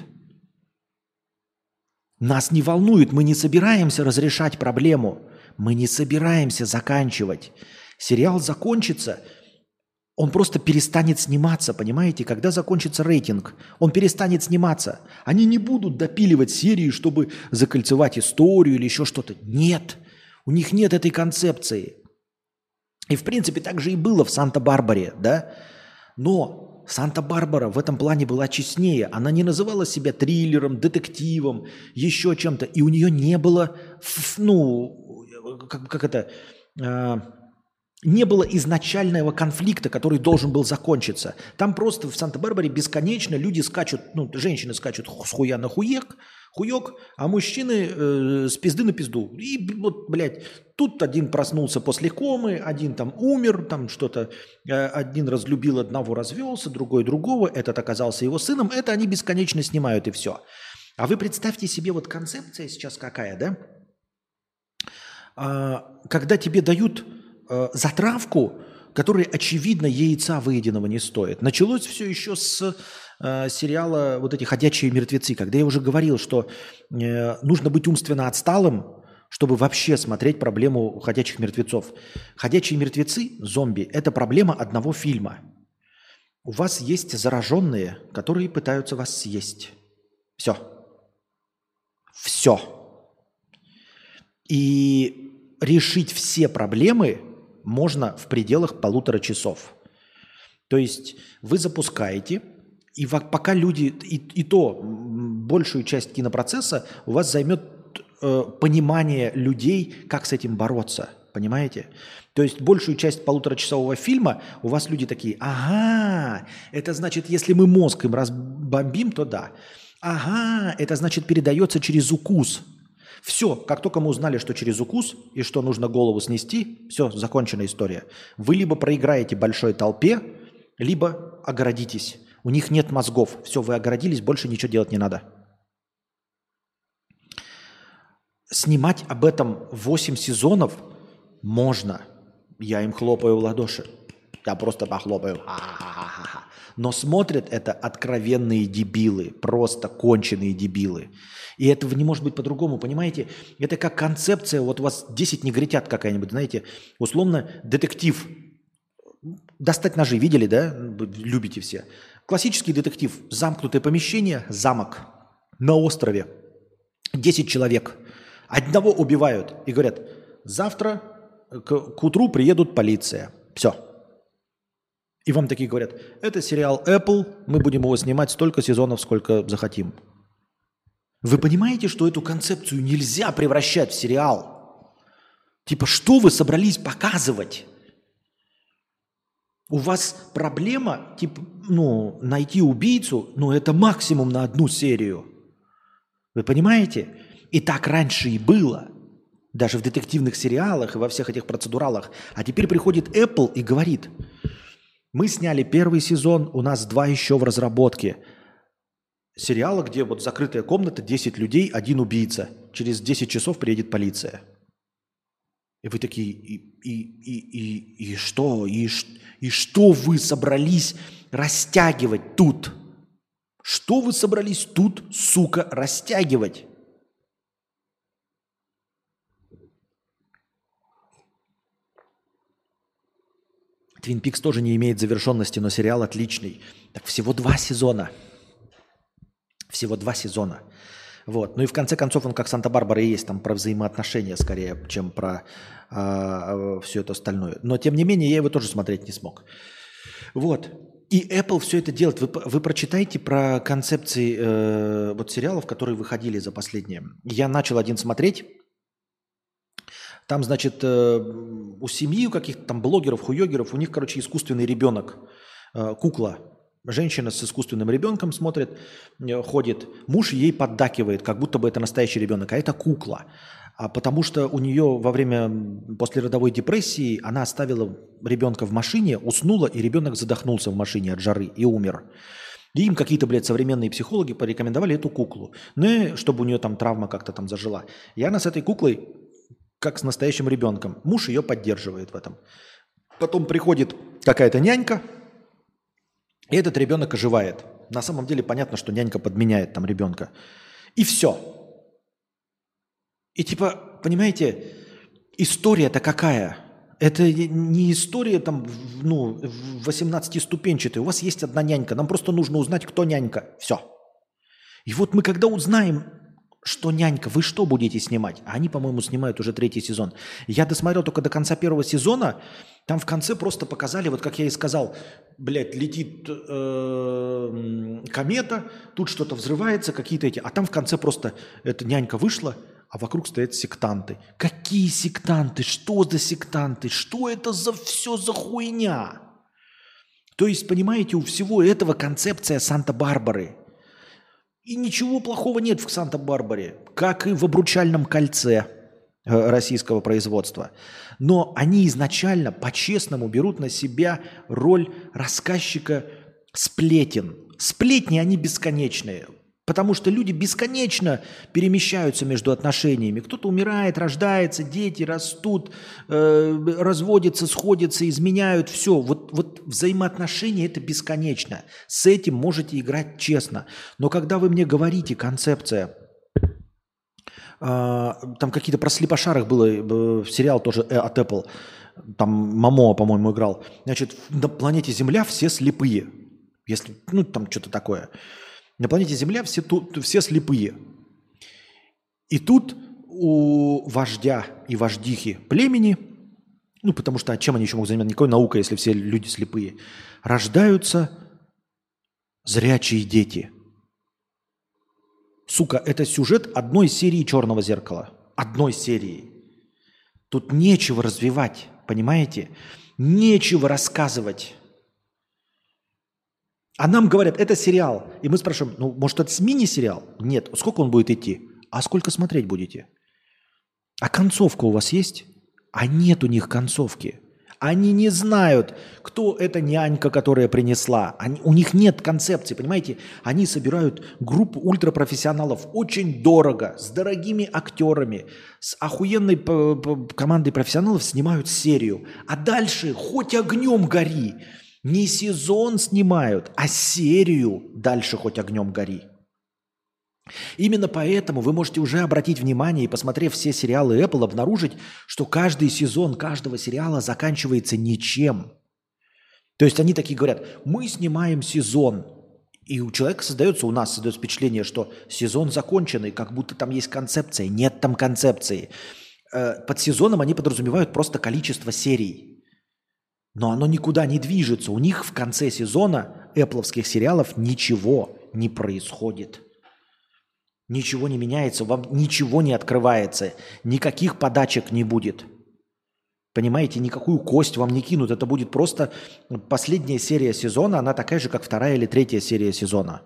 Нас не волнует. Мы не собираемся разрешать проблему. Мы не собираемся заканчивать. Сериал закончится, он просто перестанет сниматься, понимаете? Когда закончится рейтинг, он перестанет сниматься. Они не будут допиливать серии, чтобы закольцевать историю или еще что-то. Нет, у них нет этой концепции. И в принципе так же и было в Санта-Барбаре, да? Но Санта-Барбара в этом плане была честнее. Она не называла себя триллером, детективом, еще чем-то. И у нее не было, не было изначального конфликта, который должен был закончиться. Там просто в Санта-Барбаре бесконечно люди скачут, женщины скачут с хуя на хуек, а мужчины с пизды на пизду. И вот, блядь, тут один проснулся после комы, один там умер, там что-то, один разлюбил одного, развелся, другой другого, этот оказался его сыном. Это они бесконечно снимают и все. А вы представьте себе, вот концепция сейчас какая, да? Когда тебе дают затравку, которая, очевидно, яйца выеденного не стоит. Началось все еще с сериала вот эти «Ходячие мертвецы», когда я уже говорил, что нужно быть умственно отсталым, чтобы вообще смотреть проблему «Ходячих мертвецов». «Ходячие мертвецы», зомби, это проблема одного фильма. У вас есть зараженные, которые пытаются вас съесть. Все. Все. И решить все проблемы можно в пределах 1,5 часов. То есть вы запускаете, и пока люди, и то большую часть кинопроцесса у вас займет понимание людей, как с этим бороться. понимаете? То есть большую часть полуторачасового фильма у вас люди такие, ага, это значит, если мы мозг им разбомбим, то да. Ага, это значит передается через укус. Все, как только мы узнали, что через укус и что нужно голову снести, все, закончена история. Вы либо проиграете большой толпе, либо огородитесь. У них нет мозгов. Все, вы огородились, больше ничего делать не надо. Снимать об этом 8 сезонов можно. Я им хлопаю в ладоши. Я просто похлопаю. Ха-ха-ха-ха. Но смотрят это откровенные дебилы. Просто конченые дебилы. И этого не может быть по-другому, понимаете? Это как концепция, вот у вас 10 негритят какая-нибудь, знаете, условно детектив. Достать ножи, видели, да? Любите все. Классический детектив. Замкнутое помещение, замок на острове. 10 человек. Одного убивают и говорят, завтра к утру приедут полиция. Все. И вам такие говорят, это сериал Apple, мы будем его снимать столько сезонов, сколько захотим. Вы понимаете, что эту концепцию нельзя превращать в сериал? Типа, что вы собрались показывать? У вас проблема, типа, найти убийцу, это максимум на одну серию. Вы понимаете? И так раньше и было. Даже в детективных сериалах и во всех этих процедуралах. А теперь приходит Apple и говорит, мы сняли первый сезон, у нас 2 еще в разработке. Сериала, где вот закрытая комната, 10 людей, 1 убийца. Через 10 часов приедет полиция. И вы такие, и что? И что вы собрались растягивать тут? Что вы собрались тут, сука, растягивать? Твин Пикс тоже не имеет завершенности, но сериал отличный. Так всего 2 сезона. Всего 2 сезона. Вот. Ну и в конце концов он как Санта-Барбара и есть, там про взаимоотношения скорее, чем про все это остальное. Но тем не менее я его тоже смотреть не смог. Вот. И Apple все это делает. Вы прочитайте про концепции вот сериалов, которые выходили за последние. Я начал один смотреть. Там, значит, у семьи, у каких-то там блогеров, хуёгеров, у них, короче, искусственный ребенок, кукла. Женщина с искусственным ребенком смотрит, ходит. Муж ей поддакивает, как будто бы это настоящий ребенок, а это кукла. Потому что у нее во время послеродовой депрессии она оставила ребенка в машине, уснула, и ребенок задохнулся в машине от жары и умер. И им какие-то, современные психологи порекомендовали эту куклу. Ну и чтобы у нее там травма как-то там зажила. И она с этой куклой как с настоящим ребенком. Муж ее поддерживает в этом. Потом приходит какая-то нянька, и этот ребенок оживает. На самом деле понятно, что нянька подменяет там ребенка. И все. И типа, понимаете, история-то какая? Это не история там, 18-ступенчатая. У вас есть одна нянька. Нам просто нужно узнать, кто нянька. Все. И вот мы когда узнаем, что нянька, вы что будете снимать? А они, по-моему, снимают уже 3-й сезон. Я досмотрел только до конца 1-го сезона. Там в конце просто показали, вот как я и сказал, летит комета, тут что-то взрывается, какие-то эти. А там в конце просто эта нянька вышла, а вокруг стоят сектанты. Какие сектанты? Что за сектанты? Что это за все за хуйня? То есть, понимаете, у всего этого концепция Санта-Барбары. И ничего плохого нет в Санта-Барбаре, как и в «Обручальном кольце» российского производства. Но они изначально по-честному берут на себя роль рассказчика сплетен. Сплетни, они бесконечные, потому что люди бесконечно перемещаются между отношениями. Кто-то умирает, рождается, дети растут, разводятся, сходятся, изменяют. Все. Вот взаимоотношения – это бесконечно. С этим можете играть честно. Но когда вы мне говорите концепция, там какие-то про слепошарых было, сериал тоже от Apple, там Мамоа, по-моему, играл. Значит, на планете Земля все слепые. Если, там что-то такое. На планете Земля все слепые. И тут у вождя и вождихи племени, потому что чем они еще могут заниматься? Никакой наукой, если все люди слепые. Рождаются зрячие дети. Сука, это сюжет одной серии «Черного зеркала». Одной серии. Тут нечего развивать, понимаете? Нечего рассказывать. А нам говорят, это сериал. И мы спрашиваем, ну, может, это мини-сериал? Нет. Сколько он будет идти? А сколько смотреть будете? А концовка у вас есть? А нет у них концовки. Они не знают, кто эта нянька, которая принесла. У них нет концепции, понимаете? Они собирают группу ультрапрофессионалов очень дорого, с дорогими актерами, с охуенной командой профессионалов снимают серию. А дальше хоть огнем гори. Не сезон снимают, а серию дальше хоть огнем гори. Именно поэтому вы можете уже обратить внимание и, посмотрев все сериалы Apple, обнаружить, что каждый сезон каждого сериала заканчивается ничем. То есть они такие говорят, мы снимаем сезон. И у человека у нас создается впечатление, что сезон законченный, как будто там есть концепция. Нет там концепции. Под сезоном они подразумевают просто количество серий. Но оно никуда не движется. У них в конце сезона эппловских сериалов ничего не происходит. Ничего не меняется, вам ничего не открывается, никаких подачек не будет. Понимаете, никакую кость вам не кинут. Это будет просто последняя серия сезона, она такая же, как вторая или третья серия сезона.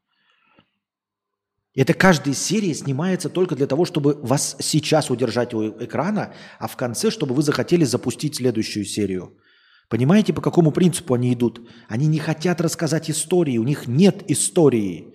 Это каждая серия снимается только для того, чтобы вас сейчас удержать у экрана, а в конце, чтобы вы захотели запустить следующую серию. Понимаете, по какому принципу они идут? Они не хотят рассказать истории, у них нет истории.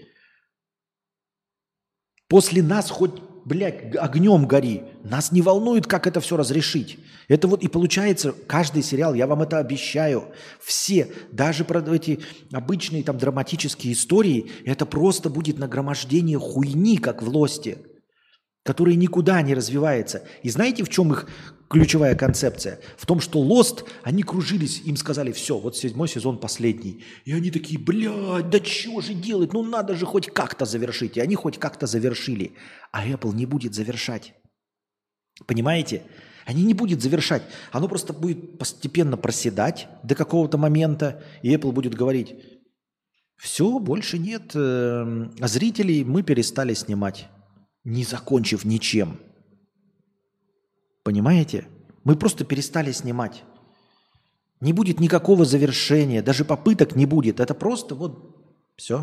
После нас хоть, блядь, огнем гори. Нас не волнует, как это все разрешить. Это вот и получается каждый сериал, я вам это обещаю. Все, даже про эти обычные там драматические истории, это просто будет нагромождение хуйни, как в «Лосте», которая никуда не развивается. И знаете, в чем их ключевая концепция? В том, что «Лост», они кружились, им сказали, все, вот 7-й сезон последний. И они такие, блядь, да что же делать? Ну надо же хоть как-то завершить. И они хоть как-то завершили. А Apple не будет завершать. Понимаете? Они не будут завершать. Оно просто будет постепенно проседать до какого-то момента. И Apple будет говорить, все, больше нет зрителей, мы перестали снимать. Не закончив ничем. Понимаете? Мы просто перестали снимать. Не будет никакого завершения, даже попыток не будет. Это просто вот все.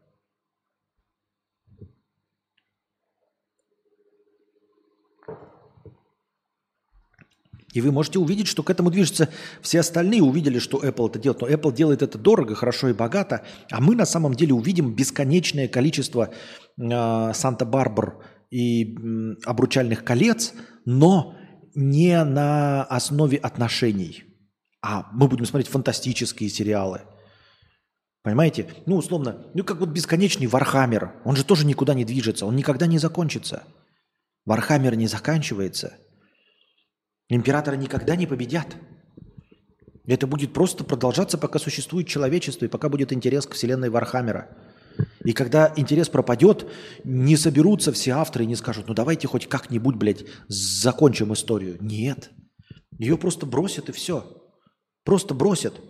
И вы можете увидеть, что к этому движутся все остальные. Увидели, что Apple это делает. Но Apple делает это дорого, хорошо и богато. А мы на самом деле увидим бесконечное количество Санта-Барбар и обручальных колец, но не на основе отношений. А мы будем смотреть фантастические сериалы. Понимаете? Ну, условно, ну как вот бесконечный Вархаммер. Он же тоже никуда не движется. Он никогда не закончится. Вархаммер не заканчивается. Императоры никогда не победят. Это будет просто продолжаться, пока существует человечество и пока будет интерес к вселенной Вархаммера. И когда интерес пропадет, не соберутся все авторы и не скажут, ну давайте хоть как-нибудь, блядь, закончим историю. Нет. Ее просто бросят и все. Просто бросят.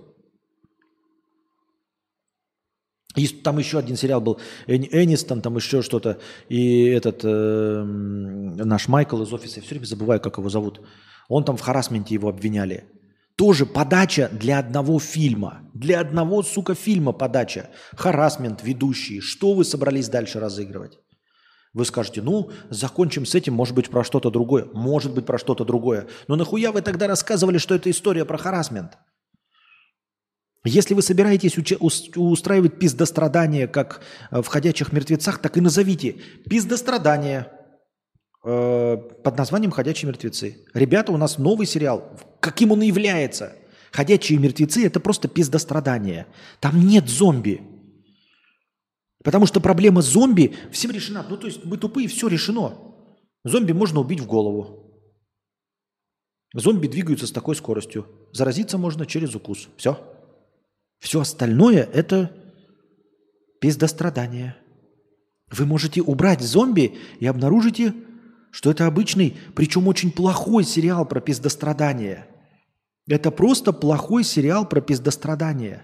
И там еще один сериал был, Энистон, там еще что-то. И этот наш Майкл из «Офиса», я все время забываю, как его зовут. Он там в харассменте его обвиняли. Тоже подача для одного фильма. Для одного, сука, фильма подача. Харассмент, ведущие. Что вы собрались дальше разыгрывать? Вы скажете, ну, закончим с этим, может быть, про что-то другое. Может быть, про что-то другое. Но нахуя вы тогда рассказывали, что это история про харассмент? Если вы собираетесь устраивать пиздострадание, как в «Ходячих мертвецах», так и назовите пиздострадание под названием «Ходячие мертвецы». Ребята, у нас новый сериал. Каким он и является? «Ходячие мертвецы» – это просто пиздострадание. Там нет зомби. Потому что проблема зомби всем решена. Ну, то есть мы тупые, все решено. Зомби можно убить в голову. Зомби двигаются с такой скоростью. Заразиться можно через укус. Все. Все остальное – это пиздострадание. Вы можете убрать зомби и обнаружите, что это обычный, причем очень плохой сериал про пиздострадание. Это просто плохой сериал про пиздострадание.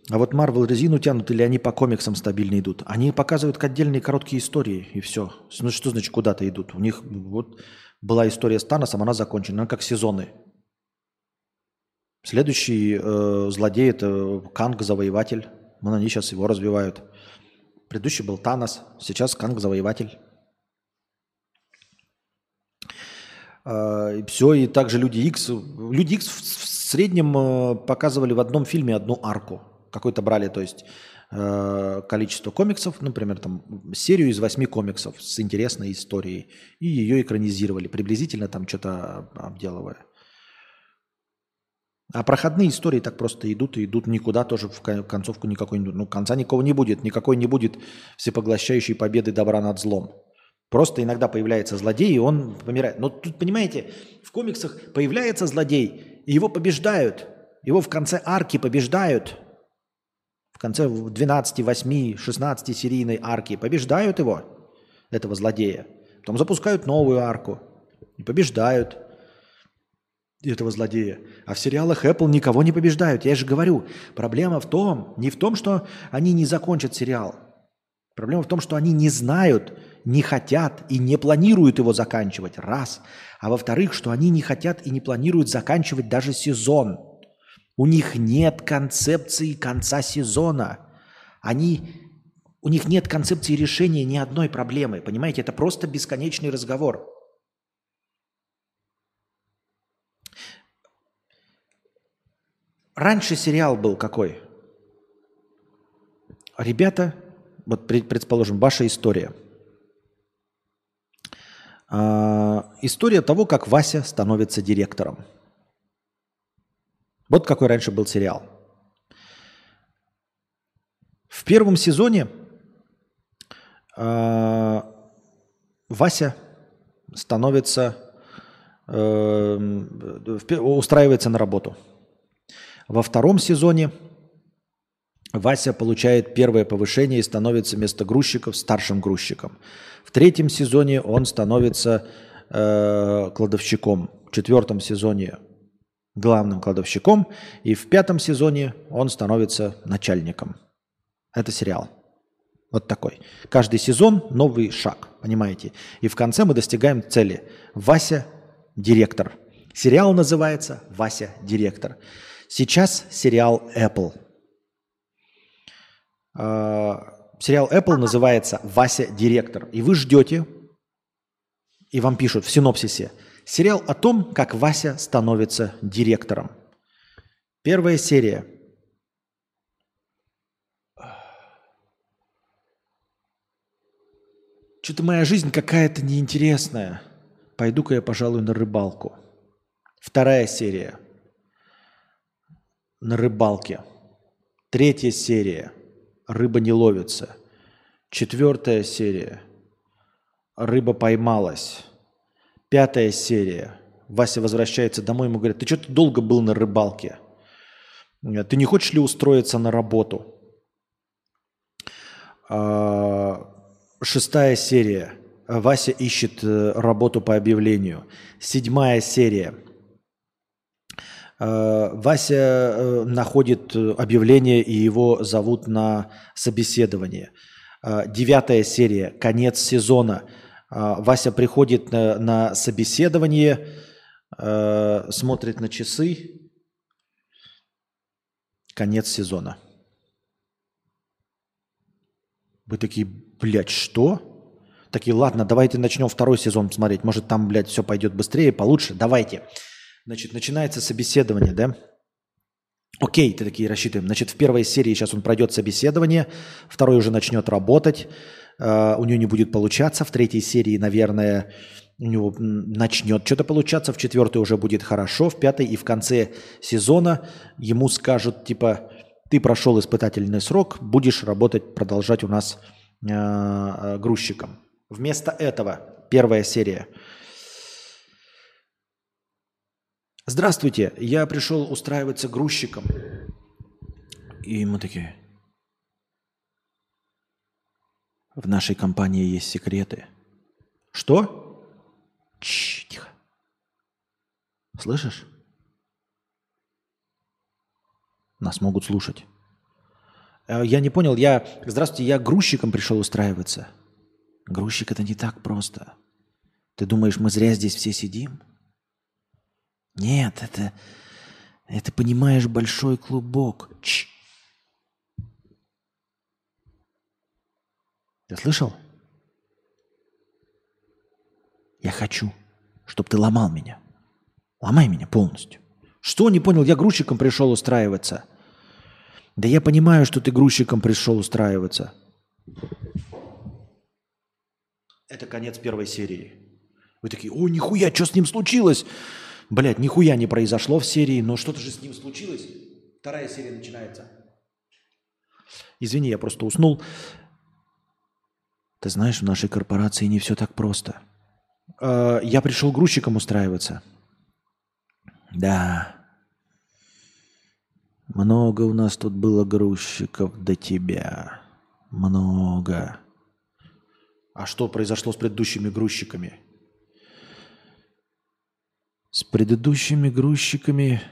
А вот Marvel резину тянут или они по комиксам стабильно идут? Они показывают отдельные короткие истории, и все. Ну что значит куда-то идут? У них вот была история с Таносом, она закончена, она как сезоны. Следующий злодей – это Канг Завоеватель. Вон они сейчас его развивают. Предыдущий был Танос, сейчас Канг Завоеватель. И все, и также Люди Икс. Люди Икс в среднем показывали в одном фильме одну арку. Какой-то брали, то есть количество комиксов, например, там серию из 8 комиксов с интересной историей, и ее экранизировали, приблизительно там что-то обделывая. А проходные истории так просто идут и идут никуда, тоже в концовку никакой не... Ну, конца никого не будет, никакой не будет всепоглощающей победы добра над злом. Просто иногда появляется злодей, и он помирает. Но тут, понимаете, в комиксах появляется злодей, и его побеждают. Его в конце арки побеждают. В конце 12, 8, 16 серийной арки побеждают его, этого злодея. Потом запускают новую арку и побеждают этого злодея. А в сериалах Apple никого не побеждают. Я же говорю, проблема не в том, что они не закончат сериал. Проблема в том, что они не знают, не хотят и не планируют его заканчивать. Раз. А во-вторых, что они не хотят и не планируют заканчивать даже сезон. У них нет концепции конца сезона. У них нет концепции решения ни одной проблемы. Понимаете, это просто бесконечный разговор. Раньше сериал был какой? Ребята, вот предположим, ваша история. История того, как Вася становится директором. Вот какой раньше был сериал. В первом сезоне Вася устраивается на работу. Во втором сезоне Вася получает первое повышение и становится вместо грузчиков старшим грузчиком. В третьем сезоне он становится кладовщиком. В четвертом сезоне главным кладовщиком. И в пятом сезоне он становится начальником. Это сериал. Вот такой. Каждый сезон новый шаг, понимаете? И в конце мы достигаем цели. Вася – директор. Сериал называется «Вася – директор». Сейчас сериал Apple. Сериал Apple называется «Вася – директор». И вы ждете, и вам пишут в синопсисе, сериал о том, как Вася становится директором. Первая серия. Что-то моя жизнь какая-то неинтересная. Пойду-ка я, пожалуй, на рыбалку. Вторая серия. На рыбалке. Третья серия. Рыба не ловится. Четвертая серия. Рыба поймалась. Пятая серия. Вася возвращается домой, ему говорят, ты что-то долго был на рыбалке. Ты не хочешь ли устроиться на работу? Шестая серия. Вася ищет работу по объявлению. Седьмая серия. Вася находит объявление, и его зовут на собеседование. Девятая серия. Конец сезона. Вася приходит на собеседование, смотрит на часы. Конец сезона. Вы такие, блядь, что? Такие, ладно, давайте начнем второй сезон смотреть. Может, там, блядь, все пойдет быстрее, получше. Давайте. Значит, начинается собеседование, да? Окей, ты такие рассчитываем. Значит, в первой серии сейчас он пройдет собеседование, второй уже начнет работать, у него не будет получаться, в третьей серии, наверное, у него начнет что-то получаться, в четвертой уже будет хорошо, в пятой и в конце сезона ему скажут, типа, ты прошел испытательный срок, будешь работать, продолжать у нас грузчиком. Вместо этого первая серия. Здравствуйте, я пришел устраиваться грузчиком. И мы такие, в нашей компании есть секреты. Что? Тихо. Слышишь? Нас могут слушать. Я не понял, здравствуйте, я грузчиком пришел устраиваться. Грузчик это не так просто. Ты думаешь, мы зря здесь все сидим? Нет, это понимаешь, большой клубок. Ты слышал? Я хочу, чтобы ты ломал меня. Ломай меня полностью. Что, не понял, я грузчиком пришел устраиваться. Да я понимаю, что ты грузчиком пришел устраиваться. Это конец первой серии. Вы такие, о, нихуя, что с ним случилось? Блядь, нихуя не произошло в серии, но что-то же с ним случилось. Вторая серия начинается. Извини, я просто уснул. Ты знаешь, в нашей корпорации не все так просто. Я пришел грузчиком устраиваться. Да. Много у нас тут было грузчиков до тебя. Много. А что произошло с предыдущими грузчиками? С предыдущими грузчиками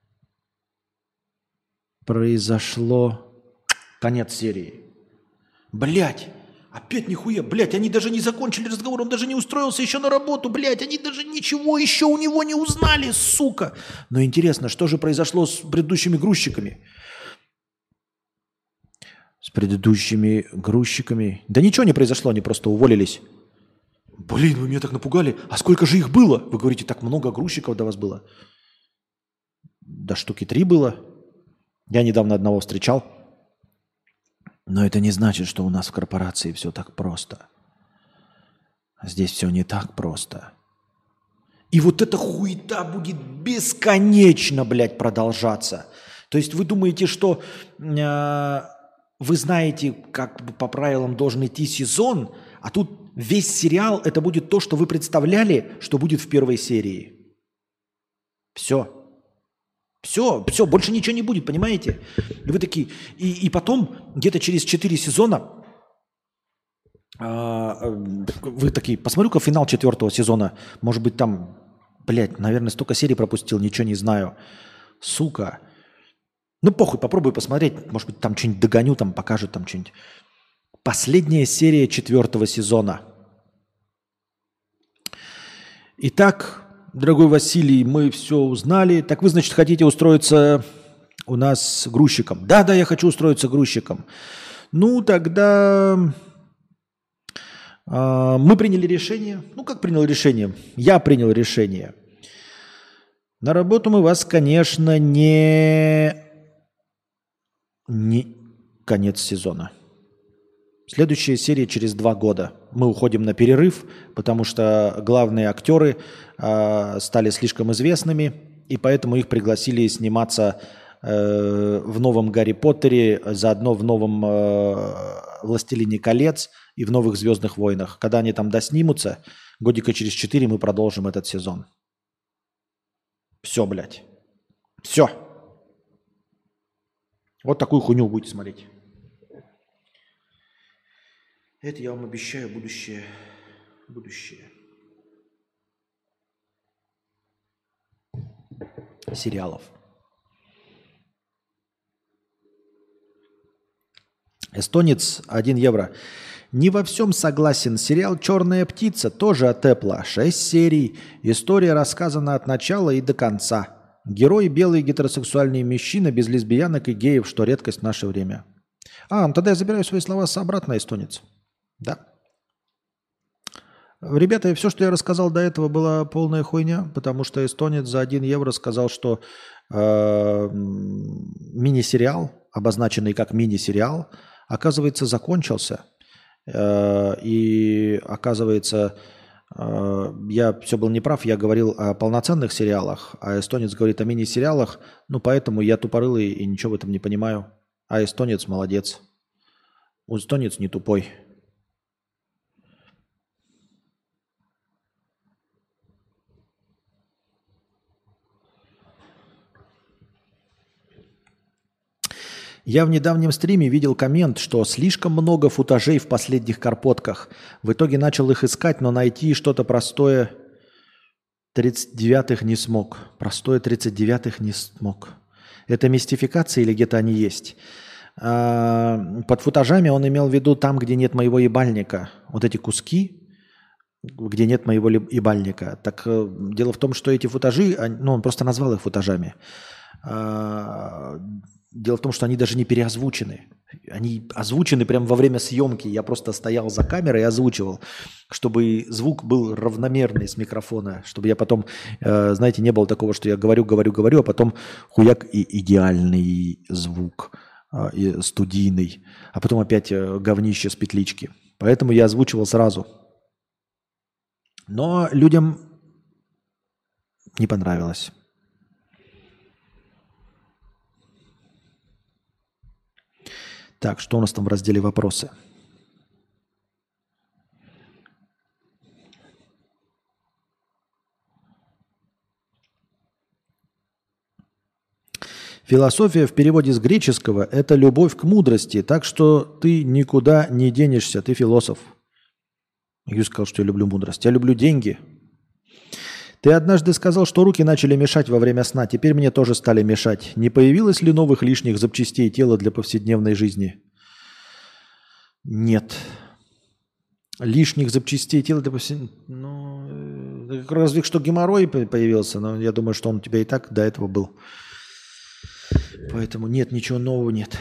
произошло конец серии. Блять, опять нихуя, блять, они даже не закончили разговор, он даже не устроился еще на работу, блять, они даже ничего еще у него не узнали, сука. Но интересно, что же произошло с предыдущими грузчиками? С предыдущими грузчиками? Да ничего не произошло, они просто уволились. Блин, вы меня так напугали. А сколько же их было? Вы говорите, так много грузчиков до вас было. Да штуки 3 было. Я недавно одного встречал. Но это не значит, что у нас в корпорации все так просто. Здесь все не так просто. И вот эта хуета будет бесконечно, блядь, продолжаться. То есть вы думаете, что вы знаете, как бы по правилам должен идти сезон, а тут весь сериал это будет то, что вы представляли, что будет в первой серии. Все. Все, больше ничего не будет, понимаете? И вы такие, и потом где-то через 4 сезона вы такие, посмотрю-ка финал 4 сезона, может быть там, блядь, наверное, столько серий пропустил, ничего не знаю. Сука. Ну похуй, попробуй посмотреть, может быть там что-нибудь догоню, там покажут там что-нибудь. Последняя серия 4 сезона. Итак, дорогой Василий, мы все узнали. Так вы, значит, хотите устроиться у нас грузчиком? Да, я хочу устроиться грузчиком. Ну, тогда мы приняли решение. Ну, как принял решение? Я принял решение. На работу мы вас, конечно, не конец сезона. Следующая серия через 2 года. Мы уходим на перерыв, потому что главные актеры стали слишком известными, и поэтому их пригласили сниматься в новом «Гарри Поттере», заодно в новом «Властелине колец» и в новых «Звездных войнах». Когда они там доснимутся, годика через 4 мы продолжим этот сезон. Все, блядь. Все. Вот такую хуйню будете смотреть. Это я вам обещаю будущее. Сериалов. Эстонец 1 евро. Не во всем согласен. Сериал «Черная птица» тоже от Apple. 6 серий. История рассказана от начала и до конца. Герой белый гетеросексуальный мужчина без лесбиянок и геев, что редкость в наше время. Ну тогда я забираю свои слова обратно, эстонец. Да. Ребята, все, что я рассказал до этого, была полная хуйня, потому что эстонец за 1 евро сказал, что мини-сериал, обозначенный как мини-сериал, оказывается, закончился. И оказывается, я все был неправ, я говорил о полноценных сериалах, а эстонец говорит о мини-сериалах, поэтому я тупорылый и ничего в этом не понимаю. А эстонец молодец. Эстонец не тупой. Я в недавнем стриме видел коммент, что слишком много футажей в последних карпотках. В итоге начал их искать, но найти что-то простое 39-х не смог. Простое 39-х не смог. Это мистификация или где-то они есть? Под футажами он имел в виду там, где нет моего ебальника. Вот эти куски, где нет моего ебальника. Так дело в том, что эти футажи, ну, он просто назвал их футажами. Дело в том, что они даже не переозвучены. Они озвучены прямо во время съемки. Я просто стоял за камерой и озвучивал, чтобы звук был равномерный с микрофона, чтобы я потом, знаете, не было такого, что я говорю, а потом хуяк и идеальный звук, и студийный, а потом опять говнище с петлички. Поэтому я озвучивал сразу. Но людям не понравилось. Так, что у нас там в разделе «Вопросы»? Философия в переводе с греческого – это любовь к мудрости, так что ты никуда не денешься, ты философ. Я сказал, что я люблю мудрость. Я люблю деньги. Ты однажды сказал, что руки начали мешать во время сна, теперь мне тоже стали мешать. Не появилось ли новых лишних запчастей тела для повседневной жизни? Нет. Лишних запчастей тела для повседневной... Ну, разве что геморрой появился, но я думаю, что он у тебя и так до этого был. Поэтому нет, ничего нового нет.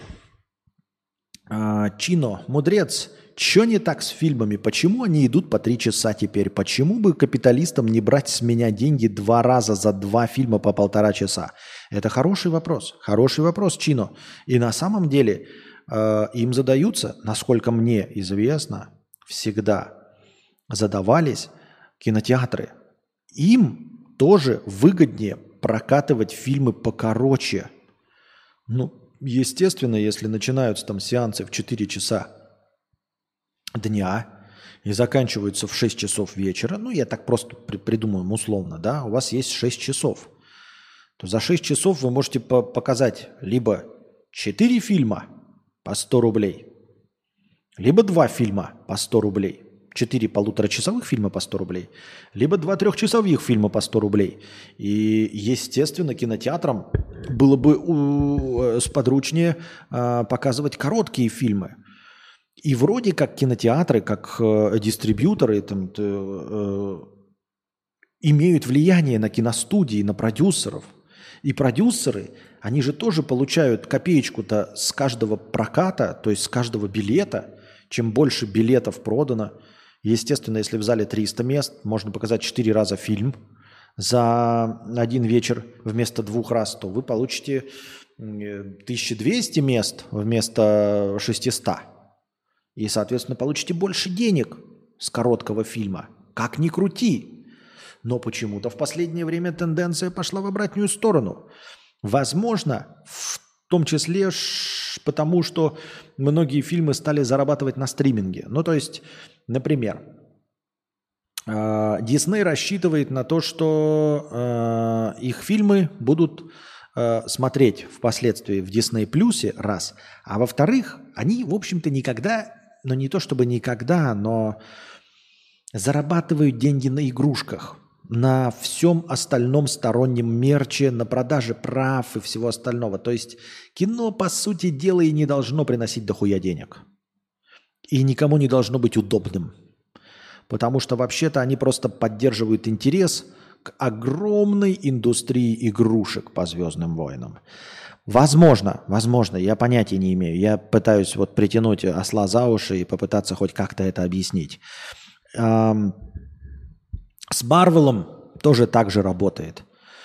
Чино, мудрец, что не так с фильмами? Почему они идут по 3 часа теперь? Почему бы капиталистам не брать с меня деньги 2 раза за 2 фильма по 1,5 часа? Это хороший вопрос. Хороший вопрос, Чино. И на самом деле им задаются, насколько мне известно, всегда задавались кинотеатры. Им тоже выгоднее прокатывать фильмы покороче. Ну, естественно, если начинаются там сеансы в 4 часа дня и заканчиваются в 6 часов вечера, ну, я так просто придумаю условно, да, у вас есть 6 часов, то за 6 часов вы можете показать либо 4 фильма по 100 рублей, либо 2 фильма по 100 рублей. 4 1,5-часовых фильма по 100 рублей, либо 2 3-часовых фильма по 100 рублей. И, естественно, кинотеатрам было бы сподручнее показывать короткие фильмы. И вроде как кинотеатры, как дистрибьюторы там, имеют влияние на киностудии, на продюсеров. И продюсеры, они же тоже получают копеечку-то с каждого проката, то есть с каждого билета. Чем больше билетов продано, естественно, если в зале 300 мест, можно показать 4 раза фильм за один вечер вместо 2 раз, то вы получите 1200 мест вместо 600. И, соответственно, получите больше денег с короткого фильма. Как ни крути. Но почему-то в последнее время тенденция пошла в обратную сторону. Возможно, в том числе потому, что многие фильмы стали зарабатывать на стриминге. Ну, то есть, например, Disney рассчитывает на то, что их фильмы будут смотреть впоследствии в Disney Плюсе, раз. А во-вторых, они, в общем-то, никогда, ну не то чтобы никогда, но зарабатывают деньги на игрушках, на всем остальном стороннем мерче, на продаже прав и всего остального. То есть кино, по сути дела, и не должно приносить дохуя денег. И никому не должно быть удобным. Потому что вообще-то они просто поддерживают интерес к огромной индустрии игрушек по «Звездным войнам». Возможно, я понятия не имею. Я пытаюсь вот притянуть осла за уши и попытаться хоть как-то это объяснить. С Марвелом тоже так же работает.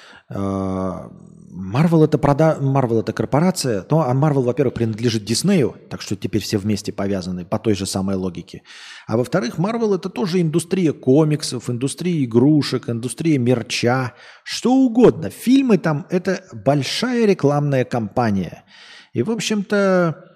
Марвел это корпорация, а Марвел, во-первых, принадлежит Диснею, так что теперь все вместе повязаны по той же самой логике. А во-вторых, Марвел это тоже индустрия комиксов, индустрия игрушек, индустрия мерча, что угодно. Фильмы там это большая рекламная кампания. И, в общем-то,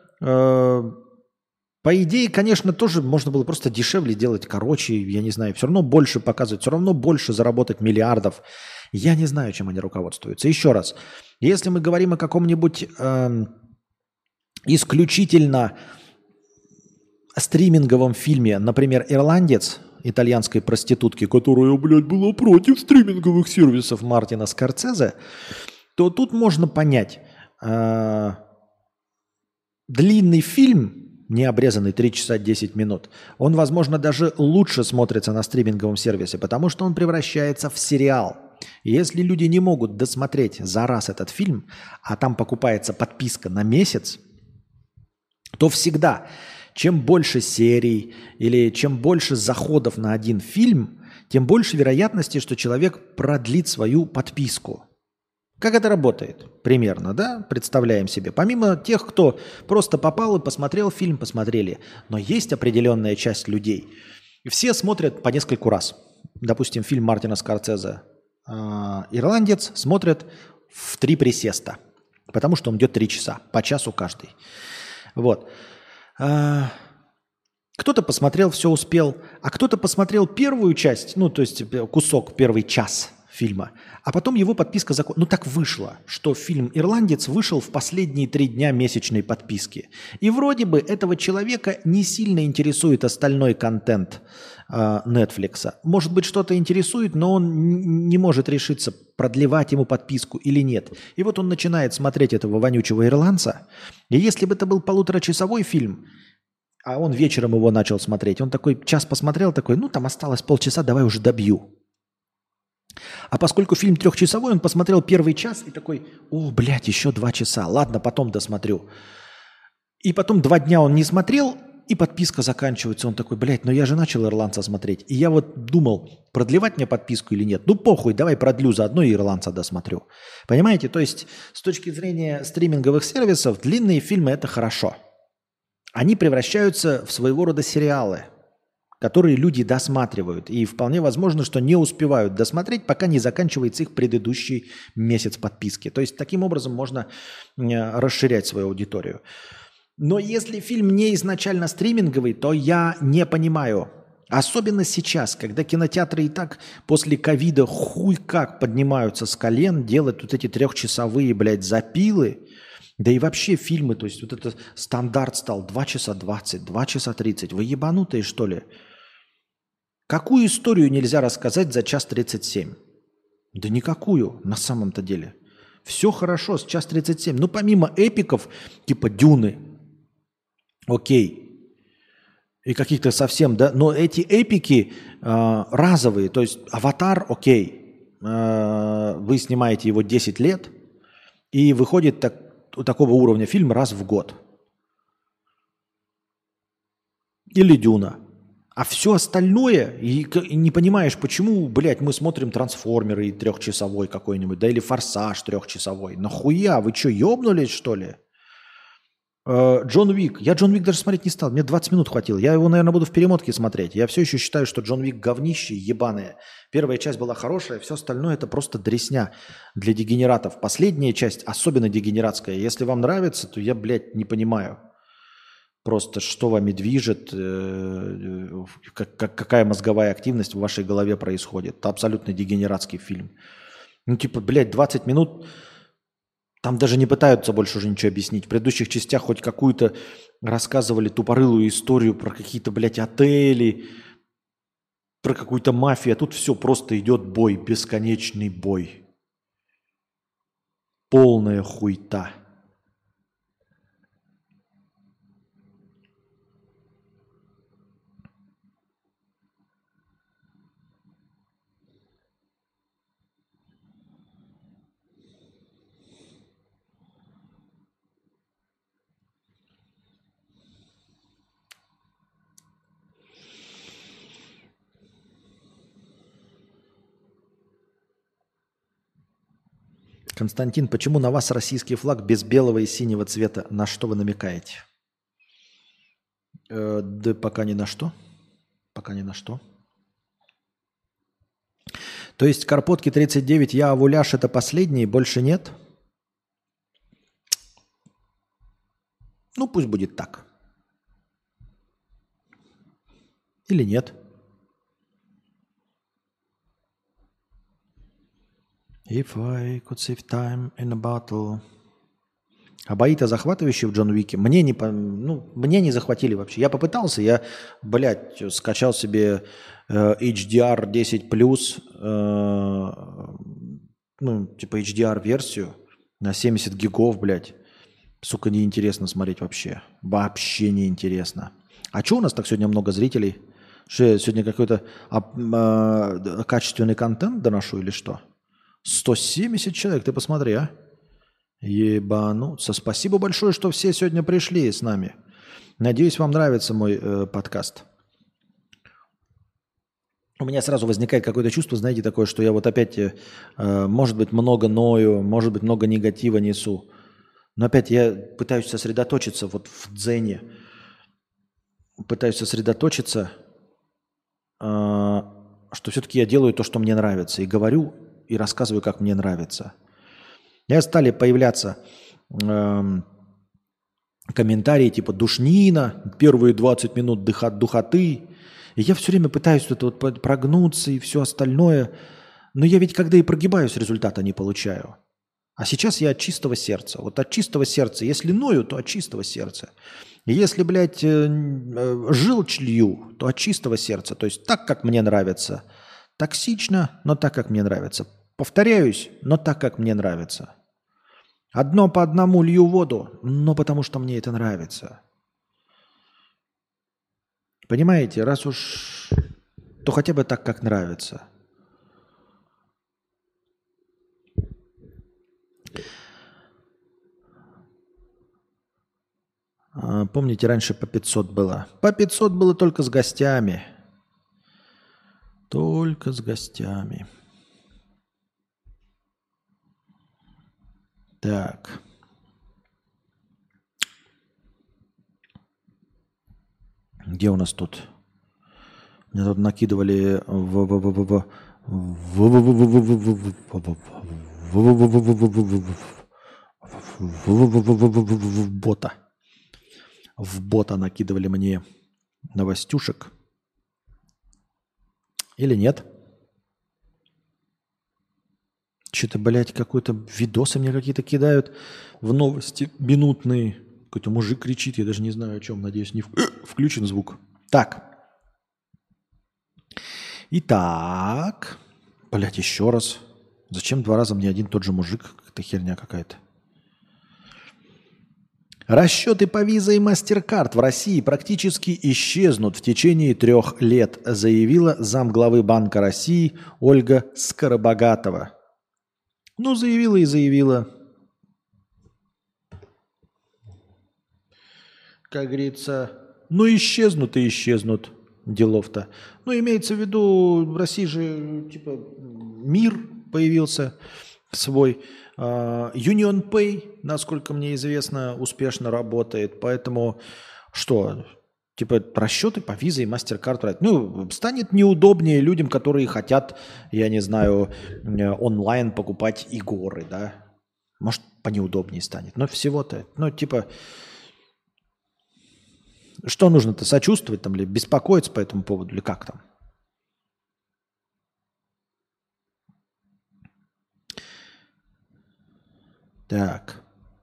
по идее, конечно, тоже можно было просто дешевле делать, короче, я не знаю, все равно больше показывать, все равно больше заработать миллиардов. Я не знаю, чем они руководствуются. Еще раз, если мы говорим о каком-нибудь исключительно стриминговом фильме, например, «Ирландец» итальянской проститутки, которая, блядь, была против стриминговых сервисов Мартина Скорсезе, то тут можно понять, длинный фильм, не обрезанный 3 часа 10 минут, он, возможно, даже лучше смотрится на стриминговом сервисе, потому что он превращается в сериал. И если люди не могут досмотреть за раз этот фильм, а там покупается подписка на месяц, то всегда, чем больше серий или чем больше заходов на один фильм, тем больше вероятности, что человек продлит свою подписку. Как это работает? Примерно, да? Представляем себе. Помимо тех, кто просто попал и посмотрел фильм, посмотрели. Но есть определенная часть людей. И все смотрят по нескольку раз. Допустим, фильм Мартина Скорсезе «Ирландец» смотрят в 3 присеста. Потому что он идет 3 часа, по часу каждый. Вот. Кто-то посмотрел, все успел, а кто-то посмотрел первую часть, ну, то есть кусок, первый час фильма, а потом его подписка закончилась. Ну, так вышло, что фильм «Ирландец» вышел в последние 3 дня месячной подписки. И вроде бы этого человека не сильно интересует остальной контент Netflix. Может быть, что-то интересует, но он не может решиться, продлевать ему подписку или нет. И вот он начинает смотреть этого вонючего ирландца. И если бы это был 1,5-часовой фильм, а он вечером его начал смотреть, он такой час посмотрел, такой, ну там осталось полчаса, давай уже добью. А поскольку фильм 3-часовой, он посмотрел первый час и такой, о, блядь, еще 2 часа, ладно, потом досмотрю. И потом 2 дня он не смотрел, и подписка заканчивается. Он такой, блядь, но я же начал «Ирландца» смотреть. И я вот думал, продлевать мне подписку или нет. Ну похуй, давай продлю заодно и «Ирландца» досмотрю. Понимаете? То есть с точки зрения стриминговых сервисов длинные фильмы – это хорошо. Они превращаются в своего рода сериалы, которые люди досматривают. И вполне возможно, что не успевают досмотреть, пока не заканчивается их предыдущий месяц подписки. То есть таким образом можно расширять свою аудиторию. Но если фильм не изначально стриминговый, то я не понимаю. Особенно сейчас, когда кинотеатры и так после ковида хуй как поднимаются с колен, делают вот эти 3-часовые, блядь, запилы. Да и вообще фильмы, то есть вот этот стандарт стал 2 часа 20, 2 часа 30. Вы ебанутые, что ли? Какую историю нельзя рассказать за 1:37? Да никакую, на самом-то деле. Все хорошо с 1:37. Ну, помимо эпиков, типа «Дюны», окей, и каких-то совсем, да, но эти эпики разовые, то есть «Аватар», окей, вы снимаете его 10 лет, и выходит такого уровня фильм раз в год. Или «Дюна». А все остальное, и не понимаешь, почему, блядь, мы смотрим «Трансформеры» 3-часовой какой-нибудь, да, или «Форсаж» 3-часовой. Нахуя? Вы что, ебнулись, что ли? Джон Уик. Я Джон Уик даже смотреть не стал. Мне 20 минут хватило. Я его, наверное, буду в перемотке смотреть. Я все еще считаю, что Джон Уик говнище ебаное. Первая часть была хорошая, все остальное это просто дресня для дегенератов. Последняя часть особенно дегенератская. Если вам нравится, то я, блядь, не понимаю. Просто что вами движет, какая мозговая активность в вашей голове происходит. Это абсолютно дегенератский фильм. Ну, типа, блядь, 20 минут... Там даже не пытаются больше уже ничего объяснить. В предыдущих частях хоть какую-то рассказывали тупорылую историю про какие-то, блядь, отели, про какую-то мафию. А тут все, просто идет бой, бесконечный бой. Полная хуйта. Константин, почему на вас российский флаг без белого и синего цвета? На что вы намекаете? Да пока ни на что. Пока ни на что. То есть Карпотки 39, я Авуляш это последний, больше нет? Ну, пусть будет так. Или нет? If I could save time in a battle. А бои-то захватывающие в Джон Уике мне мне не захватили вообще. Я попытался, я, блядь, скачал себе HDR 10+, ну, типа HDR-версию на 70 гигов, блядь. Сука, неинтересно смотреть вообще. Вообще неинтересно. А что у нас так сегодня много зрителей? Что я сегодня какой-то качественный контент доношу или что? 170 человек, ты посмотри, а? Ебануться. Спасибо большое, что все сегодня пришли с нами. Надеюсь, вам нравится мой подкаст. У меня сразу возникает какое-то чувство, знаете, такое, что я вот опять, может быть, много ною, может быть, много негатива несу. Но опять я пытаюсь сосредоточиться вот в дзене. Пытаюсь сосредоточиться, что все-таки я делаю то, что мне нравится. И говорю, и рассказываю, как мне нравится. И стали появляться комментарии типа «душнина», первые 20 минут духоты. И я все время пытаюсь это вот прогнуться и все остальное. Но я ведь когда и прогибаюсь, результата не получаю. А сейчас я от чистого сердца. Вот от чистого сердца. Если ною, то от чистого сердца. И если, блядь, желчь лью, то от чистого сердца. То есть так, как мне нравится. Токсично, но так, как мне нравится. Повторяюсь, но так, как мне нравится. Одно по одному лью воду, но потому что мне это нравится. Понимаете, раз уж, то хотя бы так, как нравится. Помните, раньше по 500 было? По 500 было только с гостями. Только с гостями. Так. Где у нас тут? Мне тут накидывали в бота. В бота накидывали мне новостюшек. Или нет? Что-то, блядь, какой-то видосы мне какие-то кидают в новости минутные. Какой-то мужик кричит, я даже не знаю о чем. Надеюсь, не включен звук. Так. Итак. Блядь, еще раз. Зачем 2 раза мне один тот же мужик? Какая-то херня какая-то. Расчеты по Visa и MasterCard в России практически исчезнут в течение 3 лет, заявила замглавы Банка России Ольга Скоробогатова. Ну, заявила и заявила. Как говорится, ну исчезнут и исчезнут. Делов-то. Ну, имеется в виду, в России же, типа, мир появился свой. Union Pay, насколько мне известно, успешно работает. Поэтому что? Типа расчеты по Visa и MasterCard брать. Ну, станет неудобнее людям, которые хотят, я не знаю, онлайн покупать игры, да? Может, понеудобнее станет. Но всего-то, ну, типа... Что нужно-то, сочувствовать там или беспокоиться по этому поводу, или как там? Так.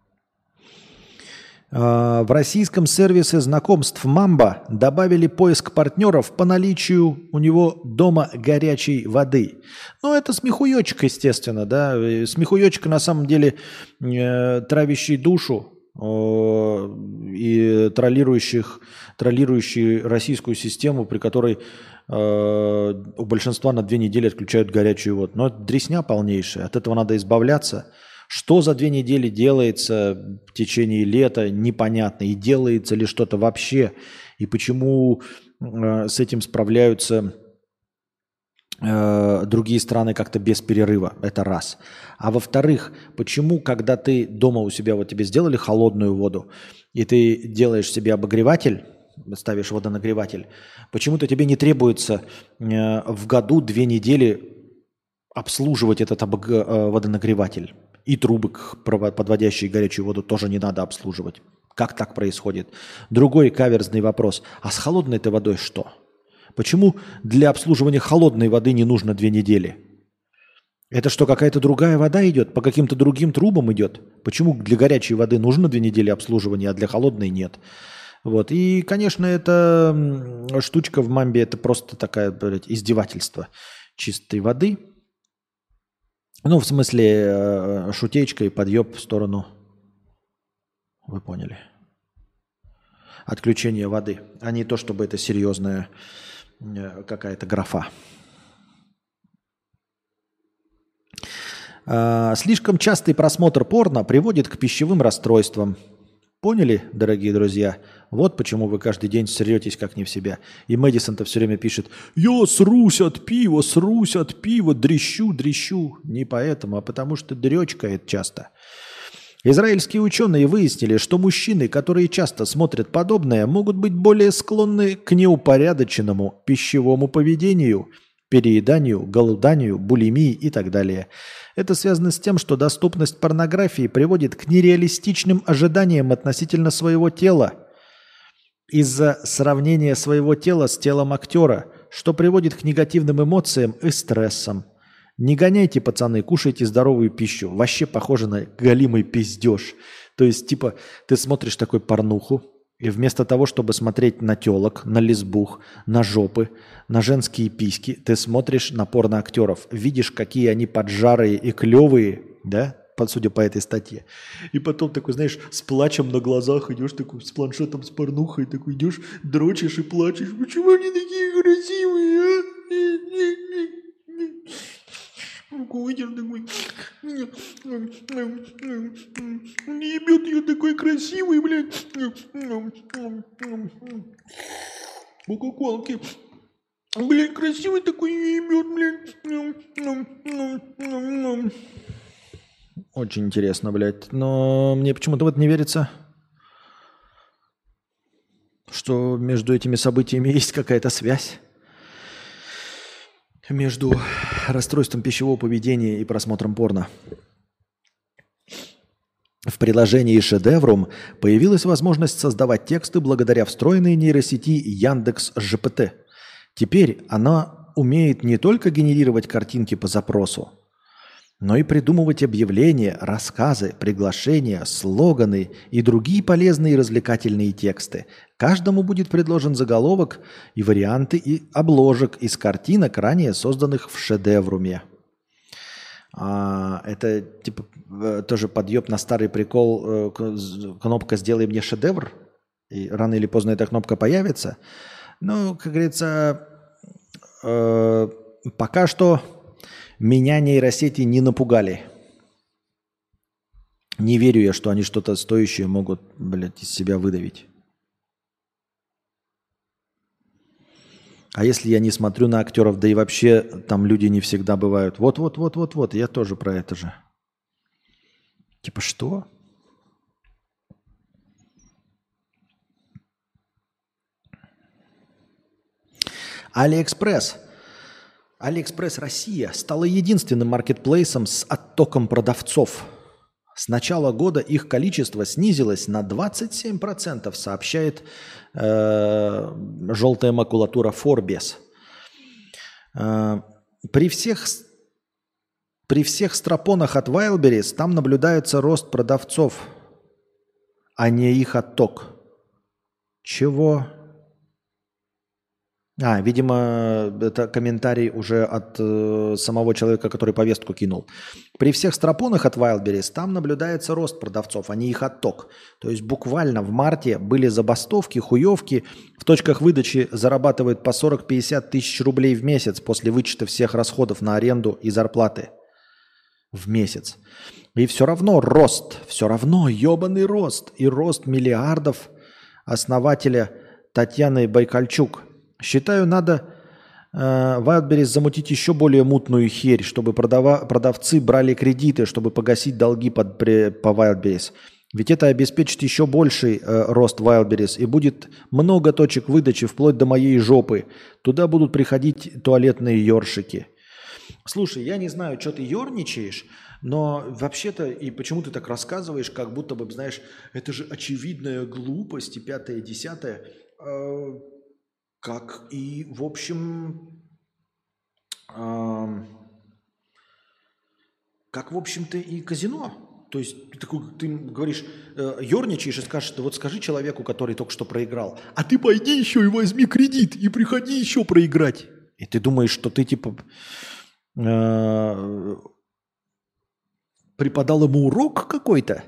В российском сервисе знакомств Мамба добавили поиск партнеров по наличию у него дома горячей воды. Ну, это смехуёчек, естественно, да. Смехуёчек, на самом деле, травящий душу и троллирующий российскую систему, при которой у большинства на 2 недели отключают горячую воду. Но это дресня полнейшая, от этого надо избавляться. Что за 2 недели делается в течение лета, непонятно. И делается ли что-то вообще. И почему с этим справляются другие страны как-то без перерыва. Это раз. А во-вторых, почему, когда ты дома у себя, вот тебе сделали холодную воду, и ты делаешь себе обогреватель, ставишь водонагреватель, почему-то тебе не требуется в году 2 недели обслуживать этот водонагреватель. И трубок, подводящие горячую воду, тоже не надо обслуживать. Как так происходит? Другой каверзный вопрос. А с холодной-то водой что? Почему для обслуживания холодной воды не нужно 2 недели? Это что, какая-то другая вода идет? По каким-то другим трубам идет? Почему для горячей воды нужно 2 недели обслуживания, а для холодной нет? Вот. И, конечно, эта штучка в Мамбе, это просто такая, блядь, издевательство чистой воды. Ну, в смысле, шутечка и подъеб в сторону Вы поняли. Отключение воды, а не то, чтобы это серьезная какая-то графа. Слишком частый просмотр порно приводит к пищевым расстройствам. Поняли, дорогие друзья? Вот почему вы каждый день сретесь как не в себя. И Мэдисон-то все время пишет: «Я срусь от пива, дрищу». Не поэтому, а потому что дречкает часто. Израильские ученые выяснили, что мужчины, которые часто смотрят подобное, могут быть более склонны к неупорядоченному пищевому поведению, перееданию, голоданию, булимии и так далее. Это связано с тем, что доступность порнографии приводит к нереалистичным ожиданиям относительно своего тела из-за сравнения своего тела с телом актера, что приводит к негативным эмоциям и стрессам. Не гоняйте, пацаны, кушайте здоровую пищу. Вообще похоже на голимый пиздеж. То есть, типа, ты смотришь такой порнуху, и вместо того, чтобы смотреть на телок, на лесбух, на жопы, на женские письки, ты смотришь на порноактеров, видишь, какие они поджарые и клевые, да, судя по этой статье. И потом такой, знаешь, с плачем на глазах идешь, такой с планшетом, с порнухой, такой идешь, дрочишь и плачешь. Почему они такие красивые, а? Выйдешь такой, не ебет, я такой красивый, блядь. Кока-колки. Блядь, красивый такой не ебет, блядь. Очень интересно, блядь. Но мне почему-то вот не верится, что между этими событиями есть какая-то связь. Между расстройством пищевого поведения и просмотром порно. В приложении Шедеврум появилась возможность создавать тексты благодаря встроенной нейросети Яндекс.ЖПТ. Теперь она умеет не только генерировать картинки по запросу, но и придумывать объявления, рассказы, приглашения, слоганы и другие полезные и развлекательные тексты. Каждому будет предложен заголовок и варианты и обложек из картинок, ранее созданных в Шедевруме. Это типа тоже подъеб на старый прикол, кнопка «Сделай мне шедевр», и рано или поздно эта кнопка появится. Ну, как говорится, пока что меня нейросети не напугали. Не верю я, что они что-то стоящее могут, блядь, из себя выдавить. А если я не смотрю на актеров, да и вообще там люди не всегда бывают. Вот, я тоже про это же. Типа что? Алиэкспресс Россия стала единственным маркетплейсом с оттоком продавцов. С начала года их количество снизилось на 27%, сообщает желтая макулатура Forbes. При всех стропонах от Wildberries там наблюдается рост продавцов, а не их отток. Чего? Видимо, это комментарий уже от самого человека, который повестку кинул. При всех стропонах от Wildberries там наблюдается рост продавцов, а не их отток. То есть буквально в марте были забастовки, хуевки. В точках выдачи зарабатывают по 40-50 тысяч рублей в месяц после вычета всех расходов на аренду и зарплаты. В месяц. И все равно рост, ебаный рост. И рост миллиардов основателя Татьяны Байкальчук. Считаю, надо Wildberries замутить еще более мутную херь, чтобы продавцы брали кредиты, чтобы погасить долги по Wildberries. Ведь это обеспечит еще больший рост Wildberries, и будет много точек выдачи, вплоть до моей жопы. Туда будут приходить туалетные ёршики. Слушай, я не знаю, что ты ёрничаешь, но вообще-то, и почему ты так рассказываешь, как будто бы, знаешь, это же очевидная глупость и пятое, десятое. Как и, в общем, то и казино. То есть ты говоришь, ерничаешь и скажешь, да вот скажи человеку, который только что проиграл, а ты пойди еще и возьми кредит и приходи еще проиграть. И ты думаешь, что ты типа преподал ему урок какой-то?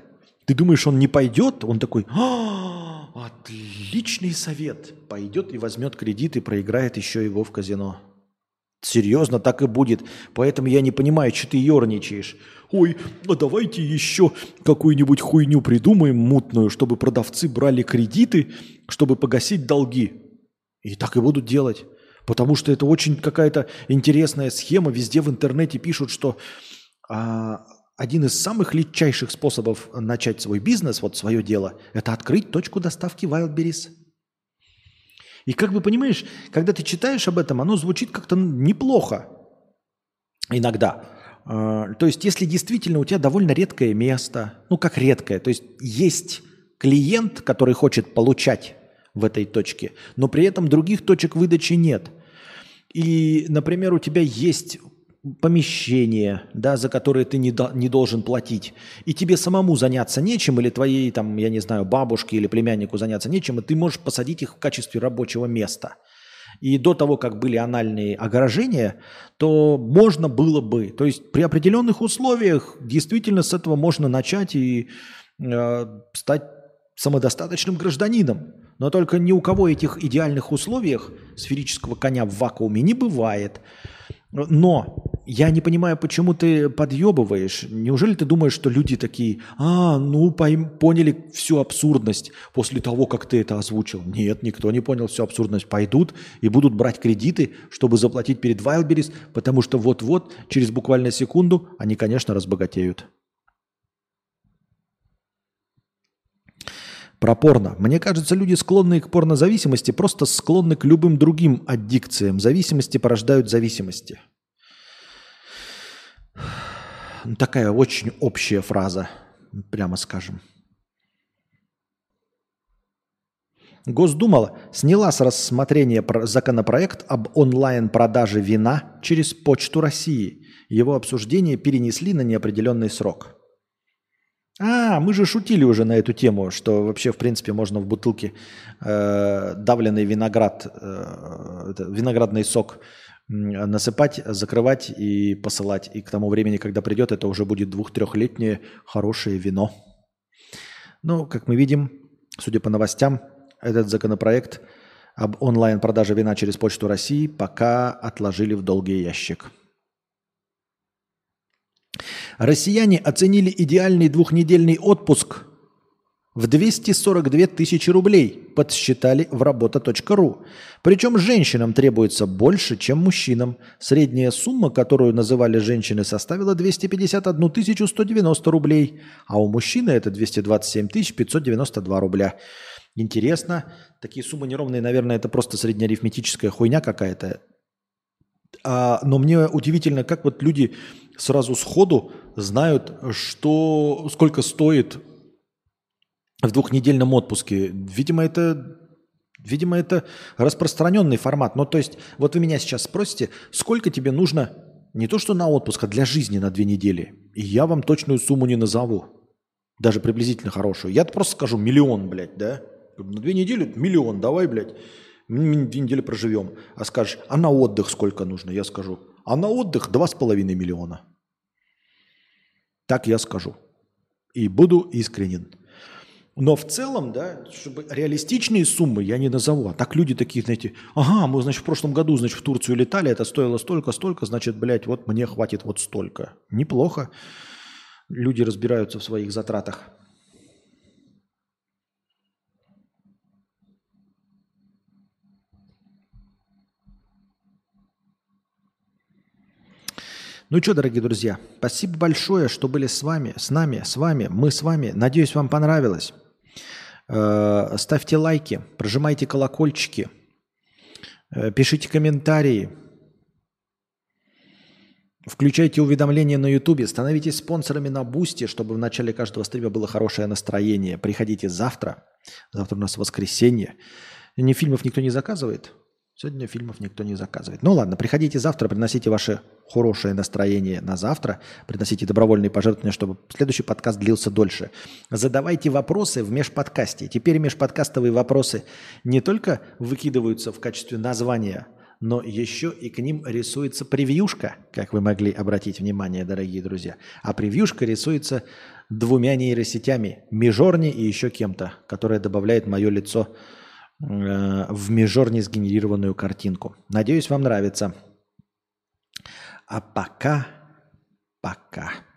Ты думаешь, он не пойдет? Он такой, отличный совет. Пойдет и возьмет кредит и проиграет еще его в казино. Серьезно, так и будет. Поэтому я не понимаю, что ты ерничаешь. Ой, а давайте еще какую-нибудь хуйню придумаем мутную, чтобы продавцы брали кредиты, чтобы погасить долги. И так и будут делать. Потому что это очень какая-то интересная схема. Везде в интернете пишут, что один из самых легчайших способов начать свой бизнес, вот свое дело, это открыть точку доставки Wildberries. И как бы понимаешь, когда ты читаешь об этом, оно звучит как-то неплохо иногда. То есть если действительно у тебя довольно редкое место, ну как редкое, то есть есть клиент, который хочет получать в этой точке, но при этом других точек выдачи нет. И, например, у тебя есть помещение, да, за которое ты не должен платить, и тебе самому заняться нечем, или твоей, там, я не знаю, бабушке или племяннику заняться нечем, и ты можешь посадить их в качестве рабочего места. И до того, как были анальные огорожения, то можно было бы, то есть при определенных условиях действительно с этого можно начать и стать самодостаточным гражданином. Но только ни у кого этих идеальных условиях сферического коня в вакууме не бывает. Но я не понимаю, почему ты подъебываешь. Неужели ты думаешь, что люди такие, поняли всю абсурдность после того, как ты это озвучил? Нет, никто не понял всю абсурдность. Пойдут и будут брать кредиты, чтобы заплатить перед Wildberries, потому что вот-вот, через буквально секунду, они, конечно, разбогатеют. Про порно. Мне кажется, люди, склонные к порнозависимости, просто склонны к любым другим аддикциям. Зависимости порождают зависимости. Такая очень общая фраза, прямо скажем. Госдума сняла с рассмотрения законопроект об онлайн-продаже вина через Почту России. Его обсуждение перенесли на неопределенный срок. Мы же шутили уже на эту тему, что вообще, в принципе, можно в бутылке давленный виноград, виноградный сок насыпать, закрывать и посылать. И к тому времени, когда придет, это уже будет 2-3-летнее хорошее вино. Ну, как мы видим, судя по новостям, этот законопроект об онлайн-продаже вина через Почту России пока отложили в долгий ящик. Россияне оценили идеальный 2-недельный отпуск в 242 тысячи рублей, подсчитали в работа.ру. Причем женщинам требуется больше, чем мужчинам. Средняя сумма, которую называли женщины, составила 251 190 рублей, а у мужчины это 227 592 рубля. Интересно, такие суммы неровные, наверное, это просто среднеарифметическая хуйня какая-то. Но мне удивительно, как вот люди сразу сходу знают, сколько стоит в 2-недельном отпуске. Видимо, это распространенный формат. Ну, то есть, вот вы меня сейчас спросите, сколько тебе нужно не то что на отпуск, а для жизни на 2 недели. И я вам точную сумму не назову. Даже приблизительно хорошую. Я просто скажу 1 000 000, блядь, да? На 2 недели 1 000 000, давай, блядь. 2 недели проживем. А скажешь, а на отдых сколько нужно? Я скажу, а на отдых 2,5 миллиона. Так я скажу. И буду искренен. Но в целом, да, чтобы реалистичные суммы я не назову. А так люди такие, знаете, мы, значит, в прошлом году, значит, в Турцию летали, это стоило столько, значит, блядь, вот мне хватит вот столько. Неплохо. Люди разбираются в своих затратах. Ну что, дорогие друзья, спасибо большое, что были с вами, мы с вами. Надеюсь, вам понравилось. Ставьте лайки, прожимайте колокольчики, пишите комментарии, включайте уведомления на YouTube, становитесь спонсорами на Бусти, чтобы в начале каждого стрима было хорошее настроение. Приходите завтра. Завтра у нас воскресенье. Фильмов никто не заказывает? Сегодня фильмов никто не заказывает. Ну ладно, приходите завтра, приносите ваше хорошее настроение на завтра, приносите добровольные пожертвования, чтобы следующий подкаст длился дольше. Задавайте вопросы в межподкасте. Теперь межподкастовые вопросы не только выкидываются в качестве названия но еще и к ним рисуется превьюшка, как вы могли обратить внимание, дорогие друзья. А превьюшка рисуется двумя нейросетями, Midjourney и еще кем-то, которая добавляет мое лицо в Midjourney сгенерированную картинку. Надеюсь, вам нравится. А пока.